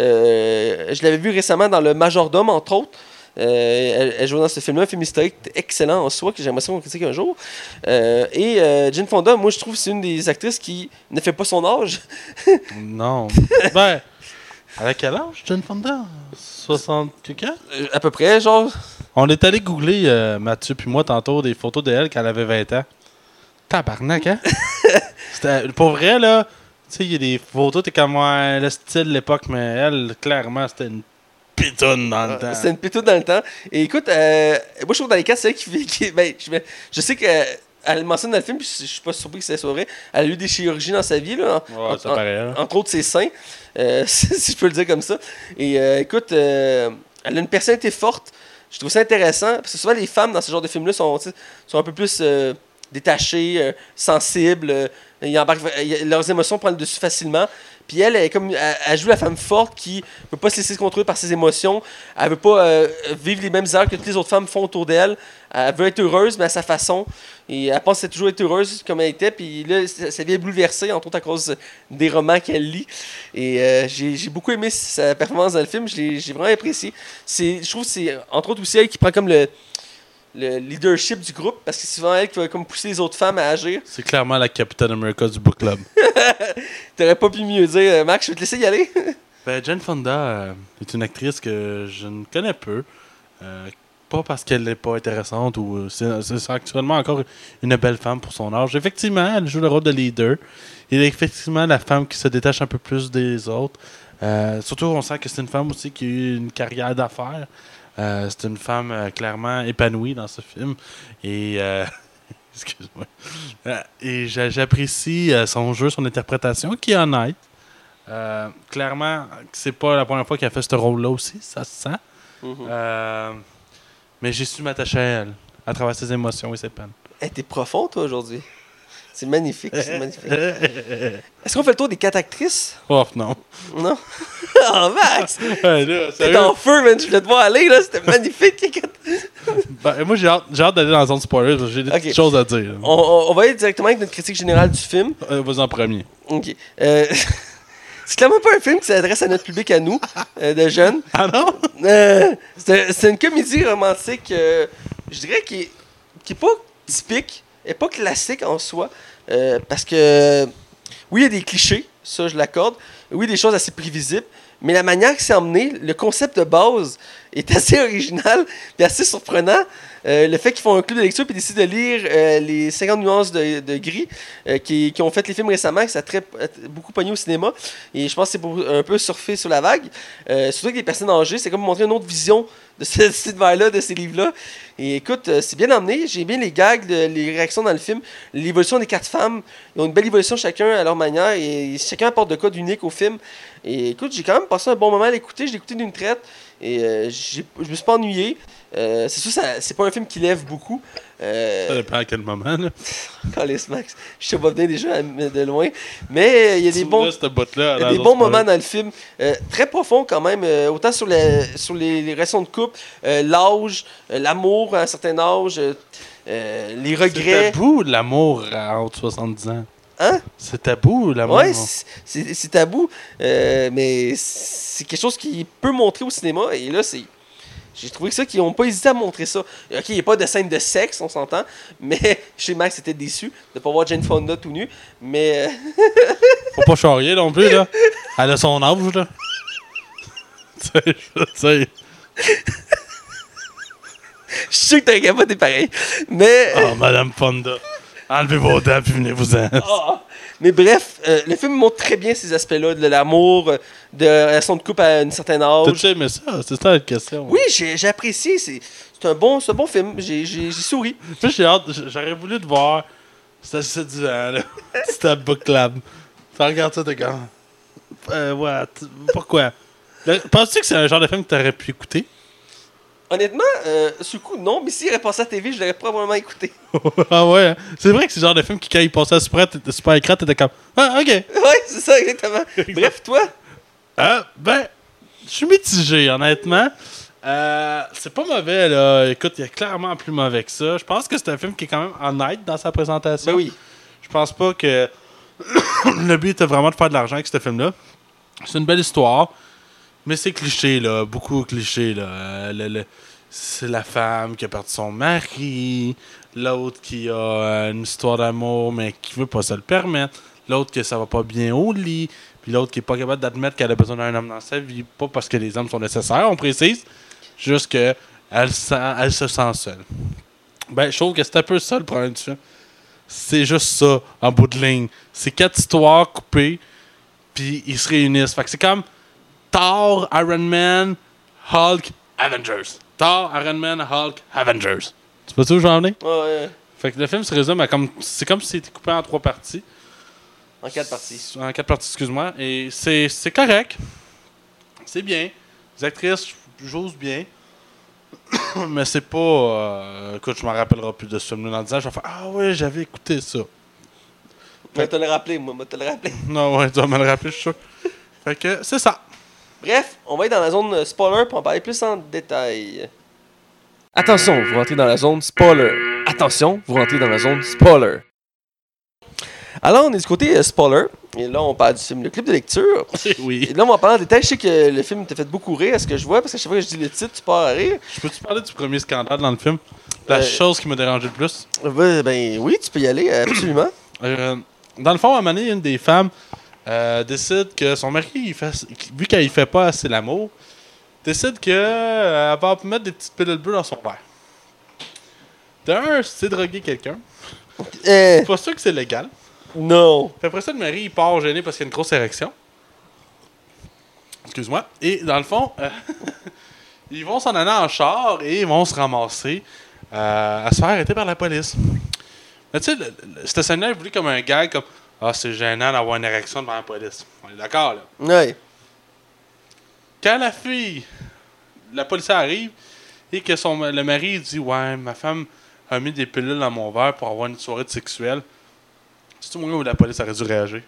Euh, je l'avais vue récemment dans Le Majordome, entre autres. Euh, elle, elle joue dans ce film-là, un film historique excellent en soi, que j'aimerais ça qu'on critique un jour. Euh, et euh, Jane Fonda, moi je trouve que c'est une des actrices qui ne fait pas son âge. Non. Ben, elle a quel âge, Jane Fonda? soixante quelques ans? Euh, à peu près, genre. On est allé googler, euh, Mathieu puis moi, tantôt, des photos d'elle quand elle avait vingt ans. Tabarnak, hein? C'était, pour vrai, là, tu sais, il y a des photos, t'es comme ouais, le style de l'époque, mais elle, clairement, c'était une pitoune dans le temps. C'était une pétoute dans le temps. Et écoute, euh, moi je trouve dans les cas, c'est elle qui fait. Qui, ben, je, je sais qu'elle mentionne dans le film, puis je, je suis pas surpris que ça soit vrai. Elle a eu des chirurgies dans sa vie, là, en- Ouais, ça en- paraît, hein. entre autres ses seins, euh, si je peux le dire comme ça. Et euh, écoute, euh, elle a une personnalité forte. Je trouve ça intéressant, parce que souvent les femmes dans ce genre de film-là sont, tu sais, sont un peu plus euh, détachées, euh, sensibles. euh, ils embarquent- euh, leurs émotions prennent le dessus facilement. Puis elle, elle, est comme, elle, elle joue la femme forte qui ne veut pas se laisser contrôler par ses émotions. Elle veut pas euh, vivre les mêmes erreurs que toutes les autres femmes font autour d'elle. Elle veut être heureuse, mais à sa façon. Et elle pense toujours être heureuse comme elle était. Puis là, sa sa vie est bouleversée, entre autres à cause des romans qu'elle lit. Et euh, j'ai j'ai beaucoup aimé sa performance dans le film. Je l'ai- J'ai vraiment apprécié. C'est- Je trouve que c'est, entre autres, aussi elle qui prend comme le, le leadership du groupe. Parce que c'est souvent elle qui va comme pousser les autres femmes à agir. C'est clairement la Captain America du book club. T'aurais pas pu mieux dire, euh, Max. Je vais te laisser y aller. Ben, Jane Fonda euh, est une actrice que je ne connais peu. Euh, pas parce qu'elle n'est pas intéressante ou c'est, c'est actuellement encore une belle femme pour son âge. Effectivement, elle joue le rôle de leader. Il est effectivement la femme qui se détache un peu plus des autres. Euh, surtout, on sent que c'est une femme aussi qui a eu une carrière d'affaires. Euh, c'est une femme euh, clairement épanouie dans ce film. Et... Euh, excuse-moi. Euh, et j'a- j'apprécie euh, son jeu, son interprétation, qui est honnête. Euh, clairement, c'est pas la première fois qu'elle a fait ce rôle-là aussi, ça se sent. Mm-hmm. Euh, mais j'ai su m'attacher à elle, à travers ses émotions et ses peines. Hey, t'es profond, toi, aujourd'hui. C'est magnifique, c'est magnifique. Est-ce qu'on fait le tour des quatre actrices? Oh non. Non? Oh, Max! Ouais, là, T'es sérieux? en feu, man. Je voulais te voir aller, là. C'était magnifique. Ben, moi, j'ai hâte, j'ai hâte d'aller dans la zone spoiler, parce que j'ai des Ok. petites choses à dire. On, on, on va aller directement avec notre critique générale du film. Euh, vas-y en premier. OK. Euh, c'est clairement pas un film qui s'adresse à notre public à nous, euh, de jeunes. Ah non? Euh, c'est, c'est une comédie romantique, euh, je dirais, qui est, qui est pas typique, et pas classique en soi. Euh, parce que, oui, il y a des clichés, ça je l'accorde. Oui, des choses assez prévisibles. Mais la manière que c'est emmené, le concept de base est assez original et assez surprenant. Euh, le fait qu'ils font un club de lecture et décident de lire euh, les cinquante nuances de, de gris euh, qui, qui ont fait les films récemment, que ça a très, beaucoup pogné au cinéma. Et je pense que c'est pour un peu surfer sur la vague. Euh, surtout avec les personnes âgées, c'est comme montrer une autre vision de ce, cet univers-là, de ces livres-là. Et écoute, euh, c'est bien emmené. J'ai bien les gags, de, les réactions dans le film. L'évolution des quatre femmes, ils ont une belle évolution chacun à leur manière et chacun apporte de code unique au film. Et écoute, j'ai quand même passé un bon moment à l'écouter. Je l'ai écouté d'une traite et euh, j'ai, je me suis pas ennuyé. Euh, c'est sûr, ça, c'est pas un film qui lève beaucoup. Euh, Ça dépend à quel moment, là. Calisse, Max. Je te vois venir déjà de loin. Mais il y a des bons, Là, cette botte-là, il y a dans des la bons zone moments spoiler. dans le film. Euh, très profond quand même. euh, autant sur, les, sur les, les relations de couple, euh, l'âge, euh, l'amour à un certain âge, euh, euh, les C'est regrets. tabou, l'amour à entre soixante-dix ans. Hein? C'est tabou, l'amour. Ouais, c'est, c'est, c'est tabou. euh, mais c'est quelque chose qui peut montrer au cinéma. Et là, c'est. J'ai trouvé que ça, qu'ils n'ont pas hésité à montrer ça. Ok, il n'y a pas de scène de sexe, on s'entend. Mais chez Max, c'était déçu de ne pas voir Jane Fonda tout nu. Mais. euh, Faut pas charrier non plus, là. Elle a son âge, là. Tu sais, je sais. Je suis sûr que t'aurais capoté pareil. Mais. Oh, Madame Fonda. Enlevez vos dents puis venez-vous-en. Ah! Mais bref, euh, le film montre très bien ces aspects-là, de l'amour, euh, de la relation de couple à un certain âge. T'as-tu aimé ça? C'est ça la question. Oui, j'ai, j'ai apprécié. C'est, c'est, un bon, c'est un bon film. J'ai, j'ai, j'ai souri. Moi, j'ai hâte. J'aurais voulu te voir. C'était ce divan, là. C'était book club. Tu regardes ça, t'es comme. Euh, what? Pourquoi? Le- Penses-tu que c'est un genre de film que t'aurais pu écouter? Honnêtement, euh, sur le coup, non. Mais s'il aurait passé à la T V, je l'aurais probablement écouté. Ah ouais, hein? C'est vrai que c'est le genre de film qui, quand il passait à super, super écran, t'étais comme. Ah, ok. Ouais, c'est ça, exactement. Bref, toi? Ah, ben, je suis mitigé, honnêtement. Euh, c'est pas mauvais, là. Écoute, il y a clairement plus mauvais que ça. Je pense que c'est un film qui est quand même honnête dans sa présentation. Ben oui. Je pense pas que le but était vraiment de faire de l'argent avec ce film-là. C'est une belle histoire, mais c'est cliché, là. Beaucoup cliché, là. Euh, le- le- c'est la femme qui a perdu son mari, l'autre qui a euh, une histoire d'amour, mais qui veut pas se le permettre, l'autre que ça va pas bien au lit, puis l'autre qui est pas capable d'admettre qu'elle a besoin d'un homme dans sa vie. Pas parce que les hommes sont nécessaires, on précise, juste que elle, sent, elle se sent seule. Ben, je trouve que c'est un peu ça le problème du film. C'est juste ça, en bout de ligne. C'est quatre histoires coupées, puis ils se réunissent. Fait que c'est comme Thor, Iron Man, Hulk, Avengers. Thor, Iron Man, Hulk, Avengers. Tu peux-tu où j'en ai? Ouais, ouais. Fait que le film se résume à comme. C'est comme si c'était coupé en trois parties. En quatre parties. En quatre parties, excuse-moi. Et c'est, c'est correct. C'est bien. Les actrices jouent bien. Mais c'est pas. Euh, écoute, je m'en rappellerai plus de ce film-là dans dix ans. Je vais faire Ah ouais, j'avais écouté ça. Je vais te le rappeler, moi. Je vais te le rappeler. Non, ouais, tu vas me le rappeler, je suis sûr. Fait que c'est ça. Bref, on va être dans la zone euh, spoiler pour en parler plus en détail. Attention, vous rentrez dans la zone spoiler. Attention, vous rentrez dans la zone spoiler. Alors, on est du côté euh, spoiler. Et là, on parle du film Le Club de lecture. Oui. Et là, on va en parler en détail. Je sais que le film t'a fait beaucoup rire à ce que je vois, parce que chaque fois que je dis le titre, tu pars à rire. Je peux-tu parler du premier scandale dans le film? La Euh, chose qui m'a dérangé le plus. Ben, ben oui, tu peux y aller, absolument. Euh, dans le fond, à un moment donné, une des femmes euh, décide que son mari, il fait, vu qu'elle ne fait pas assez l'amour, décide qu'elle euh, va mettre des petites pilules bleues dans son verre. D'un, c'est droguer quelqu'un. Euh, Pas sûr que c'est légal. non. Puis après ça, le mari, il part gêné parce qu'il y a une grosse érection. Excuse-moi. Et dans le fond, euh, ils vont s'en aller en char et ils vont se ramasser euh, à se faire arrêter par la police. Mais tu sais, le- le- cette scène-là est voulue comme un gag, comme « Ah, c'est gênant d'avoir une érection devant la police. » On est d'accord, là. Ouais. Quand la fille, la police arrive et que son, le mari dit « Ouais, ma femme a mis des pilules dans mon verre pour avoir une soirée de sexuelle. » C'est tout le moment où la police aurait dû réagir.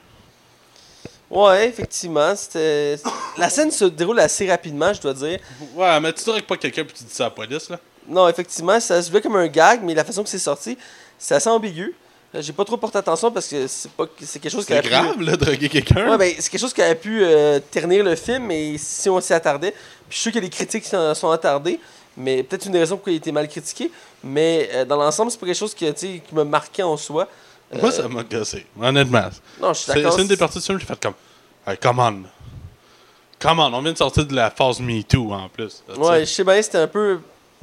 Ouais, effectivement. C'était... La scène se déroule assez rapidement, je dois dire. Ouais, mais tu dirais que pas quelqu'un puis tu dis ça à la police, là. Non, effectivement, ça se voulait comme un gag, mais la façon que c'est sorti, c'est assez ambigu. Euh, J'ai pas trop porté attention parce que c'est pas c'est quelque chose qui C'est a pu... grave, là, de droguer quelqu'un. Ouais, ben, c'est quelque chose qui aurait pu euh, ternir le film, mais si on s'y attardait. Puis je suis sûr qu'il y a des critiques qui s'en sont attardées, mais peut-être une des raisons pourquoi il a été mal critiqué. Mais euh, dans l'ensemble, c'est pas quelque chose qui, tu sais, qui m'a marqué en soi. Euh, Moi, ça m'a gossé, honnêtement. Non, je suis C'est d'accord. c'est une des parties du film que j'ai fait comme hey, come on. Come on, on vient de sortir de la phase MeToo en plus. Là, Ouais, je sais bien, c'était un peu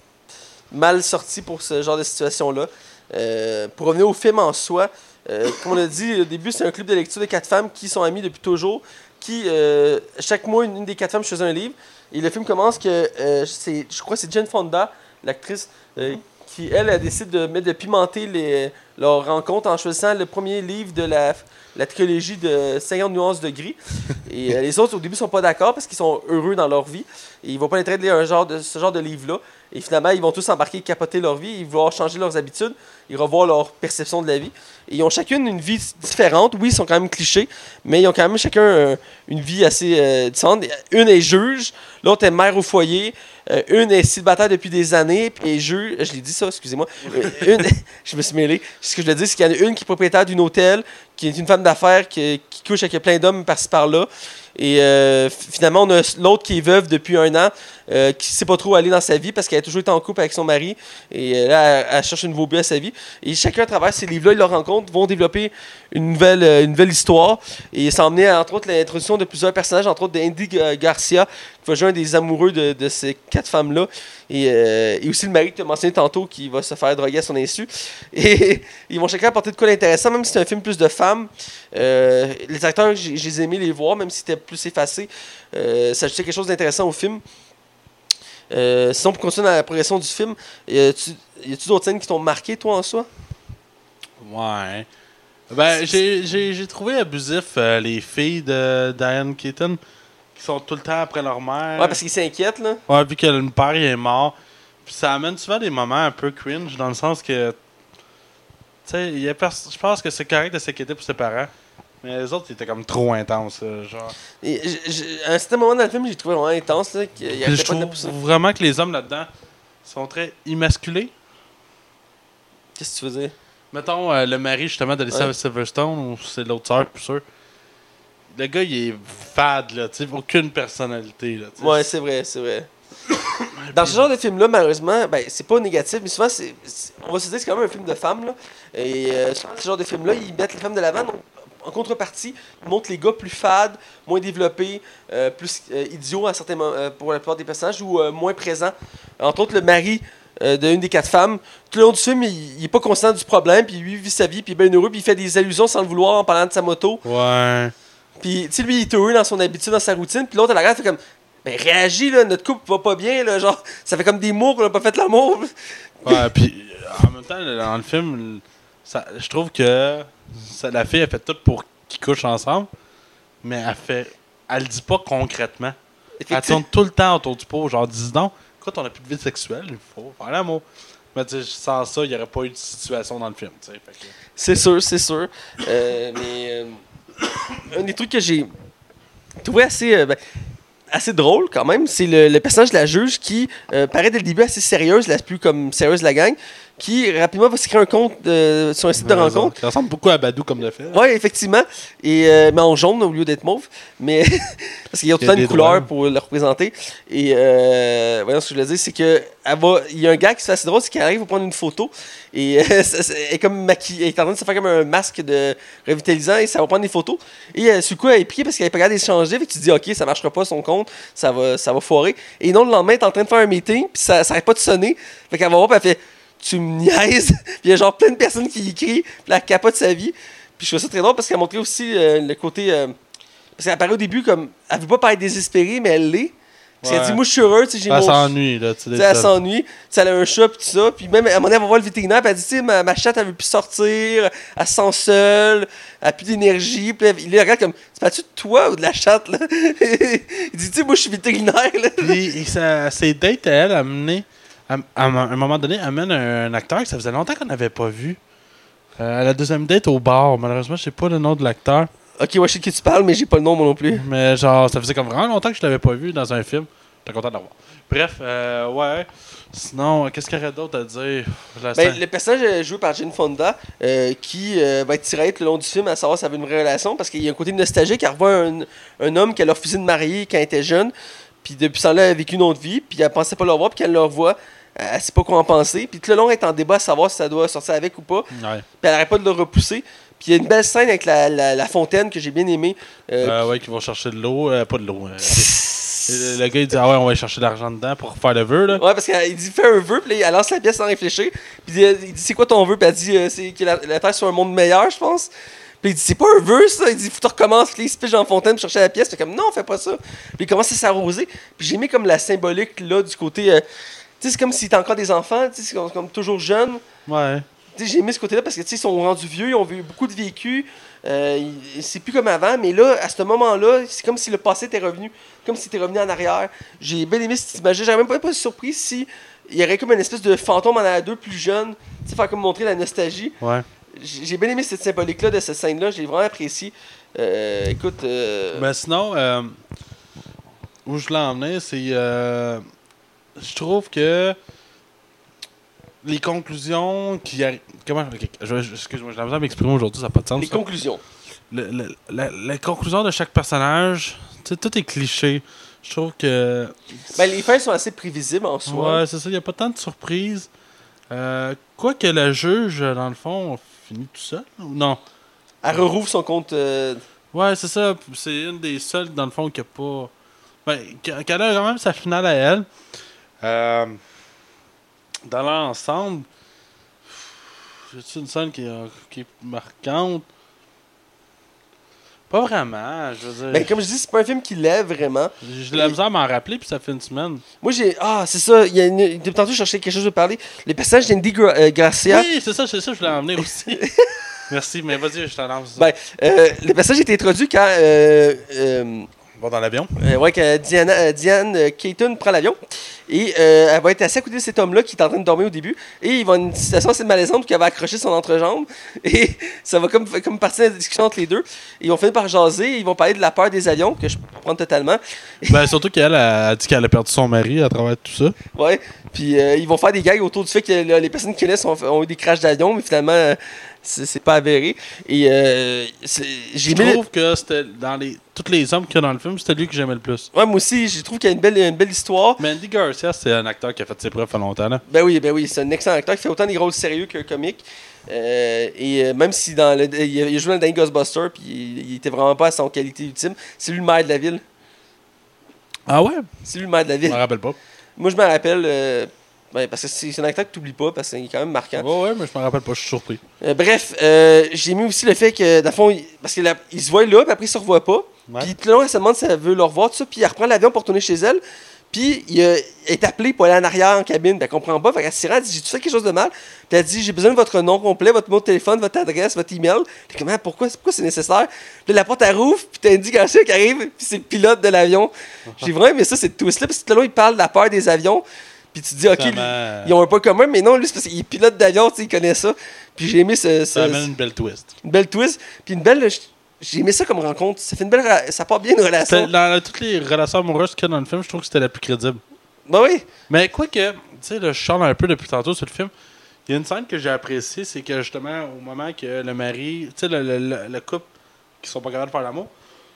mal sorti pour ce genre de situation-là. Euh, pour revenir au film en soi, euh, comme on l'a dit au début, c'est un club de lecture de quatre femmes qui sont amies depuis toujours, qui, euh, chaque mois, une, une des quatre femmes choisit un livre. Et le film commence que, euh, c'est, je crois que c'est Jane Fonda, l'actrice, euh, qui, elle, elle décide de mettre de pimenter les, leur rencontre en choisissant le premier livre de la, la trilogie de cinquante nuances de gris. Et euh, les autres, au début, sont pas d'accord parce qu'ils sont heureux dans leur vie. Et ils vont pas être traiter de lire un genre de, ce genre de livre-là. Et finalement, ils vont tous embarquer, capoter leur vie, ils vont vouloir changer leurs habitudes, ils revoir leur perception de la vie. Et ils ont chacune une vie différente. Oui, ils sont quand même clichés, mais ils ont quand même chacun euh, une vie assez euh, différente. Une est juge, l'autre est mère au foyer, euh, une est célibataire depuis des années, puis est juge. Je l'ai dit ça, excusez-moi. Euh, une, je me suis mêlé. Ce que je veux dire, c'est qu'il y en a une qui est propriétaire d'un hôtel, qui est une femme d'affaires qui, qui couche avec plein d'hommes par-ci par-là. Et euh, finalement, on a l'autre qui est veuve depuis un an, euh, qui ne sait pas trop aller dans sa vie parce qu'elle a toujours été en couple avec son mari. Et euh, là, elle, elle cherche un nouveau but à sa vie. Et chacun, à travers ces livres-là, ils leur rencontrent, vont développer une nouvelle, euh, une nouvelle histoire. Et ça a emmené, entre autres, l'introduction de plusieurs personnages, entre autres d'Andy Garcia, qui va jouer un des amoureux de, de ces quatre femmes-là. Et, euh, et aussi le mari que tu as mentionné tantôt, qui va se faire droguer à son insu. Et ils vont chacun apporter de quoi d'intéressant, même si c'est un film plus de femmes. Euh, les acteurs, j'ai j'ai aimé les voir, même si c'était plus effacé. Euh, ça ajoutait quelque chose d'intéressant au film. Euh, sinon, pour continuer dans la progression du film, y a-tu y a-tu d'autres scènes qui t'ont marqué, toi, en soi? Ouais. Ben, j'ai, j'ai, j'ai trouvé abusif euh, les filles de Diane Keaton qui sont tout le temps après leur mère. Ouais, parce qu'ils s'inquiètent, là. Ouais, vu que le père il est mort. Puis ça amène souvent des moments un peu cringe dans le sens que. Tu sais, il y a pers- je pense que c'est correct de s'inquiéter pour ses parents. Mais les autres, ils étaient comme trop intenses, là, genre. Et j- j- à un certain moment dans le film, j'ai trouvé vraiment intense, là. Qu'il y Puis avait je pas de trouve pousser. vraiment que les hommes là-dedans sont très immasculés. Qu'est-ce que tu veux dire? Mettons, euh, le mari justement d'Alicia Ouais. Silverstone, ou c'est l'autre sœur, plus sûr. Le gars, il est fade, là, tu sais, aucune personnalité, là. tu sais. Ouais, c'est vrai, c'est vrai. Dans ce genre de film-là, malheureusement, ben, c'est pas négatif, mais souvent, c'est, c'est- on va se dire que c'est quand même un film de femmes. Là. Et euh, souvent, ce genre de film-là, ils mettent les femmes de l'avant. Donc, en contrepartie, ils montrent les gars plus fades, moins développés, euh, plus euh, idiots à certains moments, euh, pour la plupart des personnages, ou euh, moins présents. Entre autres, le mari euh, d'une des quatre femmes, tout le long du film, il, il est pas conscient du problème, puis lui, il vit sa vie, puis il est bien heureux, puis il fait des allusions sans le vouloir en parlant de sa moto. Ouais. Puis, tu sais, lui, il est heureux dans son habitude, dans sa routine, puis l'autre, à la regarde, fait comme. Ben réagis là, notre couple va pas bien là, genre ça fait comme des mots qu'on a pas fait l'amour. Ouais, puis en même temps, dans le film, ça, je trouve que ça, la fille, elle fait tout pour qu'ils couchent ensemble, mais elle fait. Elle le dit pas concrètement. Elle tourne tout le temps autour du pot, genre, dis donc, écoute, on a plus de vie sexuelle, il faut faire l'amour. Mais tu sais, sans ça, il n'y aurait pas eu de situation dans le film, tu sais. Fait que... C'est sûr, c'est sûr. Euh, mais euh, un des trucs que j'ai trouvé assez euh, ben, assez drôle quand même, c'est le, le personnage de la juge qui euh, paraît dès le début assez sérieuse, la plus comme sérieuse de la gang, qui rapidement va se créer un compte euh, sur un site de Ouais, rencontre. Ça ressemble beaucoup à Badou comme de fait. Oui, effectivement. Et, euh, mais en jaune au lieu d'être mauve. Mais parce qu'il y a tout le temps des une couleur droits. pour le représenter. Et euh, voyons ce que je voulais dire, c'est que elle va, il y a un gars qui se fait assez drôle, c'est qu'il arrive à prendre une photo. Et euh, ça- ça- elle est comme maquillée. Elle est en train de se faire comme un masque de revitalisant et ça va prendre des photos. Et euh, sur le coup, elle est pris parce qu'elle n'est pas capable d'échanger. Fait que tu te dis, OK, ça marchera pas son compte, ça va, ça va foirer. Et non, le lendemain, elle est en train de faire un meeting, puis ça n'arrête pas de sonner. Fait qu'elle va voir, puis elle fait, tu me niaises. Puis il y a genre plein de personnes qui y crient, puis elle capote sa vie. Puis je trouve ça très drôle parce qu'elle montrait aussi euh, le côté. Euh, parce qu'elle apparaît au début comme. Elle veut pas paraître désespérée, mais elle l'est. Parce qu'elle Ouais. dit, moi je suis heureuse, tu sais, j'ai Elle mon. s'ennuie, là. Tu sais, Tu sais, elle s'ennuie. Tu sais, elle a un chat, puis tout ça. Puis même, à un moment donné, elle va voir le vétérinaire, puis elle dit, tu sais, ma, ma chatte, elle veut plus sortir, elle se sent seule, elle a plus d'énergie. Puis là, il la regarde comme, c'est pas-tu de toi ou de la chatte, là? Il dit, tu sais, moi, je suis vétérinaire, là. Puis et ça, ses dates à elle, amener, à, à un moment donné, amène un, un acteur que ça faisait longtemps qu'on n'avait pas vu. Euh, à la deuxième date au bar, malheureusement, je sais pas le nom de l'acteur. Ok, moi, je sais de qui tu parles, mais j'ai pas le nom, moi non plus. Mais genre, ça faisait comme vraiment longtemps que je l'avais pas vu dans un film. J'étais content de l'avoir. Bref, euh, ouais. Sinon, qu'est-ce qu'il y aurait d'autre à dire? La Ben, scène- le personnage est joué par Jane Fonda, euh, qui euh, va être tiraillé tout le long du film à savoir si ça avait une vraie relation, parce qu'il y a un côté nostalgique. Elle revoit un, un homme qu'elle a refusé de marier quand elle était jeune, puis depuis ce temps-là, elle a vécu une autre vie, puis elle pensait pas le revoir, puis quand elle le revoit, elle sait pas quoi en penser. Puis tout le long, elle est en débat à savoir si ça doit sortir avec ou pas, puis Ouais. elle arrête pas de le repousser. Puis il y a une belle scène avec la, la, la fontaine que j'ai bien aimée. Euh, Euh, ouais, qui vont chercher de l'eau. Euh, pas de l'eau. euh, le, le gars, il dit, ah ouais, on va aller chercher de l'argent dedans pour faire le vœu, là. Ouais, parce qu'il dit fais un vœu, puis là, elle lance la pièce sans réfléchir. Puis il dit, il dit, c'est quoi ton vœu? Puis elle dit euh, c'est que la, la Terre soit un monde meilleur, je pense. Puis il dit c'est pas un vœu ça. Il dit faut que tu recommences. Puis là, il se piche dans la fontaine pour chercher la pièce. Puis comme non, fais pas ça. Puis il commence à s'arroser. Puis j'ai mis comme la symbolique là du côté. Euh, tu sais, c'est comme s'il était encore des enfants, tu sais, c'est comme, comme toujours jeune. Ouais. Tu sais, j'ai mis ce côté-là parce que tu sais, ils sont rendus vieux, ils ont vu beaucoup de vécu. Euh, il- c'est plus comme avant, mais là, à ce moment-là, c'est comme si le passé était revenu, comme s'il était revenu en arrière. J'ai bien aimé cette image. J'aurais même pas été surpris si il y aurait comme une espèce de fantôme en arrière d'eux plus jeune, tu sais, faire comme montrer la nostalgie. Ouais. J'ai j'ai bien aimé cette symbolique-là de cette scène-là, j'ai vraiment apprécié. Euh, écoute, euh, Mais sinon, euh, où je l'ai emmené, c'est. Euh, je trouve que. Les conclusions qui arrivent. Comment. ok, je- je- Excuse-moi, j'ai l'impression de m'exprimer aujourd'hui, ça n'a pas de sens. les ça. conclusions. Le- le- la, la conclusion de chaque personnage, tu sais, tout est cliché. Je trouve que. Ben, les fins sont assez prévisibles en soi. Ouais, c'est ça, il n'y a pas tant de surprises. Euh, Quoique le juge, dans le fond, finit tout seul, ou non? Elle rouvre son compte. euh, Ouais, c'est ça. C'est une des seules, dans le fond, qui a pas. Ben, qui a- qu'elle a quand même sa finale à elle. Euh, dans l'ensemble, j'ai-tu une scène qui, est- qui est marquante? Pas vraiment, je veux dire. Ben, comme je dis, c'est pas un film qui lève vraiment. J'ai de la misère à m'en rappeler, puis ça fait une semaine. Moi, j'ai. Ah, c'est ça. Il y a une... Depuis tantôt, je cherchais quelque chose de parler. Les personnages d'Andy Gra- euh, Gracia. Oui, c'est ça, c'est ça, je voulais en venir aussi. Merci, mais vas-y, je t'en lance. Ben, euh, le personnage a été introduit quand. Euh, euh, Bon, dans l'avion. euh, ouais, quand Diana, euh, Diane euh, Keaton prend l'avion. Et euh, elle va être assez à côté de cet homme-là qui est en train de dormir au début. Et il va avoir une situation assez malaisante qu'elle va accrocher son entrejambe. Et ça va comme, comme partir de la discussion entre les deux. Et ils vont finir par jaser. Ils vont parler de la peur des avions, que je prends totalement. Ben, surtout qu'elle a dit qu'elle a perdu son mari à travers tout ça. Ouais. Puis euh, ils vont faire des gags autour du fait que là, les personnes qui connaissent ont, ont eu des crashs d'avion, mais finalement, euh, c'est c'est pas avéré. Et euh, c'est- j'ai Je aimé- trouve que c'était dans les tous les hommes qu'il y a dans le film, c'était lui que j'aimais le plus. Ouais, moi aussi, je trouve qu'il y a une belle, une belle histoire. Mais Andy Garcia, c'est un acteur qui a fait ses preuves il y a longtemps. Là. Ben oui, ben oui, c'est un excellent acteur qui fait autant des rôles sérieux qu'un comique. Euh, et euh, même si dans le, il a il a joué dans le dernier Ghostbusters, puis il, il était vraiment pas à son qualité ultime, c'est lui le maire de la ville. Ah ouais? C'est lui le maire de la Je ville. me rappelle pas. Moi, je me rappelle, euh, ben, parce que c'est c'est un acteur que tu n'oublies pas, parce qu'il est quand même marquant. Ouais, ouais, mais je me rappelle pas, je suis surpris. Euh, bref, euh, j'ai mis aussi le fait que, dans le fond, il, parce qu'il il se voit là, puis après il se revoit pas. Ouais. Puis tout le long, elle se demande si elle veut le revoir, tout ça, puis elle reprend l'avion pour retourner chez elle. Puis il, euh, elle est appelée pour aller en arrière en cabine, puis elle comprend pas. Fait qu'elle se rend, elle dit j'ai-tu fait quelque chose de mal? Puis elle dit j'ai besoin de votre nom complet, votre numéro de téléphone, votre adresse, votre email. Puis comment, pourquoi, pourquoi c'est nécessaire? Puis là, la porte elle rouvre, puis t'as Andy Garcia qui arrive, puis c'est le pilote de l'avion. J'ai vraiment aimé ça, cette twist-là, parce que tout le long, il parle de la peur des avions. Puis tu te dis, ok, lui, Vraiment. ils ont un point commun, mais non, lui, c'est parce qu'il est pilote d'avion, tu sais, il connaît ça. Puis j'ai aimé ce, ce- Ça amène une belle twist. une belle twist. Puis une belle. J'ai aimé ça comme rencontre. Ça fait une belle. ra- Ça part bien une relation. C'était- Dans toutes les relations amoureuses qu'il y a dans le film, je trouve que c'était la plus crédible. Ben oui. Mais quoi que, tu sais, là, je charle un peu depuis tantôt sur le film, Il y a une scène que j'ai appréciée, c'est que justement, au moment que le mari, tu sais, le, le, le, le couple qui sont pas capables de faire l'amour,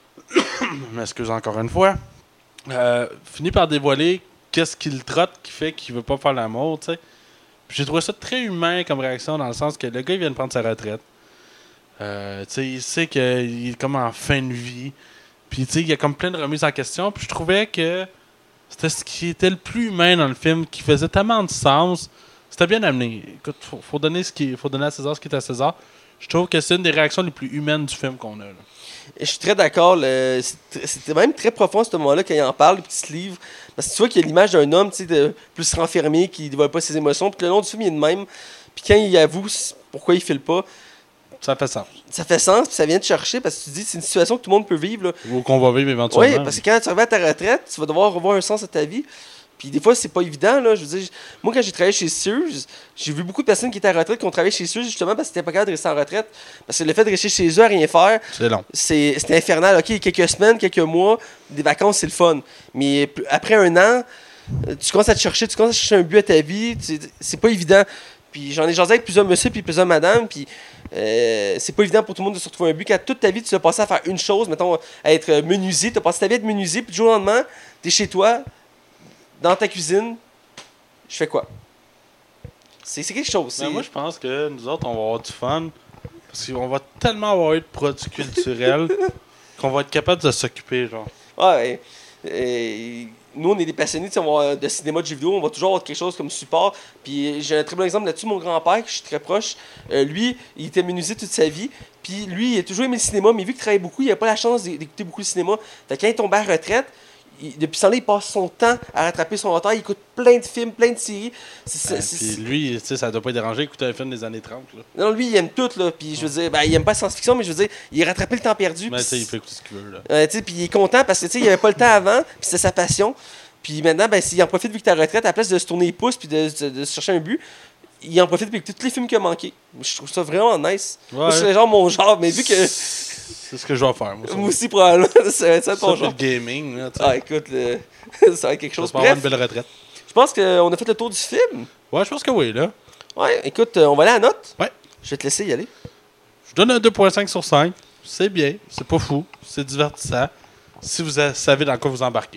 m'excuse encore une fois, euh, finit par dévoiler qu'est-ce qu'il trotte qui fait qu'il veut pas faire l'amour, tu sais. J'ai trouvé ça très humain comme réaction, dans le sens que le gars, il vient de prendre sa retraite. Euh, tu sais, il sait qu'il est comme en fin de vie. Puis, tu sais, il y a comme plein de remises en question. Puis, je trouvais que c'était ce qui était le plus humain dans le film, qui faisait tellement de sens. C'était bien amené. Écoute, faut, faut donner ce qui, faut donner à César ce qui est à César. Je trouve que c'est une des réactions les plus humaines du film qu'on a. Là. Je suis très d'accord. le- c'est- C'était même très profond à ce moment-là quand il en parle, le petit livre. Parce que tu vois qu'il y a l'image d'un homme, tu sais, de plus renfermé, qui ne dévoile pas ses émotions. Puis le long du film, il est de même. Puis quand il avoue c- pourquoi il file pas, Ça fait sens. ça fait sens, puis ça vient te chercher parce que tu te dis c'est une situation que tout le monde peut vivre. Là. Ou qu'on va vivre éventuellement. Oui, parce que quand tu reviens à ta retraite, tu vas devoir revoir un sens à ta vie. Puis des fois, c'est pas évident. Là. Je veux dire, moi, quand j'ai travaillé chez Sears, j'ai vu beaucoup de personnes qui étaient à retraite qui ont travaillé chez Sears justement parce qu'ils n'étaient pas capables de rester en retraite. Parce que le fait de rester chez eux à rien faire, C'est long. c'est c'était infernal. OK, quelques semaines, quelques mois, des vacances, c'est le fun. Mais p- après un an, euh, tu commences à te chercher, tu commences à chercher un but à ta vie. tu- C'est pas évident. Puis j'en ai jasé avec plusieurs monsieur puis plusieurs madames. Puis euh, c'est pas évident pour tout le monde de se retrouver un but. Quand toute ta vie, tu vas passer à faire une chose, mettons, à être menuisier. Tu as passé ta vie à être menuisier, puis du jour au lendemain, tu es chez toi, dans ta cuisine. Je fais quoi? C'est c'est quelque chose. Mais c'est- moi, je pense que nous autres, on va avoir du fun. Parce qu'on va tellement avoir eu de produits culturels qu'on va être capable de s'occuper, genre. Ouais. euh, nous, on est des passionnés tu sais, on va- de cinéma, de jeux vidéo. On va toujours avoir quelque chose comme support. Puis j'ai un très bon exemple là-dessus. Mon grand-père, que je suis très proche, euh, lui, il était menuisier toute sa vie. Puis lui, il a toujours aimé le cinéma, mais vu qu'il travaillait beaucoup, il n'avait pas la chance d'é- d'écouter beaucoup le cinéma. Fait que quand il est tombé à la retraite, il- depuis ce temps-là, il passe son temps à rattraper son retard. Il écoute plein de films, plein de séries. C'est- c'est- Euh, c'est- Puis lui, tu sais, ça doit pas être déranger d'écouter un film des années trente. Là. Non, lui, il aime tout, là. Puis je veux dire, ben, il aime pas la science-fiction, mais je veux dire, il a rattrapé le temps perdu. Mais puis tu sais, il fait écouter ce qu'il veut. Là. Euh, tu sais, puis il est content parce que tu sais, il avait pas le temps avant, puis c'était sa passion. Puis maintenant, ben, s'il en profite vu que t'es à la retraite, à la place de se tourner les pouces puis de, de- de se chercher un but, il en profite pour écouter tous les films qu'il a manqués. Je trouve ça vraiment nice. Moi, Ouais. c'est genre mon genre, mais vu que C'est ce que je vais faire, moi. ça. moi aussi, probablement, ça va être ça Ça, ton puis le genre. gaming, là, tu sais. Ah, écoute, le- ça va être quelque Ça chose. va avoir une Bref, belle retraite. je pense qu'on a fait le tour du film. Ouais, je pense que oui, là. Ouais, écoute, euh, on va aller à la note. Ouais. Je vais te laisser y aller. Je donne un deux virgule cinq sur cinq. C'est bien, c'est pas fou, c'est divertissant. Si vous a- savez dans quoi vous embarquez.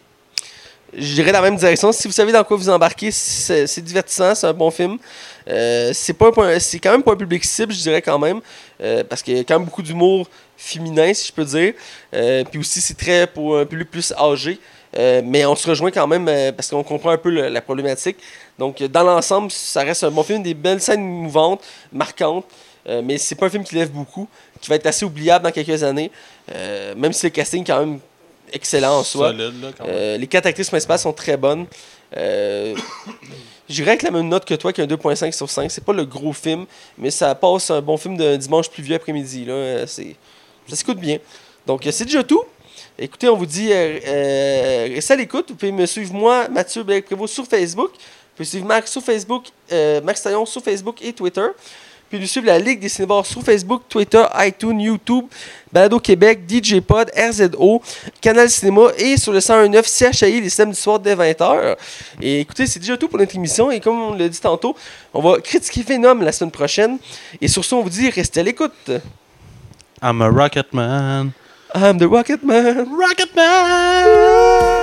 Je dirais dans la même direction. Si vous savez dans quoi vous embarquez, c'est c'est divertissant, c'est un bon film. Euh, c'est pas un point- c'est quand même pas un public cible, je dirais quand même, euh, parce qu'il y a quand même beaucoup d'humour féminin, si je peux dire. Euh, puis aussi, c'est très pour un public plus âgé. Euh, mais on se rejoint quand même euh, parce qu'on comprend un peu le- la problématique. Donc, euh, dans l'ensemble, ça reste un bon film, des belles scènes émouvantes, marquantes. Euh, mais c'est pas un film qui lève beaucoup, qui va être assez oubliable dans quelques années. Euh, même si le casting est quand même excellent en soi. Solide, là, quand même. Euh, les quatre actrices principales sont très bonnes. Euh, J'irais avec la même note que toi, qui est un deux virgule cinq sur cinq. C'est pas le gros film, mais ça passe un bon film d'un dimanche pluvieux après-midi. Là. Euh, c'est- Ça s'écoute bien. Donc, euh, c'est déjà tout. Écoutez, on vous dit, euh, euh, restez à l'écoute. Vous pouvez me suivre, moi, Mathieu Blake-Prévost, sur Facebook. Vous pouvez suivre Max sur Facebook, euh, Max Taillon sur Facebook et Twitter. Puis nous suivre la Ligue des Cinébars sur Facebook, Twitter, iTunes, YouTube, Balado Québec, D J Pod, R Z O, Canal Cinéma et sur le cent un virgule neuf C H I, les systèmes du soir dès vingt heures. Et écoutez, c'est déjà tout pour notre émission. Et comme on l'a dit tantôt, on va critiquer Venom la semaine prochaine. Et sur ce, on vous dit, restez à l'écoute. I'm a rocket man. I'm the Rocket Man. Rocket man!